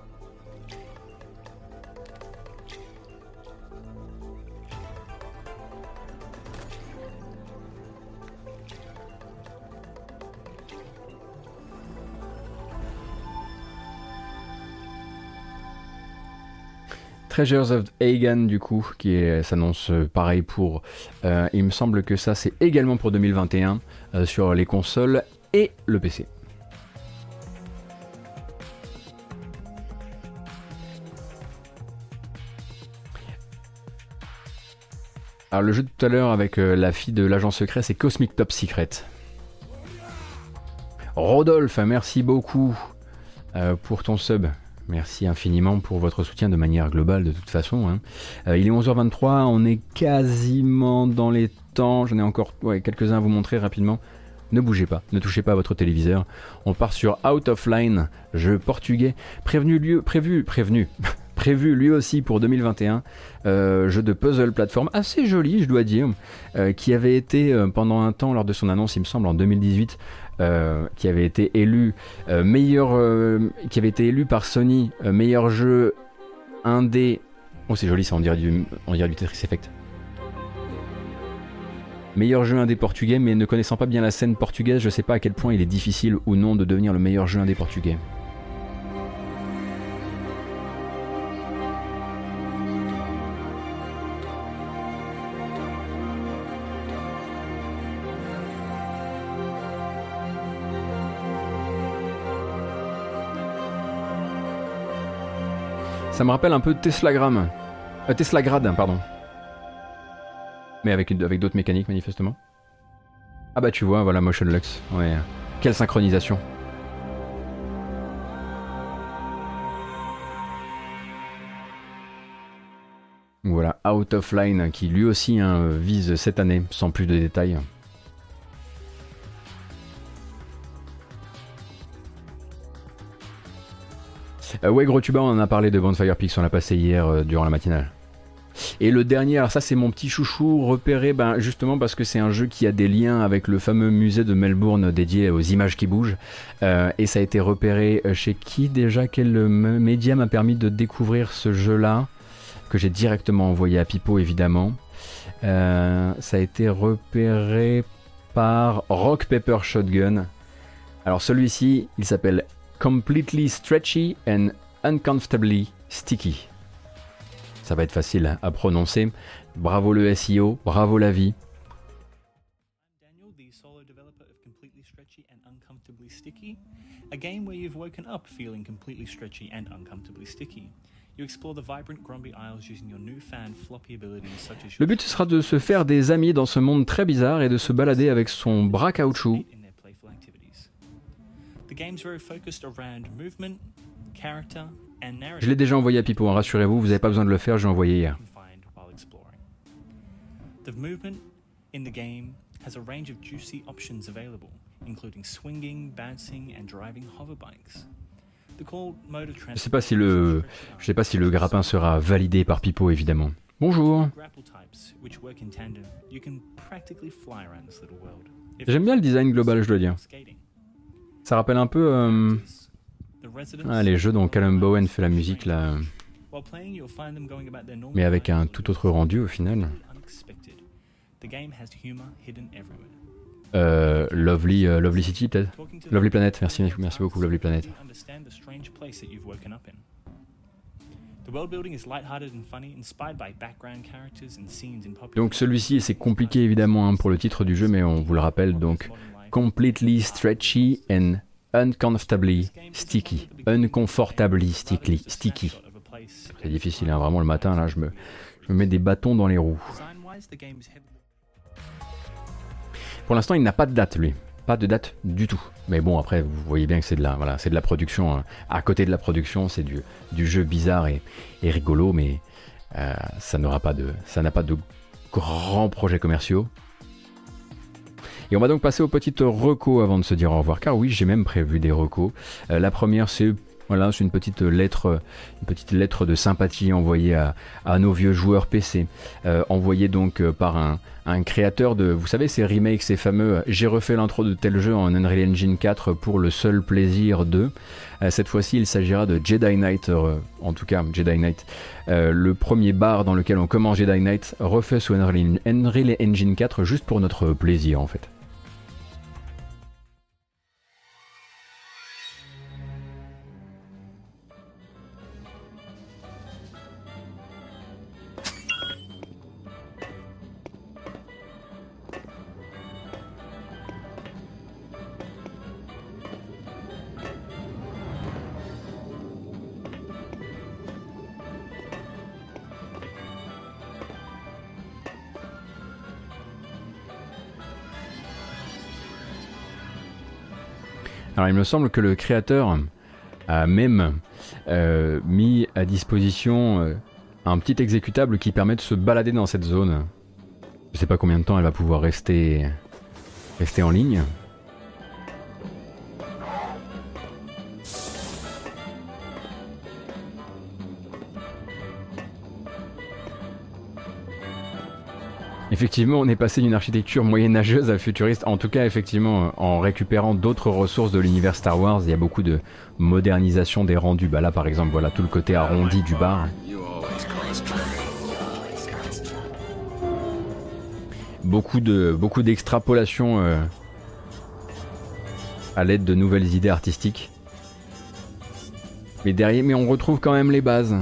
Treasures of Aegon du coup, qui s'annonce euh, pareil pour... Euh, il me semble que ça c'est également pour deux mille vingt et un euh, sur les consoles et le P C. Alors le jeu de tout à l'heure avec euh, la fille de l'agent secret, c'est Cosmic Top Secret. Rodolphe, merci beaucoup euh, pour ton sub. Merci infiniment pour votre soutien de manière globale de toute façon. Hein. Euh, il est onze heures vingt-trois, on est quasiment dans les temps. J'en ai encore ouais, quelques-uns à vous montrer rapidement. Ne bougez pas, ne touchez pas à votre téléviseur. On part sur Out of Line, jeu portugais, prévenu, lieu, prévu, prévenu, prévu lui aussi pour deux mille vingt et un. Euh, jeu de puzzle plateforme assez joli, je dois dire, euh, qui avait été euh, pendant un temps lors de son annonce, il me semble en deux mille dix-huit. Euh, qui avait été élu euh, meilleur, euh, qui avait été élu par Sony euh, meilleur jeu indé. Oh c'est joli ça, on dirait du, on dirait du Tetris Effect. Meilleur jeu indé portugais, mais ne connaissant pas bien la scène portugaise, je sais pas à quel point il est difficile ou non de devenir le meilleur jeu indé portugais. Ça me rappelle un peu Teslagram. Euh, Teslagrad, pardon. Mais avec, avec d'autres mécaniques, manifestement. Ah bah tu vois, voilà, Motion Lux. Ouais. Quelle synchronisation. Voilà, Out of Line, qui lui aussi hein, vise cette année, sans plus de détails. Euh, ouais, gros tuba, on en a parlé de Bonfire Pix, on l'a passé hier euh, durant la matinale. Et le dernier, alors ça c'est mon petit chouchou repéré, ben, justement parce que c'est un jeu qui a des liens avec le fameux musée de Melbourne dédié aux images qui bougent. Euh, et ça a été repéré chez qui déjà? Quel média m'a permis de découvrir ce jeu-là? Que j'ai directement envoyé à Pipo évidemment. Euh, ça a été repéré par Rock Paper Shotgun. Alors celui-ci, il s'appelle Completely Stretchy and Uncomfortably Sticky. Ça va être facile à prononcer. Bravo le S E O, bravo la vie. Daniel, the solo developer of Completely Stretchy and Uncomfortably Sticky, a game where you've woken up feeling completely stretchy and uncomfortably sticky. You explore the vibrant Grumby Isles using your newfound floppy abilities such as Le but sera de se faire des amis dans ce monde très bizarre et de se balader avec son bras caoutchouc. The game's very focused around movement, character and narrative. Je l'ai déjà envoyé à Pipo, hein, rassurez-vous, vous n'avez pas besoin de le faire, j'ai envoyé hier. The movement in the game has a range of juicy options available, including swinging, bouncing and driving hover bikes. The core mode of Je sais pas si le je sais pas si le grappin sera validé par Pipo évidemment. Bonjour. J'aime bien le design global, je dois dire. Ça rappelle un peu euh, ah, les jeux dont Callum Bowen fait la musique là, mais avec un tout autre rendu au final. Euh, Lovely, euh, Lovely City peut-être. Lovely Planet, merci, merci beaucoup Lovely Planet. Donc celui-ci, c'est compliqué évidemment hein, pour le titre du jeu, mais on vous le rappelle donc. Completely stretchy and uncomfortably sticky. Uncomfortably sticky. sticky. C'est difficile, hein, vraiment le matin, là, je me, je me mets des bâtons dans les roues. Pour l'instant, il n'a pas de date, lui. Pas de date du tout. Mais bon, après, vous voyez bien que c'est de la, voilà, c'est de la production. Hein. À côté de la production, c'est du, du jeu bizarre et, et rigolo, mais euh, ça n'aura pas de, ça n'a pas de grands projets commerciaux. Et on va donc passer aux petites recos avant de se dire au revoir. Car oui, j'ai même prévu des recos. Euh, la première, c'est voilà, c'est une petite lettre, une petite lettre de sympathie envoyée à, à nos vieux joueurs P C, euh, envoyée donc euh, par un, un créateur de, vous savez, ces remakes, ces fameux. J'ai refait l'intro de tel jeu en Unreal Engine quatre pour le seul plaisir de. Euh, cette fois-ci, il s'agira de Jedi Knight, euh, en tout cas Jedi Knight, euh, le premier bar dans lequel on commence Jedi Knight, refait sous Unreal, Unreal Engine quatre juste pour notre plaisir en fait. Alors il me semble que le créateur a même euh, mis à disposition euh, un petit exécutable qui permet de se balader dans cette zone. Je sais pas combien de temps elle va pouvoir rester, rester en ligne. Effectivement, on est passé d'une architecture moyenâgeuse à futuriste, en tout cas effectivement en récupérant d'autres ressources de l'univers Star Wars. Il y a beaucoup de modernisation des rendus. Bah là par exemple, voilà tout le côté arrondi du bar. Beaucoup de beaucoup d'extrapolation euh, à l'aide de nouvelles idées artistiques. Mais derrière, mais on retrouve quand même les bases.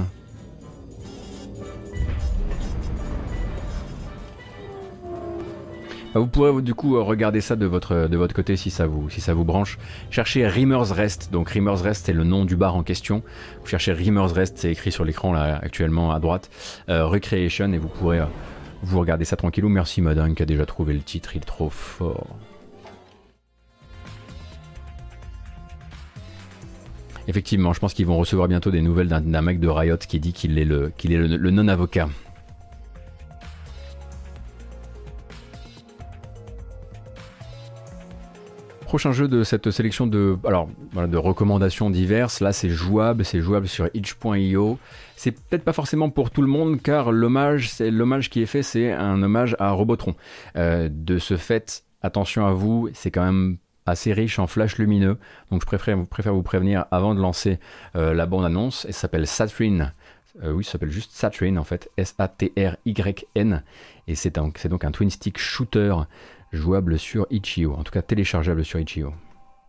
Vous pourrez du coup regarder ça de votre, de votre côté si ça, vous, si ça vous branche. Cherchez Rimmer's Rest, donc Rimmer's Rest c'est le nom du bar en question. Vous cherchez Rimmer's Rest, c'est écrit sur l'écran là actuellement à droite, euh, Recreation, et vous pourrez euh, vous regarder ça tranquillou. Merci Madame qui a déjà trouvé le titre, il est trop fort. Effectivement, je pense qu'ils vont recevoir bientôt des nouvelles d'un, d'un mec de Riot qui dit qu'il est le, qu'il est le, le non-avocat. Prochain jeu de cette sélection de, alors, voilà, de recommandations diverses, là c'est jouable, c'est jouable sur itch point i o. C'est peut-être pas forcément pour tout le monde car l'hommage, c'est, l'hommage qui est fait, c'est un hommage à Robotron. Euh, de ce fait, attention à vous, c'est quand même assez riche en flash lumineux, donc je préfère, je préfère vous prévenir avant de lancer euh, la bande-annonce. Elle s'appelle Satrine. Euh, oui, ça s'appelle juste Satrine en fait, S A T R Y N, et c'est, un, c'est donc un twin stick shooter jouable sur itch point i o, en tout cas téléchargeable sur itch point i o.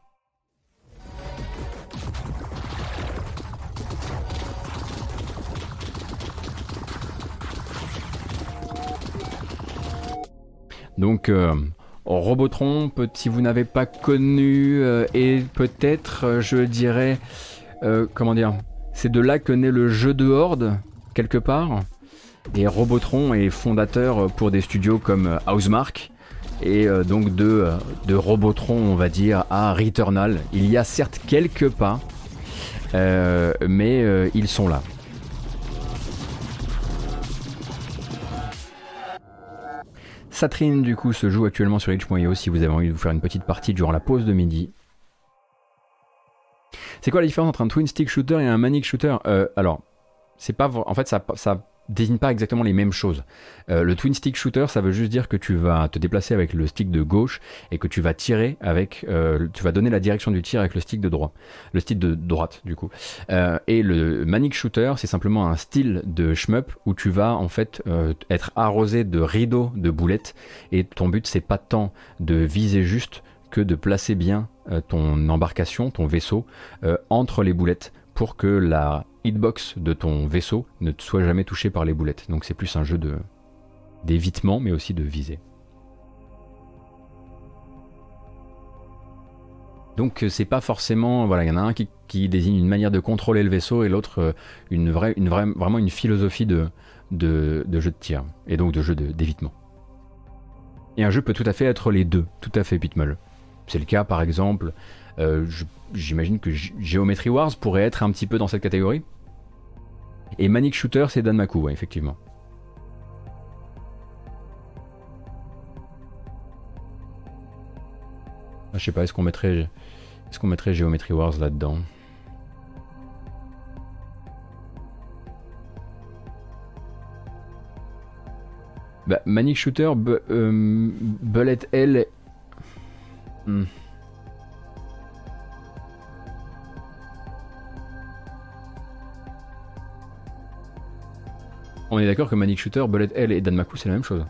Donc euh, Robotron, peut, si vous n'avez pas connu, euh, et peut-être euh, je dirais, euh, comment dire, c'est de là que naît le jeu de Horde, quelque part, et Robotron est fondateur pour des studios comme Housemarque, et euh, donc de, euh, de Robotron on va dire à Returnal. Il y a certes quelques pas, euh, mais euh, ils sont là. Satrine du coup se joue actuellement sur itch point i o si vous avez envie de vous faire une petite partie durant la pause de midi. C'est quoi la différence entre un twin stick shooter et un manic shooter? euh, Alors, c'est pas, en fait ça, ça désigne pas exactement les mêmes choses. Euh, le twin stick shooter, ça veut juste dire que tu vas te déplacer avec le stick de gauche et que tu vas tirer avec, euh, tu vas donner la direction du tir avec le stick de droite, le stick de droite du coup. Euh, et le manic shooter, c'est simplement un style de shmup où tu vas en fait euh, être arrosé de rideaux de boulettes et ton but c'est pas tant de viser juste que de placer bien euh, ton embarcation, ton vaisseau euh, entre les boulettes pour que la hitbox de ton vaisseau ne soit jamais touchée par les boulettes. Donc c'est plus un jeu de d'évitement mais aussi de visée. Donc c'est pas forcément, voilà, il y en a un qui, qui désigne une manière de contrôler le vaisseau et l'autre euh, une vraie, une vraie, vraiment une philosophie de, de, de jeu de tir et donc de jeu de, d'évitement. Et un jeu peut tout à fait être les deux, tout à fait Pitmull. C'est le cas par exemple, euh, je, j'imagine que G- Geometry Wars pourrait être un petit peu dans cette catégorie. Et Manic Shooter c'est Danmaku, ouais, effectivement. Ah, je sais pas, est-ce qu'on mettrait, est-ce qu'on mettrait Geometry Wars là-dedans? Bah, Manic Shooter, bu- euh, Bullet Hell. Hmm. On est d'accord que Manic Shooter, Bullet Hell et Danmaku c'est la même chose.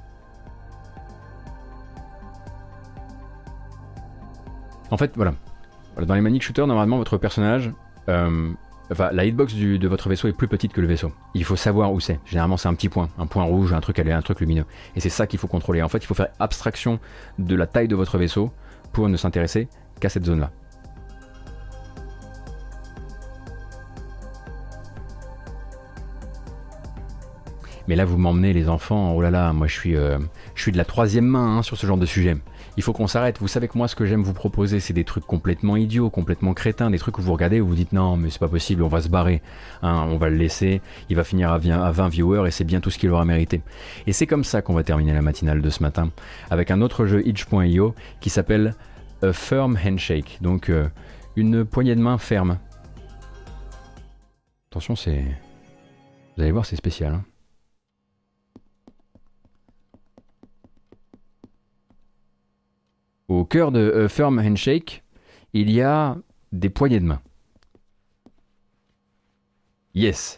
En fait, voilà. Voilà, dans les Manic Shooter, normalement, votre personnage, euh, enfin, la hitbox du, de votre vaisseau est plus petite que le vaisseau. Il faut savoir où c'est. Généralement, c'est un petit point, un point rouge, un truc, un truc lumineux. Et c'est ça qu'il faut contrôler. En fait, il faut faire abstraction de la taille de votre vaisseau pour ne s'intéresser qu'à cette zone-là. Mais là, vous m'emmenez, les enfants. Oh là là, moi, je suis, euh, je suis de la troisième main hein, sur ce genre de sujet. Il faut qu'on s'arrête. Vous savez que moi, ce que j'aime vous proposer, c'est des trucs complètement idiots, complètement crétins, des trucs où vous regardez et vous vous dites non, mais c'est pas possible, on va se barrer. Hein, on va le laisser. Il va finir à vingt viewers et c'est bien tout ce qu'il aura mérité. Et c'est comme ça qu'on va terminer la matinale de ce matin avec un autre jeu itch point io qui s'appelle A Firm Handshake. Donc, euh, une poignée de main ferme. Attention, c'est. Vous allez voir, c'est spécial. Hein. Au cœur de A Firm Handshake, il y a des poignées de main. Yes.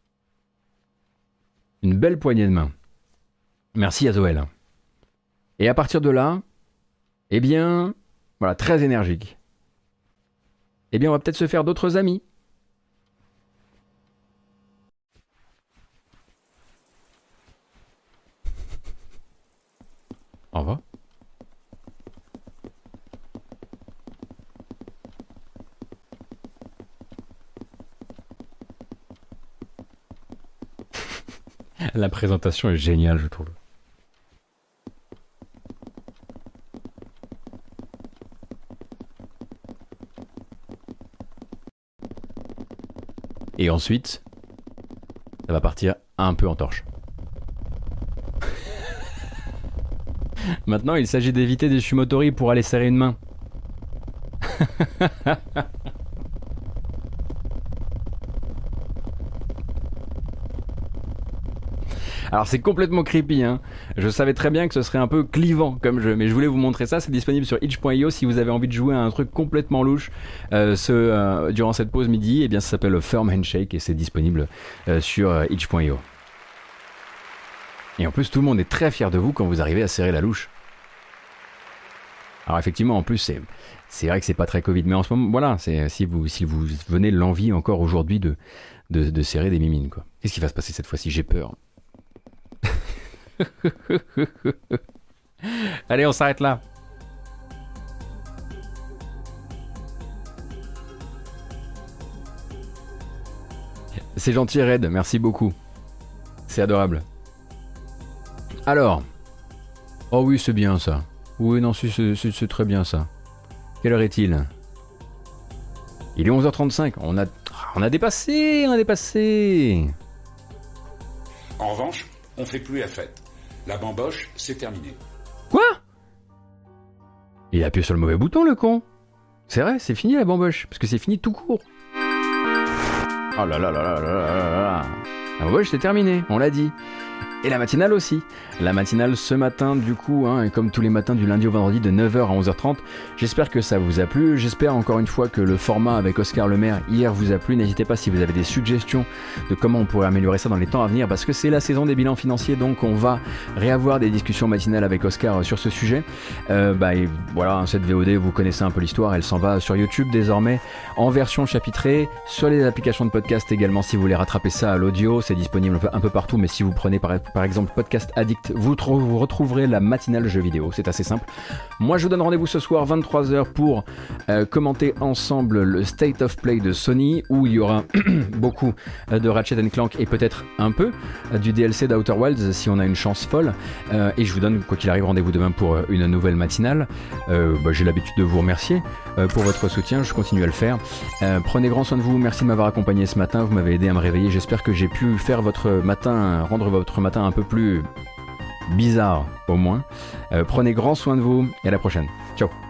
Une belle poignée de main. Merci à Zoël. Et à partir de là, eh bien, voilà, très énergique. Eh bien, on va peut-être se faire d'autres amis. Au revoir. La présentation est géniale, je trouve. Et ensuite, ça va partir un peu en torche. Maintenant, il s'agit d'éviter des Shumotori pour aller serrer une main. Alors c'est complètement creepy, hein. Je savais très bien que ce serait un peu clivant comme jeu, mais je voulais vous montrer ça. C'est disponible sur itch point io si vous avez envie de jouer à un truc complètement louche euh, ce, euh, durant cette pause midi. Et bien ça s'appelle Firm Handshake et c'est disponible euh, sur euh, itch point io. Et en plus tout le monde est très fier de vous quand vous arrivez à serrer la louche. Alors effectivement en plus c'est, c'est vrai que c'est pas très Covid, mais en ce moment voilà, c'est, si, vous, si vous venez l'envie encore aujourd'hui de, de, de serrer des mimines quoi. Qu'est-ce qui va se passer cette fois-ci? J'ai peur. Allez, on s'arrête là. C'est gentil Red, merci beaucoup. C'est adorable. Alors. Oh oui, c'est bien ça. Oui, non, c'est, c'est, c'est très bien ça. Quelle heure est-il? Il est onze heures trente-cinq. On a, on a dépassé, on a dépassé. En revanche, on fait plus la fête. La bamboche, c'est terminé. Quoi? Il a appuyé sur le mauvais bouton, le con. C'est vrai, c'est fini la bamboche. Parce que c'est fini tout court. Oh là là là là là là là là. La bamboche, c'est terminé, on l'a dit. Et la matinale aussi. La matinale ce matin, du coup, hein, et comme tous les matins du lundi au vendredi de neuf heures à onze heures trente. J'espère que ça vous a plu. J'espère encore une fois que le format avec Oscar Lemaire hier vous a plu. N'hésitez pas si vous avez des suggestions de comment on pourrait améliorer ça dans les temps à venir, parce que c'est la saison des bilans financiers, donc on va réavoir des discussions matinales avec Oscar sur ce sujet. Euh, bah, et voilà, cette V O D, vous connaissez un peu l'histoire, elle s'en va sur YouTube désormais en version chapitrée, sur les applications de podcast également si vous voulez rattraper ça à l'audio. C'est disponible un peu, un peu partout, mais si vous prenez par par exemple Podcast Addict, vous, trou- vous retrouverez la matinale jeux vidéo, c'est assez simple. Moi je vous donne rendez-vous ce soir vingt-trois heures pour euh, commenter ensemble le State of Play de Sony, où il y aura beaucoup de Ratchet and Clank et peut-être un peu du D L C d'Outer Wilds si on a une chance folle. Euh, et je vous donne, quoi qu'il arrive, rendez-vous demain pour une nouvelle matinale. Euh, bah, j'ai l'habitude de vous remercier euh, pour votre soutien, je continue à le faire. Euh, prenez grand soin de vous, merci de m'avoir accompagné ce matin, vous m'avez aidé à me réveiller, j'espère que j'ai pu faire votre matin, rendre votre matin un peu plus bizarre au moins. Euh, prenez grand soin de vous et à la prochaine. Ciao.